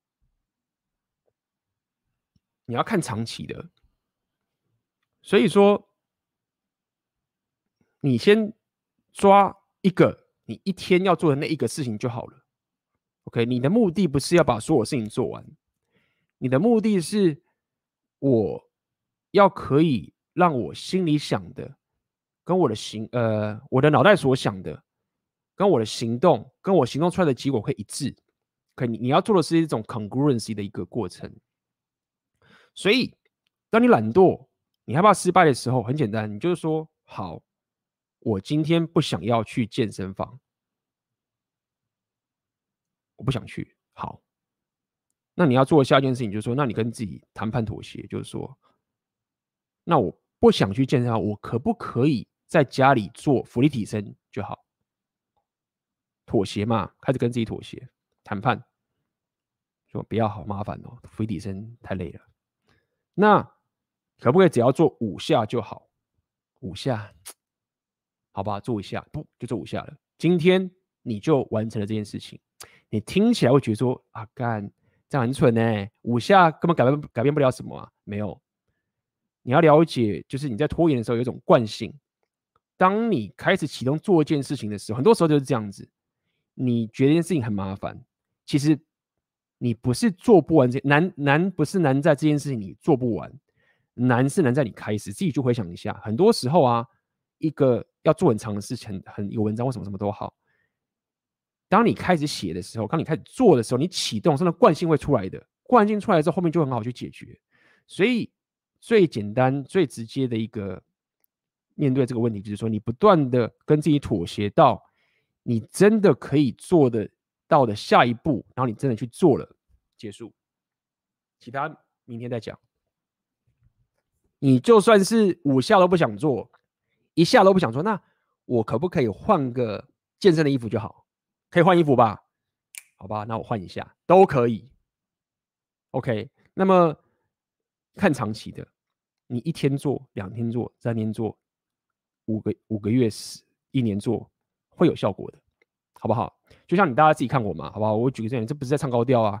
Speaker 1: 你要看长期的，所以说你先抓一个你一天要做的那一个事情就好了。OK， 你的目的不是要把所有事情做完，你的目的是我要可以让我心里想的跟我的脑袋所想的跟我的行动跟我行动出来的结果会一致。可你要做的是一种 congruency 的一个过程。所以当你懒惰你害怕失败的时候，很简单，你就是说好，我今天不想要去健身房，我不想去。好，那你要做的下一件事情就是说，那你跟自己谈判妥协，就是说，那我不想去健身房，我可不可以在家里做浮力提升就好？妥协嘛，开始跟自己妥协，谈判，说不要好麻烦哦，浮力提升太累了。那可不可以只要做5下就好？5下，好吧，做1下，不就做5下了？今天你就完成了这件事情。你听起来会觉得说啊，干这样很蠢呢，5下根本改变不了什么啊，没有。你要了解，就是你在拖延的时候有一种惯性。当你开始启动做一件事情的时候，很多时候就是这样子。你觉得这件事情很麻烦，其实你不是做不完难不是难在这件事情你做不完，难是难在你开始。自己去回想一下，很多时候啊，一个要做很长的事情，一个文章或什么都好，当你开始写的时候，当你开始做的时候，你启动，真的惯性会出来的。惯性出来之后，后面就很好去解决。所以最简单、最直接的一个面对这个问题，就是说，你不断的跟自己妥协到你真的可以做得到的下一步，然后你真的去做了，结束。其他明天再讲。你就算是5下都不想做，1下都不想做，那我可不可以换个健身的衣服就好？可以换衣服吧？好吧，那我换一下，都可以。OK， 那么看长期的，你1天做、2天做、3天做、5个月、1年做，会有效果的，好不好？就像你大家自己看我嘛，好不好？我举个例子，这不是在唱高调啊，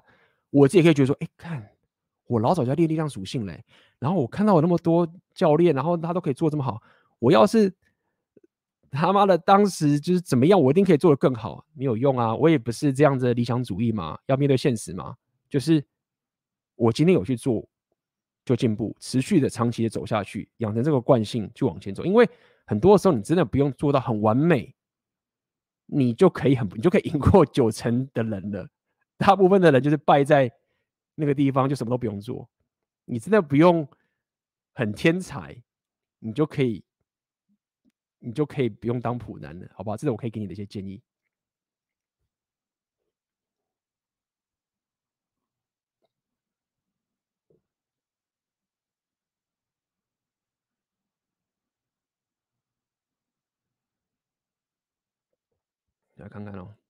Speaker 1: 我自己也可以觉得说，看我老早就要练力量属性嘞，然后我看到有那么多教练，然后他都可以做这么好，我要是他妈的当时就是怎么样，我一定可以做得更好，没有用啊！我也不是这样子的理想主义嘛，要面对现实嘛。就是我今天有去做，就进步，持续的、长期的走下去，养成这个惯性，就往前走。因为很多时候你真的不用做到很完美，你就可以赢过90%的人了。大部分的人就是败在那个地方，就什么都不用做。你真的不用很天才，你就可以不用当普男了，好不好？这是我可以给你的一些建议。来看看哦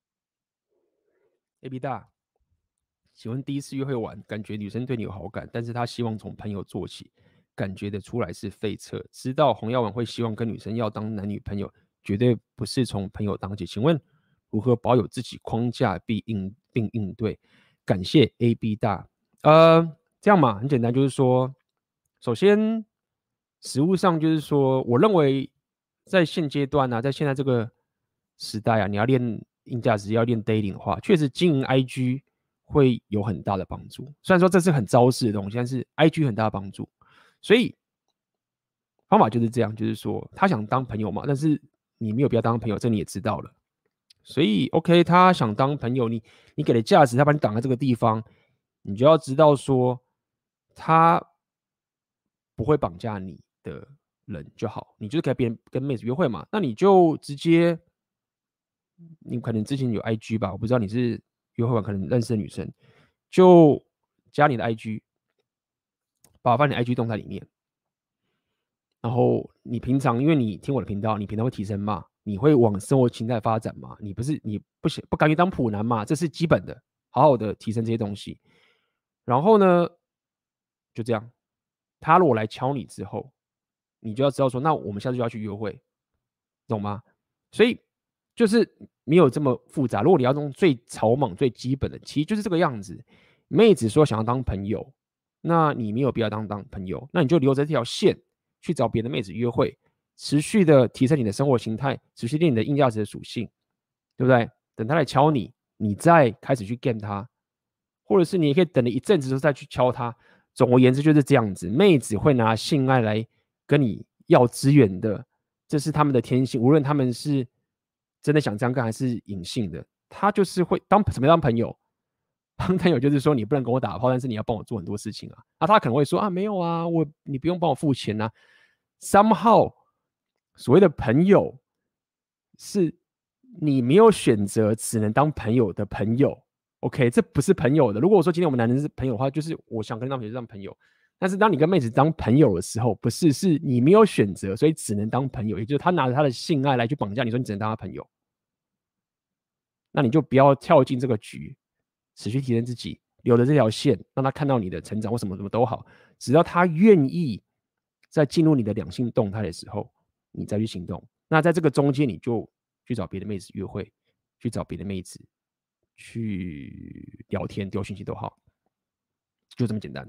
Speaker 1: ，AB 大，请问第一次约会完，感觉女生对你有好感，但是她希望从朋友做起，感觉得出来是废策。知道红药丸会希望跟女生要当男女朋友，绝对不是从朋友当起。请问如何保有自己框架并应对？感谢 AB 大。这样嘛，很简单，就是说，首先，实物上就是说，我认为在现阶段啊，在现在这个时代啊，你要练硬价值，要练 dating 的话，确实经营 IG 会有很大的帮助。虽然说这是很招式的东西，但是 IG 很大的帮助。所以方法就是这样，就是说他想当朋友嘛，但是你没有必要当朋友，这你也知道了。所以 OK，他想当朋友，你给的价值，他把你挡在这个地方，你就要知道说他不会绑架你的人就好。你就是跟妹子约会嘛，那你就直接，你可能之前有 IG 吧，我不知道你是约会完可能认识的女生，就加你的 IG，把我放你 IG 动态里面。然后你平常因为你听我的频道，你平常会提升嘛，你会往生活形态发展嘛，你不甘于当普男嘛，这是基本的，好好的提升这些东西。然后呢，就这样，他如果来敲你之后，你就要知道说，那我们下次就要去约会，懂吗？所以就是没有这么复杂。如果你要用最草莽、最基本的，其实就是这个样子。妹子说想要当朋友，那你没有必要当朋友，那你就留着这条线去找别的妹子约会，持续的提升你的生活形态，持续练你的硬价值的属性，对不对？等他来敲你，你再开始去 game 他，或者是你也可以等了一阵子之后再去敲他。总而言之就是这样子，妹子会拿性爱来跟你要资源的，这是他们的天性。无论他们是真的想这样干还是隐性的，他就是会怎么当朋友。当朋友就是说你不能跟我打炮，但是你要帮我做很多事情啊。他可能会说啊没有啊，你不用帮我付钱啊。somehow 所谓的朋友是你没有选择，只能当朋友的朋友。OK， 这不是朋友的。如果我说今天我们男人是朋友的话，就是我想跟男朋友就当朋友。但是当你跟妹子当朋友的时候，不是，是你没有选择，所以只能当朋友。也就是他拿着他的性爱来去绑架你，说你只能当他朋友，那你就不要跳进这个局，持续提升自己，留着这条线，让他看到你的成长或什么什么都好。只要他愿意在进入你的两性动态的时候，你再去行动。那在这个中间，你就去找别的妹子约会，去找别的妹子去聊天、丢讯息都好，就这么简单。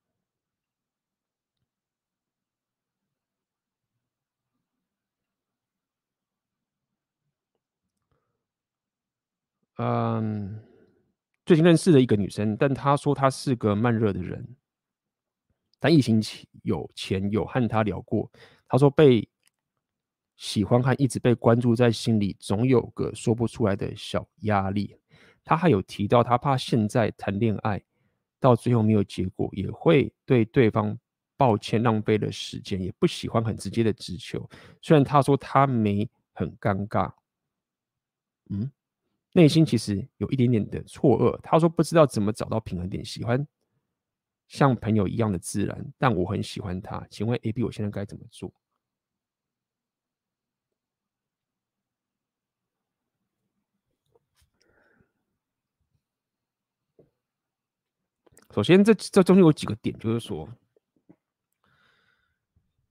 Speaker 1: 最近认识了一个女生，但她说她是个慢热的人，但疫情前有和她聊过，她说被喜欢和一直被关注在心里，总有个说不出来的小压力。她还有提到，她怕现在谈恋爱到最后没有结果，也会对对方抱歉浪费了时间，也不喜欢很直接的直球。虽然她说她没很尴尬，内心其实有一点点的错愕。她说不知道怎么找到平衡点，喜欢像朋友一样的自然，但我很喜欢他。请问 AB，我现在该怎么做？首先这中间有几个点，就是说，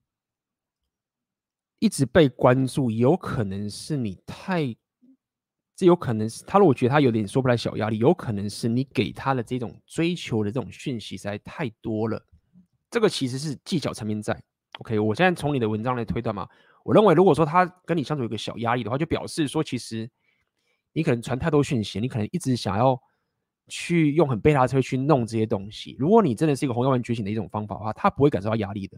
Speaker 1: 一直被关注，有可能是你太这有可能是他如果觉得他有点说不来小压力，有可能是你给他的这种追求的这种讯息实在太多了。这个其实是技巧层面在。OK， 我现在从你的文章来推断嘛，我认为如果说他跟你相处有一个小压力的话，就表示说其实你可能传太多讯息，你可能一直想要去用很贝塔车去弄这些东西。如果你真的是一个红药丸觉醒的一种方法的话，他不会感受到压力的，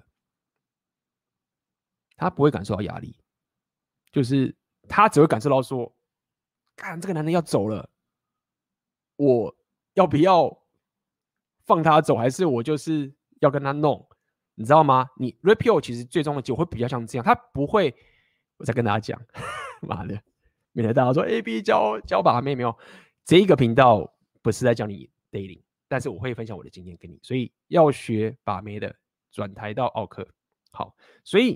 Speaker 1: 他不会感受到压力，就是他只会感受到说，干这个男人要走了，我要不要放他走，还是我就是要跟他弄？你知道吗？你 Rapio 其实最终的结果会比较像这样，他不会。我再跟大家讲，妈的，免得大家说 AB 教把妹没有。这一个频道不是在教你 dating， 但是我会分享我的经验给你，所以要学把妹的转台到奥克。好，所以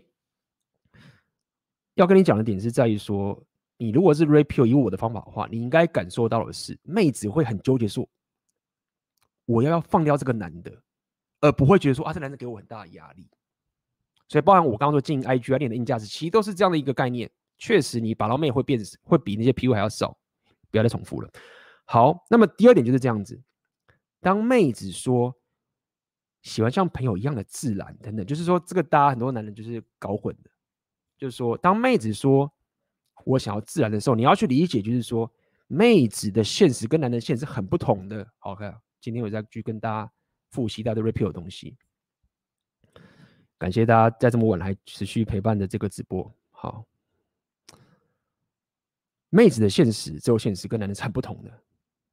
Speaker 1: 要跟你讲的点是在于说，你如果是 Rapio 以我的方法的话，你应该感受到的是，妹子会很纠结说，我要放掉这个男的，而不会觉得说这男的给我很大的压力。所以包含我刚刚说经营 IG 啊、练的硬价值，其实都是这样的一个概念。确实，你把到妹会比那些 PU 还要少，不要再重复了。好，那么第二点就是这样子，当妹子说喜欢像朋友一样的自然等等，就是说这个大家很多男人就是搞混的，就是说当妹子说我想要自然的时候，你要去理解，就是说妹子的现实跟男人的现实很不同的。好，看今天我再去跟大家复习大家的 repeal 的东西。感谢大家在这么晚还持续陪伴的这个直播。好，妹子的现实只有现实跟男人是很不同的。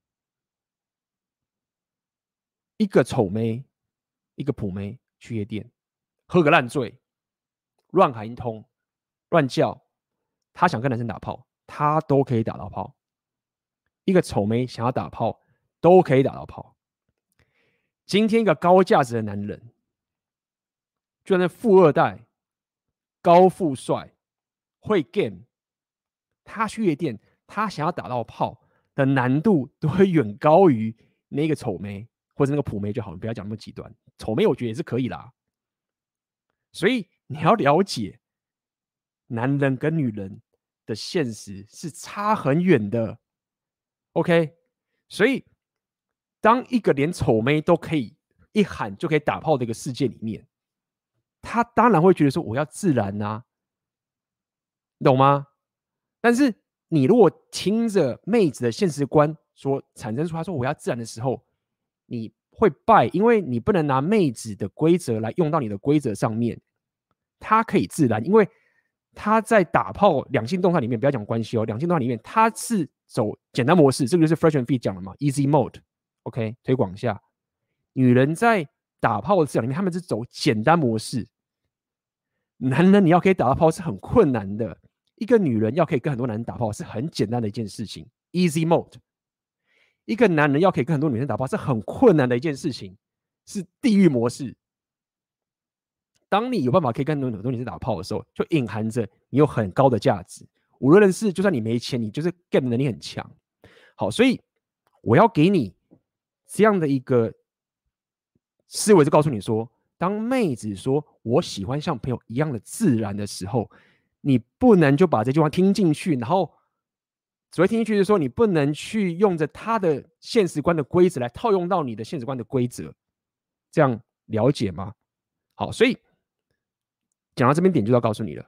Speaker 1: 一个丑妹，一个普妹去夜店喝个烂醉，乱喊一通，乱叫，她想跟男生打炮，她都可以打到炮。一个丑妹想要打炮，都可以打到炮。今天一个高价值的男人，就算是富二代、高富帅、会 game， 他去夜店，他想要打到炮的难度都会远高于那个丑妹或者那个普妹就好了，不要讲那么极端。丑妹我觉得也是可以啦。所以你要了解，男人跟女人的现实是差很远的。OK， 所以当一个连丑妹都可以一喊就可以打炮的一个世界里面，他当然会觉得说我要自然啊，懂吗？但是你如果听着妹子的现实观所产生出他说我要自然的时候，你会败，因为你不能拿妹子的规则来用到你的规则上面。他可以自然，因为他在打炮两性动态里面，不要讲关系哦，两性动态里面他是走简单模式，这个就是 Fresh and Fit 讲了嘛 ，Easy Mode。OK， 推广一下，女人在打炮的市场里面，他们是走简单模式。男人你要可以打到炮是很困难的，一个女人要可以跟很多男人打炮是很简单的一件事情 ，Easy Mode。一个男人要可以跟很多女人打炮是很困难的一件事情，是地狱模式。当你有办法可以跟很多女生打炮的时候，就隐含着你有很高的价值。无论是就算你没钱，你就是 game 能力很强。好，所以我要给你这样的一个思维，就告诉你说，当妹子说我喜欢像朋友一样的自然的时候，你不能就把这句话听进去，然后只会听进去是说你不能去用着他的现实观的规则来套用到你的现实观的规则，这样了解吗？好，所以讲到这边点就要告诉你了，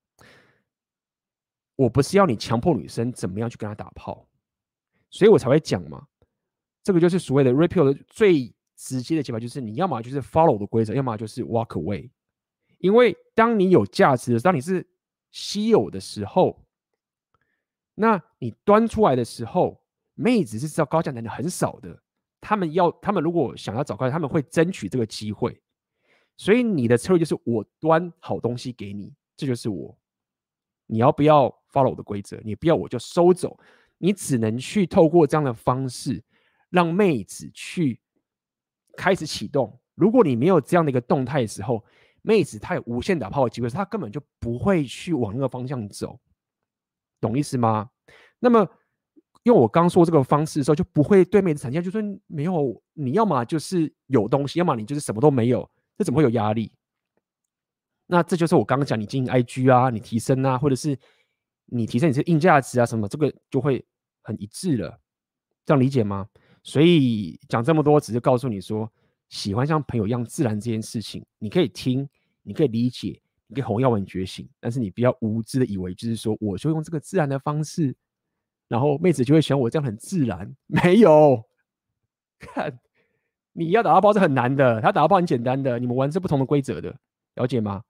Speaker 1: 我不是要你强迫女生怎么样去跟她打炮，所以我才会讲嘛。这个就是所谓的 repeal 的最直接的解法，就是你要么就是 follow 的规则，要么就是 walk away。因为当你有价值的时候，当你是稀有的时候，那你端出来的时候，妹子是知道高价男的很少的，他们如果想要找高价，他们会争取这个机会。所以你的策略就是我端好东西给你，这就是我。你要不要 follow 我的规则？你不要我就收走。你只能去透过这样的方式，让妹子去开始启动。如果你没有这样的一个动态的时候，妹子她有无限打炮的机会，她根本就不会去往那个方向走，懂意思吗？那么用我刚说这个方式的时候，就不会对妹子产生就说没有，你要么就是有东西，要么你就是什么都没有，这怎么会有压力？那这就是我刚刚讲，你经营 IG 啊，你提升啊，或者是你提升你的硬价值啊什么，这个就会很一致了，这样理解吗？所以讲这么多，只是告诉你说，喜欢像朋友一样自然这件事情，你可以听，你可以理解，你可以红药丸觉醒，但是你不要无知的以为就是说，我就用这个自然的方式，然后妹子就会喜欢我这样很自然，没有，看你要打到包是很难的，他打到包很简单的，你们玩是不同的规则的，了解吗？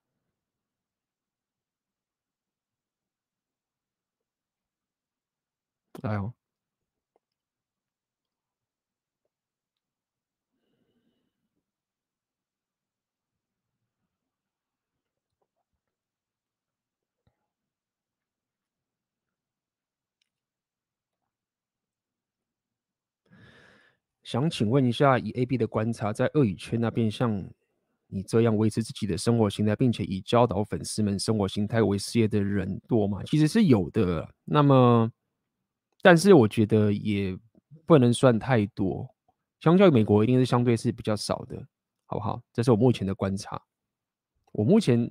Speaker 1: 来哦，想请问一下，以 AB 的观察，在俄语圈那边，像你这样维持自己的生活形态，并且以教导粉丝们生活形态为事业的人多吗？其实是有的。那么，但是我觉得也不能算太多，相较于美国，一定是相对是比较少的，好不好？这是我目前的观察。我目前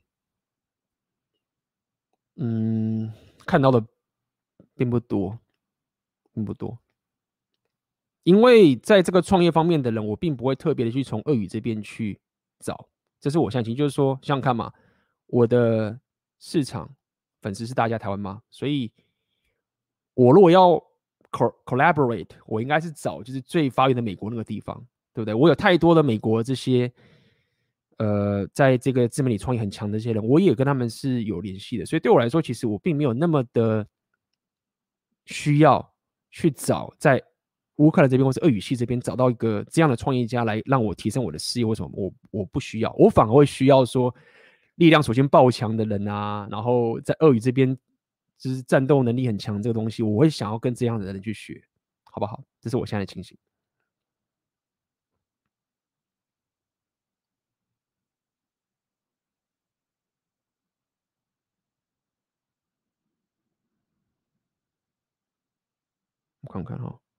Speaker 1: 看到的并不多，并不多。因为在这个创业方面的人，我并不会特别的去从俄语这边去找，这是我相信。就是说，想想看嘛，我的市场粉丝是大家台湾吗？所以，我如果要 collaborate，我应该是找就是最发源的美国那个地方，对不对？我有太多的美国这些在这个自媒体创业很强的这些人，我也跟他们是有联系的，所以对我来说，其实我并没有那么的需要去找在乌克兰这边或是俄语系这边找到一个这样的创业家来让我提升我的事业。为什么我不需要？我反而会需要说力量首先爆强的人啊，然后在俄语这边就是战斗能力很强这个东西，我会想要跟这样的人去学，好不好？这是我现在的情形。我看看哈、哦。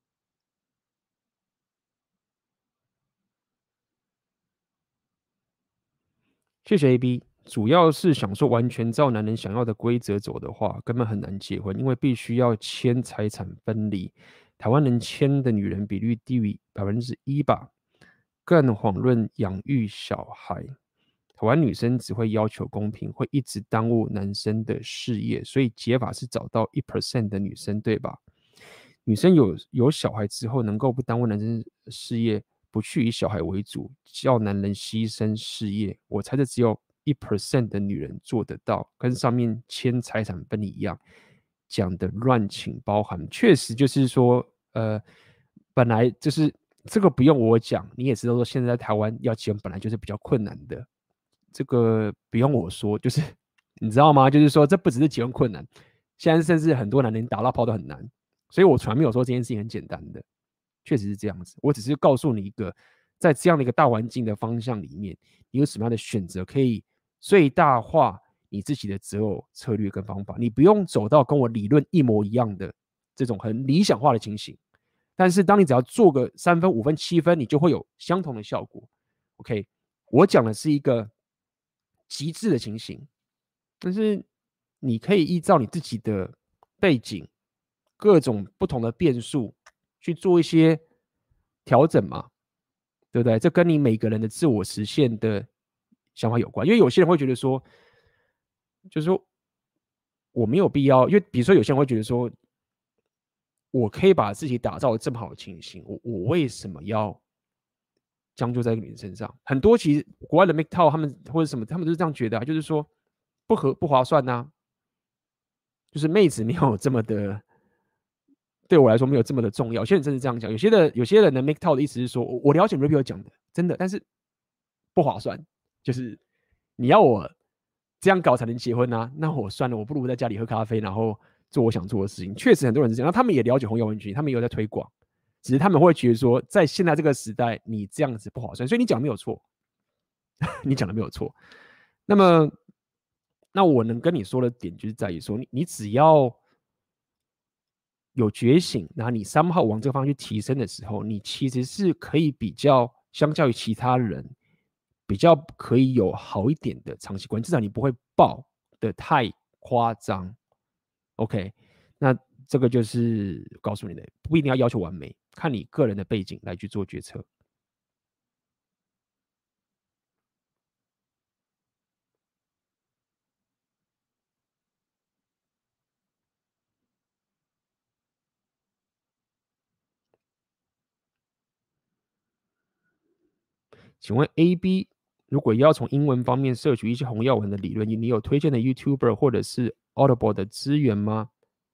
Speaker 1: 谢谢 AB，主要是想说完全照男人想要的规则走的话，根本很难结婚，因为必须要签财产分离。台湾能签的女人比率低于1%吧，更遑论养育小孩。台湾女生只会要求公平，会一直耽误男生的事业，所以解法是找到1%的女生，对吧？女生有小孩之后，能够不耽误男生事业，不去以小孩为主，叫男人牺牲事业，我猜这只有1%的女人做得到，跟上面签财产分离一样，讲的乱情包含，确实就是说，本来就是这个不用我讲，你也知道说现在在台湾要结婚本来就是比较困难的，这个不用我说，就是你知道吗？就是说这不只是结婚困难，现在甚至很多男人打到炮都很难。所以我从来没有说这件事情很简单的，确实是这样子。我只是告诉你一个，在这样的一个大环境的方向里面，你有什么样的选择可以最大化你自己的择偶策略跟方法。你不用走到跟我理论一模一样的这种很理想化的情形，但是当你只要做个3分、5分、7分，你就会有相同的效果。OK，我讲的是一个极致的情形，但是你可以依照你自己的背景、各种不同的变数去做一些调整嘛，对不对？这跟你每个人的自我实现的想法有关。因为有些人会觉得说，就是说我没有必要，因为比如说有些人会觉得说，我可以把自己打造的这么好的情形，我为什么要将就在一个女人身上？很多其实国外的 make 套他们或者什么，他们都是这样觉得、啊，就是说不划算呐、啊，就是妹子没有这么的，对我来说没有这么的重要。有些人真是这样讲，有些人的 make 套的意思是说，我了解 review 讲的，真的，但是不划算，就是你要我这样搞才能结婚啊，那我算了，我不如在家里喝咖啡，然后做我想做的事情。确实很多人是这样，他们也了解红药丸群，他们也有在推广，只是他们会觉得说，在现在这个时代，你这样子不划算。所以你讲的没有错，你讲的没有错。那么，那我能跟你说的点就是在于说，你只要有觉醒，然后你somehow往这个方向去提升的时候，你其实是可以比较相较于其他人，比较可以有好一点的长期观，至少你不会爆的太夸张。OK，那这个就是告诉你的，不一定要要求完美，看你个人的背景来去做决策。请问 AB 如果要从英文方面摄取一些红药丸的理论，你有推荐的 YouTuber 或者是 Audible 的资源吗？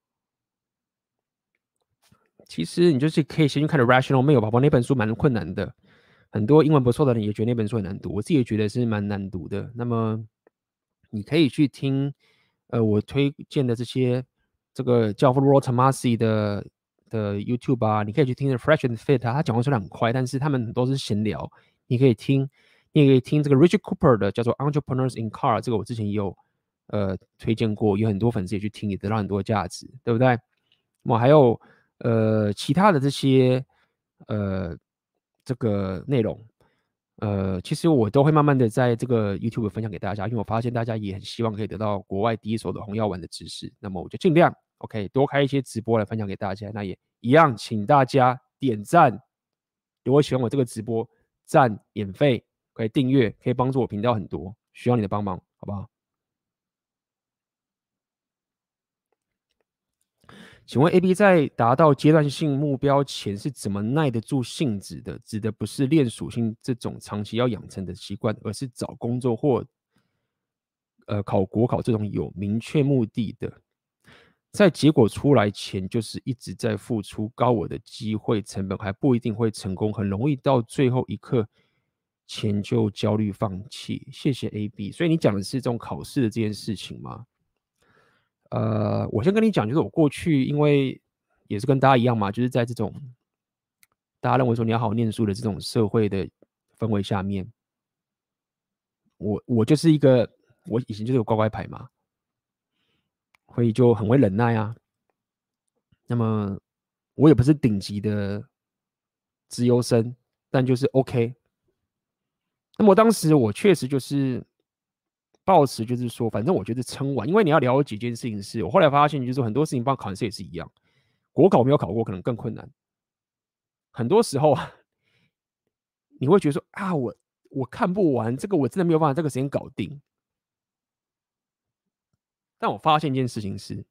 Speaker 1: 其实你就是可以先去看 The Rational Male 宝宝那本书蛮困难的，很多英文不错的人也觉得那本书很难读，我自己也觉得是蛮难读的。那么你可以去听我推荐的这个教父 Rollo Tomassi 的 YouTube 啊，你可以去听 The Fresh and Fit 他讲话虽然很快，但是他们都是闲聊，你可以听，你也可以听这个 Richard Cooper 的叫做 Entrepreneurs in Car， 这个我之前也有推荐过，有很多粉丝也去听，也得到很多价值，对不对？我还有其他的这些这个内容，其实我都会慢慢的在这个 YouTube 分享给大家，因为我发现大家也很希望可以得到国外第一手的红药丸的知识，那么我就尽量 OK 多开一些直播来分享给大家，那也一样，请大家点赞，如果喜欢我这个直播，赞免费，可以订阅，可以帮助我频道很多，需要你的帮忙，好不好？请问 AB 在达到阶段性目标前是怎么耐得住性子的？指的不是练属性这种长期要养成的习惯，而是找工作或考国考这种有明确目的的，在结果出来前就是一直在付出高额的机会成本，还不一定会成功，很容易到最后一刻前就焦虑放弃。谢谢 AB。所以你讲的是这种考试的这件事情吗？我先跟你讲，就是我过去因为也是跟大家一样嘛，就是在这种大家认为说你要好好念书的这种社会的氛围下面，我就是一个我以前就是有乖乖牌嘛，所以就很会忍耐啊。那么我也不是顶级的资优生，但就是 OK。那么当时我确实就是抱持就是说，反正我觉得撑完，因为你要了解一件事情是，我后来发现就是说很多事情包括考试也是一样，国考没有考过可能更困难。很多时候啊，你会觉得说啊，我看不完这个，我真的没有办法这个时间搞定。但我发现一件事情是，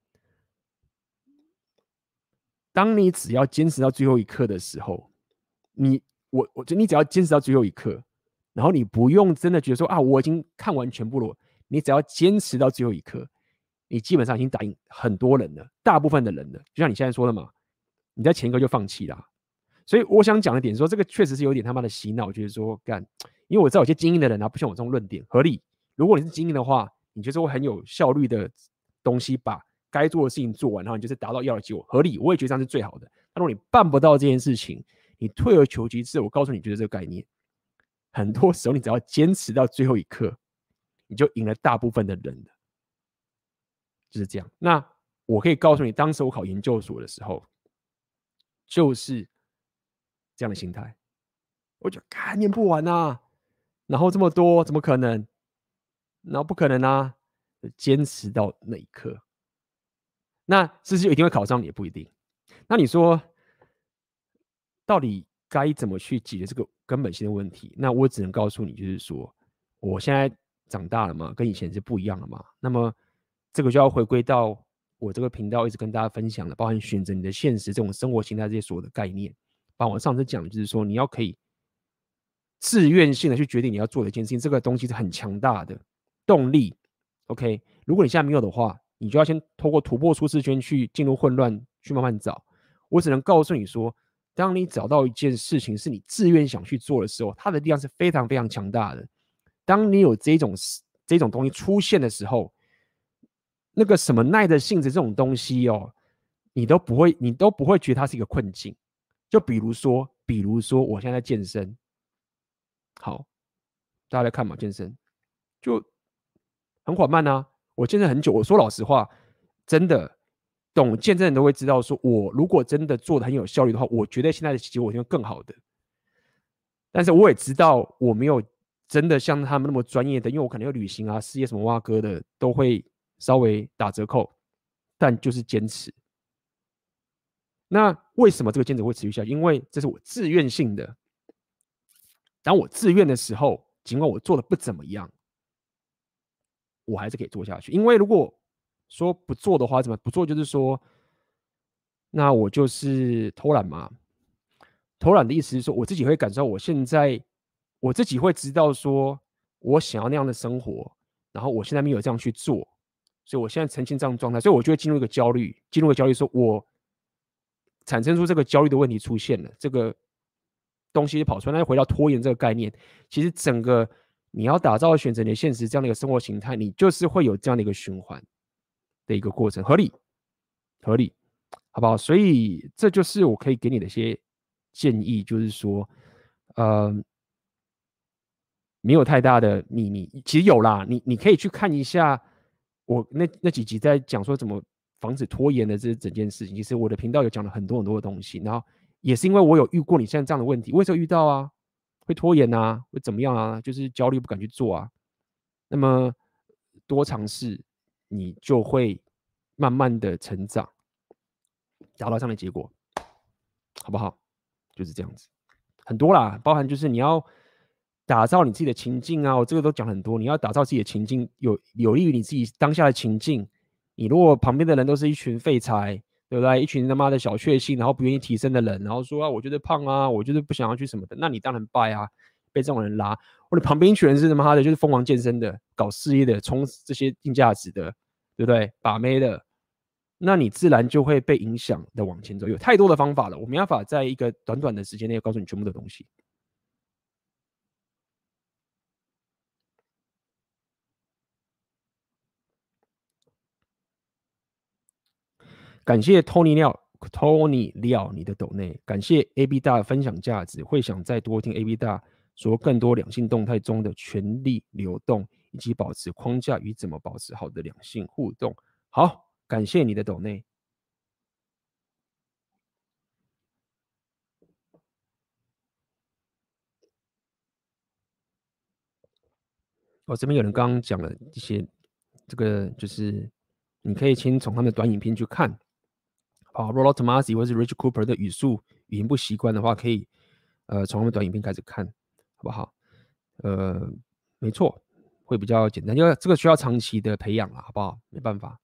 Speaker 1: 当你只要坚持到最后一刻的时候，我觉得你只要坚持到最后一刻，然后你不用真的觉得说啊，我已经看完全部了，你只要坚持到最后一刻，你基本上已经打赢很多人了，大部分的人了。就像你现在说的嘛，你在前一个就放弃啦。所以我想讲的点说，这个确实是有点他妈的洗脑，就是说干，因为我知道有些精英的人啊，不像我这种论点合理。如果你是精英的话，你就是会很有效率的东西，把该做的事情做完，然后你就是达到要的结果，合理。我也觉得这样是最好的。但如果你办不到这件事情，你退而求其次，我告诉你，就是这个概念。很多时候，你只要坚持到最后一刻，你就赢了大部分的人了，就是这样。那我可以告诉你，当时我考研究所的时候，就是这样的心态。我就念不完啊，然后这么多，怎么可能？然后不可能啊，坚持到那一刻。那是不是一定会考上？也不一定。那你说，到底该怎么去解决这个根本性的问题？那我只能告诉你，就是说，我现在长大了嘛，跟以前是不一样了嘛。那么这个就要回归到我这个频道一直跟大家分享的，包含选择你的现实这种生活形态这些所有的概念。包括我上次讲的就是说，你要可以自愿性的去决定你要做的一件事情，这个东西是很强大的动力。OK， 如果你现在没有的话，你就要先透过突破舒适圈去进入混乱，去慢慢找。我只能告诉你说，当你找到一件事情是你自愿想去做的时候，它的力量是非常非常强大的。当你有这种东西出现的时候，那个什么耐的性子这种东西哦，你都不会觉得它是一个困境。就比如说我现在在健身，好，大家在看嘛，健身就很缓慢啊。我健身很久，我说老实话，真的懂健身的人都会知道，说我如果真的做的很有效率的话，我觉得现在的结果会更好的。但是我也知道我没有真的像他们那么专业的，因为我可能有旅行啊、事业什么挖哥的，都会稍微打折扣，但就是坚持。 那为什么这个坚持会持续下去？因为这是我自愿性的。当我自愿的时候，尽管我做的不怎么样，我还是可以做下去。因为如果说不做的话，怎么不做？就是说，那我就是偷懒嘛。偷懒的意思是说，我自己会感受，我现在我自己会知道说，我想要那样的生活，然后我现在没有这样去做，所以我现在呈现这样的状态，所以我就会进入一个焦虑，说我产生出这个焦虑的问题出现了，这个东西就跑出来，那就回到拖延这个概念。其实整个你要打造选择你的现实这样的一个生活形态，你就是会有这样的一个循环的一个过程，合理，好不好？所以这就是我可以给你的一些建议，就是说，没有太大的秘密，其实有啦，你可以去看一下我那几集在讲说怎么防止拖延的这整件事情。其实我的频道有讲了很多很多的东西，然后也是因为我有遇过你现在这样的问题，我也是有遇到啊，会拖延啊，会怎么样啊，就是焦虑不敢去做啊。那么多尝试，你就会慢慢的成长，达到这样的结果，好不好？就是这样子，很多啦，包含就是你要打造你自己的情境啊，我这个都讲很多，你要打造自己的情境，有利于你自己当下的情境。你如果旁边的人都是一群废柴，对不对？一群他妈的小确幸，然后不愿意提升的人，然后说啊，我觉得胖啊，我就是不想要去什么的，那你当然败啊，被这种人拉。或者旁边一群人是他妈的，就是疯狂健身的、搞事业的、冲这些硬价值的，对不对？把妹的，那你自然就会被影响的往前走。有太多的方法了，我没办法在一个短短的时间内告诉你全部的东西。感谢 Tony 廖你的抖内，感谢 AB 大分享价值，会想再多听 AB 大说更多两性动态中的权力流动，以及保持框架与怎么保持好的两性互动。好，感谢你的抖内。这边有人刚刚讲了一些，这个就是你可以先从他们的短影片去看。好 ，Rollo Tomasi 或是 Rich Cooper 的语言不习惯的话，可以从他们短影片开始看，好不好？没错，会比较简单，因为这个需要长期的培养啦，好不好？没办法。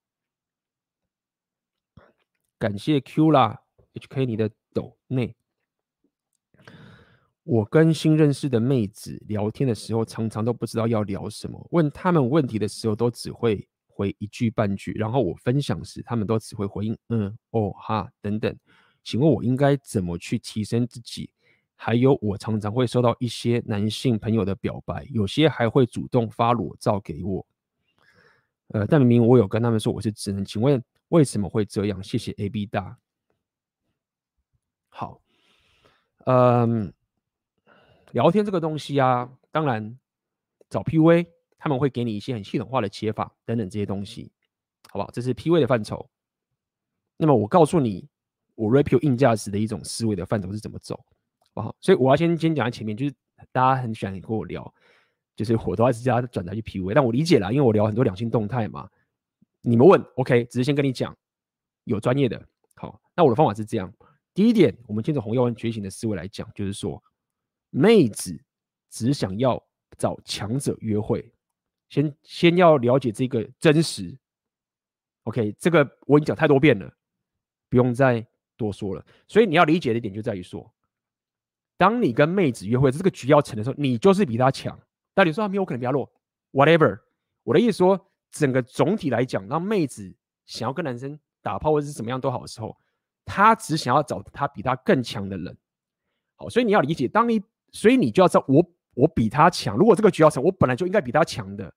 Speaker 1: 感谢 Q 啦 ，HK 你的抖内。我跟新认识的妹子聊天的时候，常常都不知道要聊什么。问他们问题的时候，都只会回一句半句，然后我分享时，他们都只会回应哦哈等等。请问我应该怎么去提升自己？还有，我常常会收到一些男性朋友的表白，有些还会主动发裸照给我。但明明我有跟他们说我是直男，请问为什么会这样？谢谢 AB 大。好，聊天这个东西啊，当然找 PUA 他们会给你一些很系统化的切法等等这些东西，好不好？这是 PUA 的范畴。那么我告诉你，我 Rapio 硬价值的一种思维的范畴是怎么走，好不好？所以我要先讲在前面，就是大家很喜欢跟我聊，就是我都要直接转达去 PUA，但我理解啦，因为我聊很多两性动态嘛。你们问 OK，只是先跟你讲，有专业的。好，那我的方法是这样：第一点，我们先从红药丸觉醒的思维来讲，就是说，妹子只想要找强者约会，先要了解这个真实。OK， 这个我已经讲太多遍了，不用再多说了。所以你要理解的一点就在于说，当你跟妹子约会，这个局要成的时候，你就是比她强。但你说她没有可能比她弱 ，whatever。我的意思说，整个总体来讲，让妹子想要跟男生打炮或者是怎么样都好的时候，她只想要找她比她更强的人。好，所以你要理解，所以你就要知道我比他强。如果这个局要成，我本来就应该比他强的，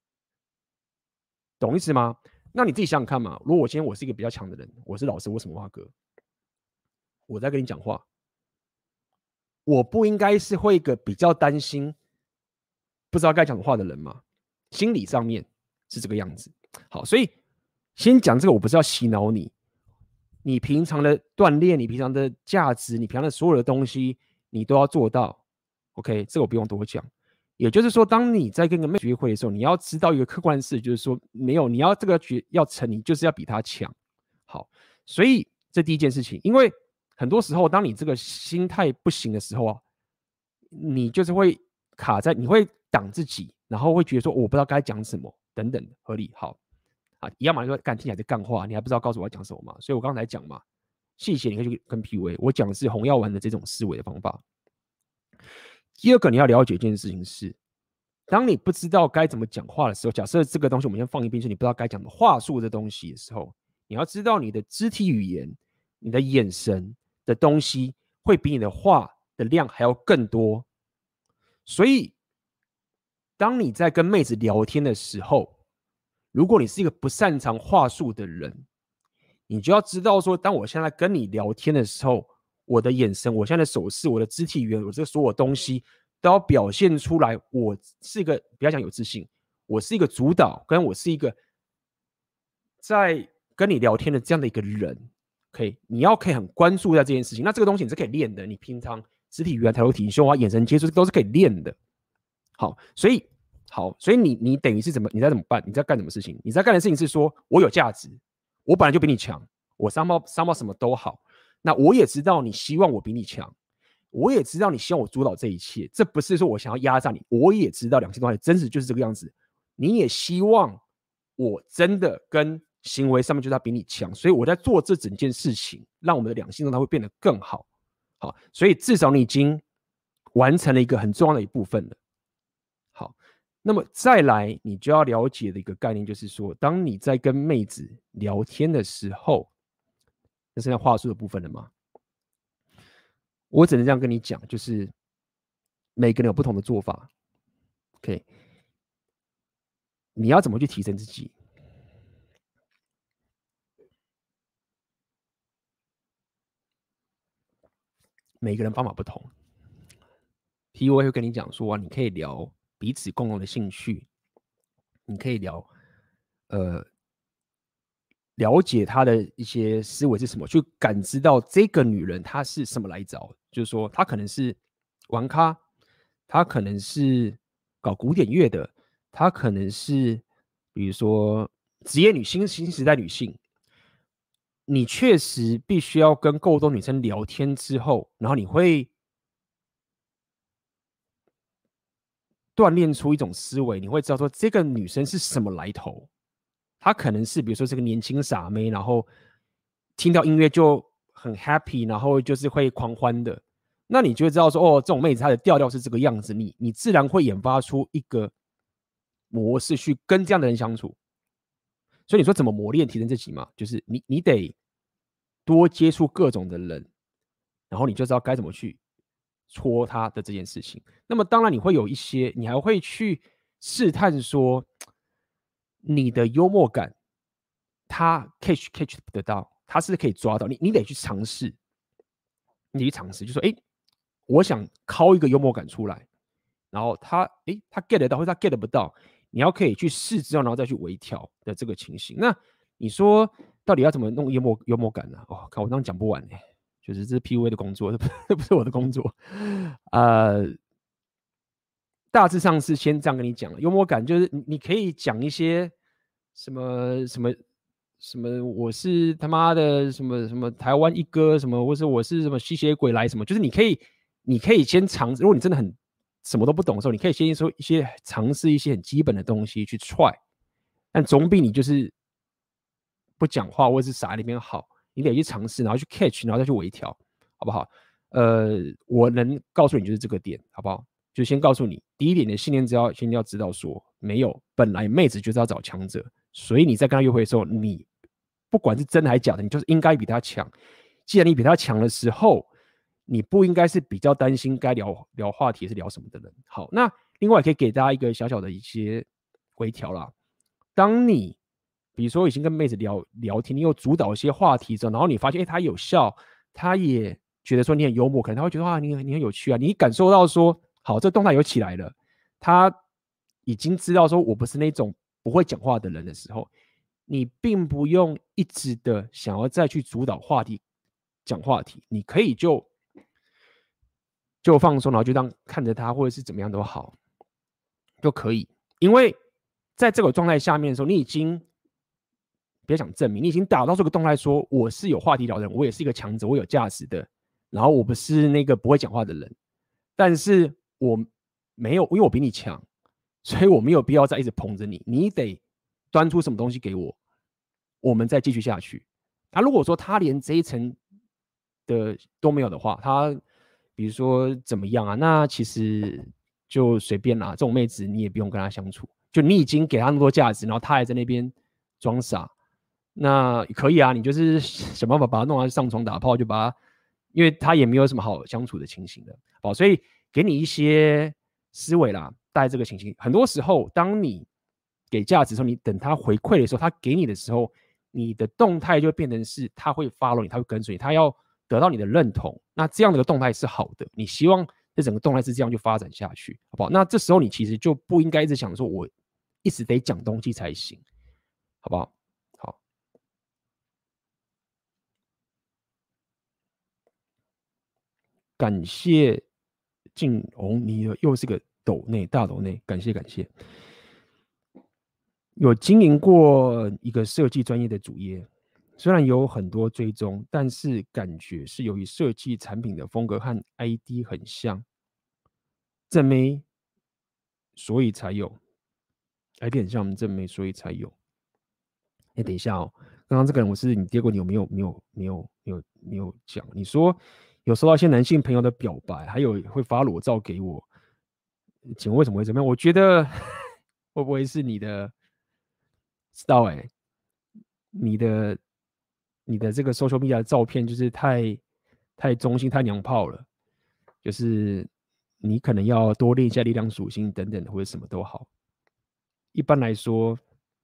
Speaker 1: 懂意思吗？那你自己想想看嘛。如果我今天我是一个比较强的人，我是老师，我什么话哥，我在跟你讲话，我不应该是会一个比较担心不知道该讲的话的人吗？心理上面是这个样子。好，所以先讲这个，我不是要洗脑你，你平常的锻炼，你平常的价值，你平常的所有的东西，你都要做到。OK， 这个我不用多讲。也就是说，当你在跟个妹约会的时候，你要知道一个客观事，就是说，没有你要这个局要成，你就是要比他强。好，所以这第一件事情。因为很多时候，当你这个心态不行的时候啊，你就是会卡在，你会挡自己，然后会觉得说我不知道该讲什么等等的，合理好啊，一样嘛，说干听起来在干话，你还不知道告诉我要讲什么嘛？所以我刚才讲嘛，谢谢你可以去跟 PUA， 我讲的是红药丸的这种思维的方法。第二个你要了解一件事情是，当你不知道该怎么讲话的时候，假设这个东西我们先放一边，是你不知道该讲的话术的东西的时候，你要知道你的肢体语言、你的眼神的东西会比你的话的量还要更多。所以，当你在跟妹子聊天的时候，如果你是一个不擅长话术的人，你就要知道说，当我现在跟你聊天的时候，我的眼神、我现在的手势、我的肢体语言、我这所有东西，都要表现出来。我是一个不要讲有自信，我是一个主导，跟我是一个在跟你聊天的这样的一个人。OK， 你要可以很关注在这件事情。那这个东西你是可以练的，你平常肢体语言、抬头挺胸啊、眼神接触都是可以练的。好，所以你等于是怎么？你在怎么办？你在干什么事情？你在干的事情是说，我有价值，我本来就比你强，我商贸什么都好。那我也知道你希望我比你强，我也知道你希望我主导这一切。这不是说我想要压榨你，我也知道两性关系真实就是这个样子。你也希望我真的跟行为上面就是要比你强，所以我在做这整件事情，让我们的两性状态会变得更好。好，所以至少你已经完成了一个很重要的一部分了。好，那么再来，你就要了解的一个概念就是说，当你在跟妹子聊天的时候，那是在话术的部分了吗？我只能这样跟你讲，就是每个人有不同的做法。OK， 你要怎么去提升自己？每个人方法不同。PUA 会跟你讲说，你可以聊彼此共同的兴趣，你可以聊，了解她的一些思维是什么，去感知到这个女人她是什么来着。就是说，她可能是玩咖，她可能是搞古典乐的，她可能是比如说职业女性、新时代女性。你确实必须要跟够多女生聊天之后，然后你会锻炼出一种思维，你会知道说这个女生是什么来头。她可能是比如说是个年轻傻妹，然后听到音乐就很 happy， 然后就是会狂欢的。那你就会知道说，哦，这种妹子她的调调是这个样子，你自然会研发出一个模式去跟这样的人相处。所以你说怎么磨练提升自己嘛？就是你得多接触各种的人，然后你就知道该怎么去戳他的这件事情。那么当然你会有一些，你还会去试探说你的幽默感，他 catch 得到，他是可以抓到，你得去尝试，你得去尝试，就说我想敲一个幽默感出来，然后他 get 得到，或者他 get 不到，你要可以去试之后，然后再去微调的这个情形。那你说到底要怎么弄幽默感呢？哦，看我这样讲不完哎，就是这是 PUA 的工作，这不是我的工作。大致上是先这样跟你讲了，幽默感就是你可以讲一些什么，我是他妈的什么台湾一哥什么，或者我是什么吸血鬼来什么，就是你可以先尝试，如果你真的很什么都不懂的时候，你可以先说一些尝试一些很基本的东西去 try， 但总比你就是不讲话或者是傻在那边好。你得去尝试，然后去 catch， 然后再去微调，好不好？我能告诉你就是这个点，好不好？就先告诉你，第一点的信念先要知道说，没有，本来妹子就是要找强者，所以你在跟她约会的时候，你不管是真的还是假的，你就是应该比她强。既然你比她强的时候，你不应该是比较担心该聊话题是聊什么的人。好，那另外可以给大家一个小小的一些微调啦。当你比如说已经跟妹子聊天，你有主导一些话题之后，然后你发现她有笑，她也觉得说你很幽默，可能她会觉得你很有趣啊，你感受到说好，这动态有起来了，她已经知道说我不是那种不会讲话的人的时候，你并不用一直的想要再去主导话题讲话题，你可以就放松，然后就当看着她或者是怎么样都好就可以。因为在这个状态下面的时候，你已经别讲证明，你已经打到这个动态说我是有话题聊的人，我也是一个强者，我有价值的，然后我不是那个不会讲话的人，但是我没有，因为我比你强，所以我没有必要再一直捧着你，你得端出什么东西给我，我们再继续下去。那如果说他连这一层的都没有的话，他比如说怎么样啊？那其实就随便啦，这种妹子你也不用跟她相处，就你已经给她那么多价值，然后她还在那边装傻，那可以啊，你就是想办法把她弄到上床打炮，就把她，因为她也没有什么好相处的情形的，好，所以给你一些思维啦，带这个情形。很多时候，当你给价值的时候，你等他回馈的时候，他给你的时候，你的动态就会变成是他会 follow 你，他会跟随你，他要得到你的认同。那这样的动态是好的，你希望这整个动态是这样就发展下去，好不好？那这时候你其实就不应该一直想说我一直得讲东西才行，好不好？好，感谢静荣，你又是个斗内大斗内，感谢感谢。有经营过一个设计专业的主业，虽然有很多追踪，但是感觉是由于设计产品的风格和 ID 很像，正妹，所以才有 ID 很像我们正妹，所以才有。哎，等一下哦，刚刚这个人我是你跌过，你有没有讲？你说有收到一些男性朋友的表白，还有会发裸照给我，请问为什么会这样？我觉得会不会是你的？知道哎，你的这个 social media 的照片就是太中性、太娘炮了，就是你可能要多练一下力量属性等等，或者什么都好。一般来说，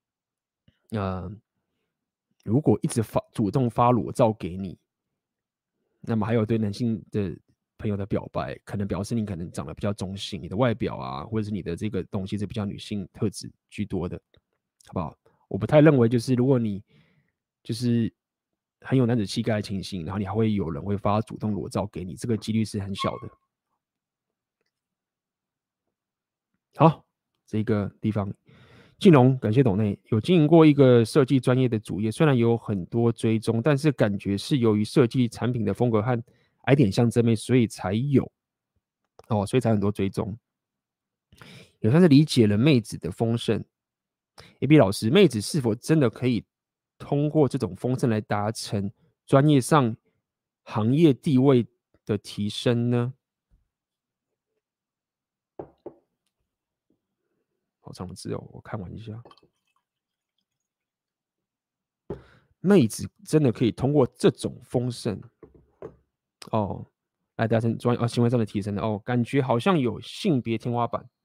Speaker 1: 如果一直主动发裸照给你，那么还有对男性的朋友的表白，可能表示你可能长得比较中性，你的外表啊，或者是你的这个东西是比较女性特质居多的，好不好？我不太认为就是如果你就是很有男子气概的情形，然后你还会有人会发主动裸照给你，这个几率是很小的。好，这个地方，静荣，感谢董内有经营过一个设计专业的主业，虽然有很多追踪，但是感觉是由于设计产品的风格和矮点像真妹，所以才有哦，所以才很多追踪。也算是理解了妹子的丰盛。AB 老师，妹子是否真的可以通过这种丰盛来达成专业上行业地位的提升呢？好长的字哦，我看完一下。妹子真的可以通过这种丰盛哦，来达成专业行为上的提升的哦，感觉好像有性别天花板。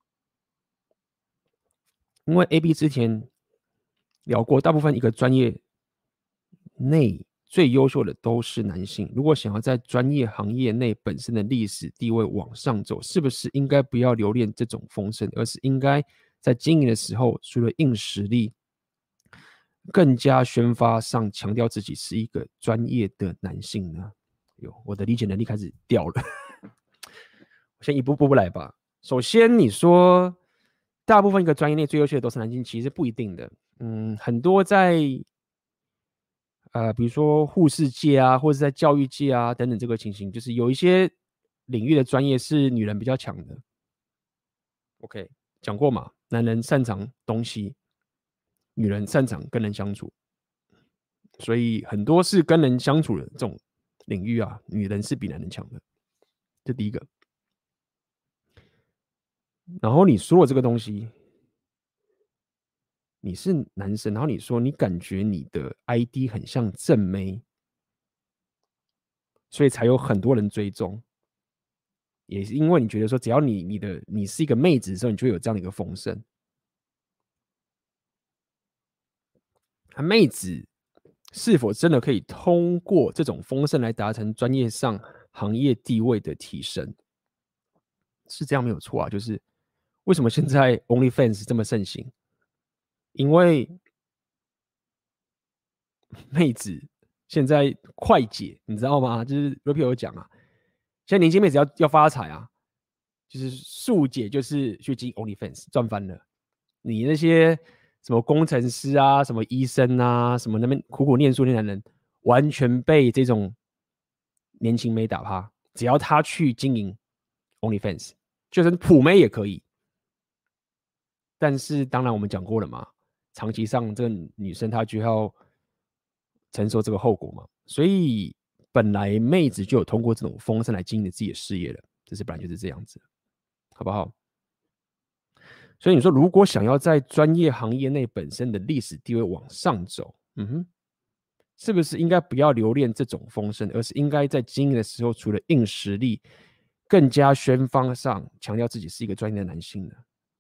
Speaker 1: 因为 AB 之前聊过，大部分一个专业内最优秀的都是男性。如果想要在专业行业内本身的历史地位往上走，是不是应该不要留恋这种丰盛，而是应该在经营的时候，除了硬实力，更加宣发上强调自己是一个专业的男性呢？我的理解能力开始掉了。我先一步步来吧。首先，你说大部分一个专业内最优秀的都是男性，其实不一定的。很多在比如说护士界啊，或者在教育界啊等等这个情形，就是有一些领域的专业是女人比较强的。OK， 讲过嘛，男人擅长东西，女人擅长跟人相处，所以很多是跟人相处的这种领域啊，女人是比男人强的。这第一个。然后你说的这个东西，你是男生，然后你说你感觉你的 ID 很像正妹，所以才有很多人追踪。也是因为你觉得说，只要你是一个妹子的时候，你就会有这样的一个丰盛。妹子是否真的可以通过这种丰盛来达成专业上行业地位的提升？是这样没有错啊。就是为什么现在 OnlyFans 这么盛行？因为妹子现在快捷，你知道吗？就是 Rapio 有讲啊，现在年轻妹子要发财啊，就是速解就是去进 OnlyFans 赚翻了。你那些什么工程师啊，什么医生啊，什么那边苦苦念书的男人，完全被这种年轻妹打趴。只要他去经营 OnlyFans， 就是普妹也可以。但是当然我们讲过了嘛，长期上这个女生她就要承受这个后果嘛，所以本来妹子就有通过这种风声来经营自己的事业了，这是本来就是这样子，好不好？所以你说，如果想要在专业行业内本身的历史地位往上走，是不是应该不要留恋这种风声，而是应该在经营的时候，除了硬实力，更加宣方上强调自己是一个专业的男性呢？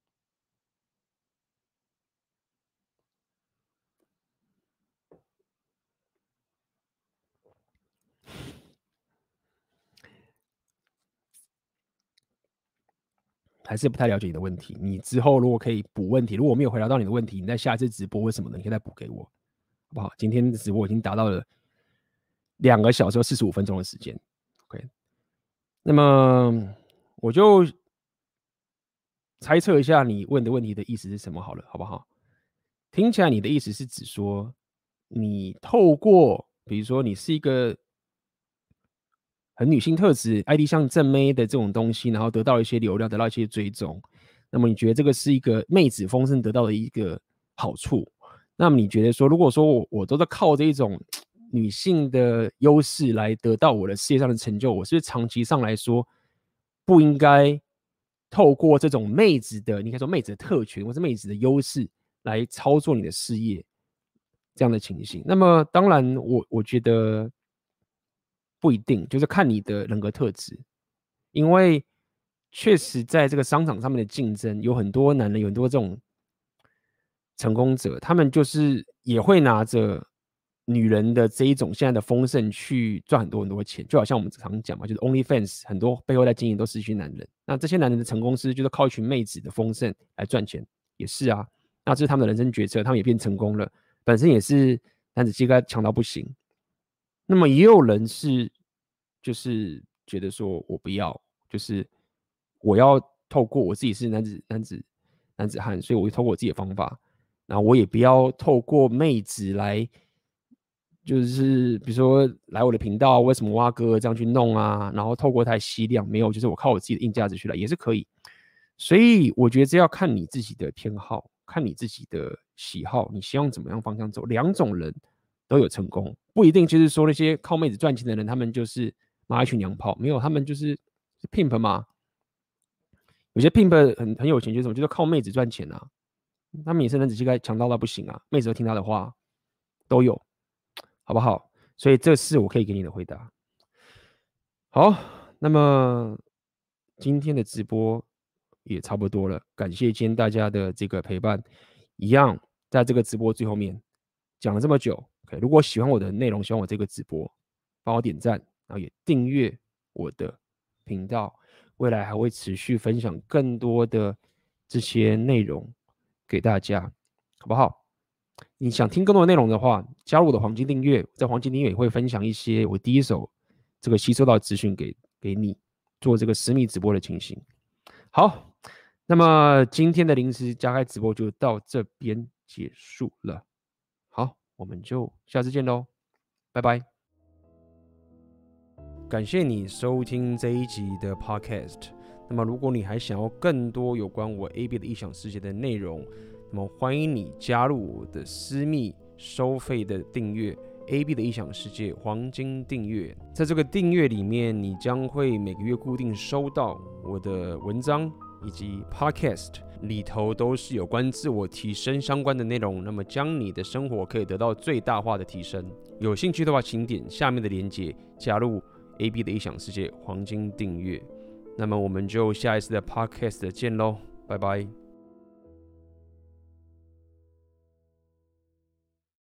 Speaker 1: 还是不太了解你的问题。你之后如果可以补问题，如果我没有回答到你的问题，你在下一次直播或什么的，你可以再补给我，好不好？今天的直播已经达到了2个小时45分钟的时间。OK， 那么我就猜测一下你问的问题的意思是什么好了，好不好？听起来你的意思是指说，你透过比如说你是一个很女性特质 ，ID 像正妹的这种东西，然后得到一些流量，得到一些追踪，那么你觉得这个是一个妹子风声得到的一个好处？那么你觉得说，如果说我都在靠这一种女性的优势来得到我的事业上的成就，我是不是长期上来说不应该透过这种妹子的，你可以说妹子的特权或是妹子的优势来操作你的事业这样的情形？那么当然我觉得不一定，就是看你的人格特质，因为确实在这个商场上面的竞争，有很多男人，有很多这种成功者，他们就是也会拿着女人的这一种现在的丰盛去赚很多很多钱，就好像我们常讲嘛，就是 OnlyFans 很多背后在经营都是一群男人，那这些男人的成功是就是靠一群妹子的丰盛来赚钱，也是啊，那这是他们的人生决策，他们也变成功了，本身也是男子气概强到不行。那么也有人是就是觉得说我不要，就是我要透过我自己是男子汉，所以我会透过我自己的方法，然后我也不要透过妹子来，就是比如说来我的频道，为什么挖哥这样去弄啊，然后透过它吸量，没有，就是我靠我自己的硬价值去来也是可以。所以我觉得这要看你自己的偏好，看你自己的喜好，你希望怎么样方向走。两种人都有成功，不一定就是说那些靠妹子赚钱的人，他们就是妈一群娘炮，没有，他们就是 pimp 嘛。有些 pimp 很有钱，就是什么，就是靠妹子赚钱啊。他们也是男子气概强到不行啊，妹子都听他的话，都有，好不好？所以这是我可以给你的回答。好，那么今天的直播也差不多了，感谢今天大家的这个陪伴。一样，在这个直播最后面讲了这么久，OK， 如果喜欢我的内容，喜欢我这个直播，帮我点赞，然后也订阅我的频道，未来还会持续分享更多的这些内容给大家，好不好？你想听更多的内容的话，加入我的黄金订阅，在黄金订阅也会分享一些我第一手这个吸收到的资讯给你做这个私密直播的情形。好，那么今天的临时加开直播就到这边结束了。好，我们就下次见喽，拜拜。感谢你收听这一集的 Podcast。那么，如果你还想要更多有关我 AB 的异想世界的内容，那么欢迎你加入我的私密收费的订阅 AB 的异想世界黄金订阅。在这个订阅里面，你将会每个月固定收到我的文章以及 Podcast， 里头都是有关自我提升相关的内容，那么将你的生活可以得到最大化的提升。有兴趣的话，请点下面的连结加入 AB 的异想世界黄金订阅。那么我们就下一次的 Podcast 见喽，拜拜。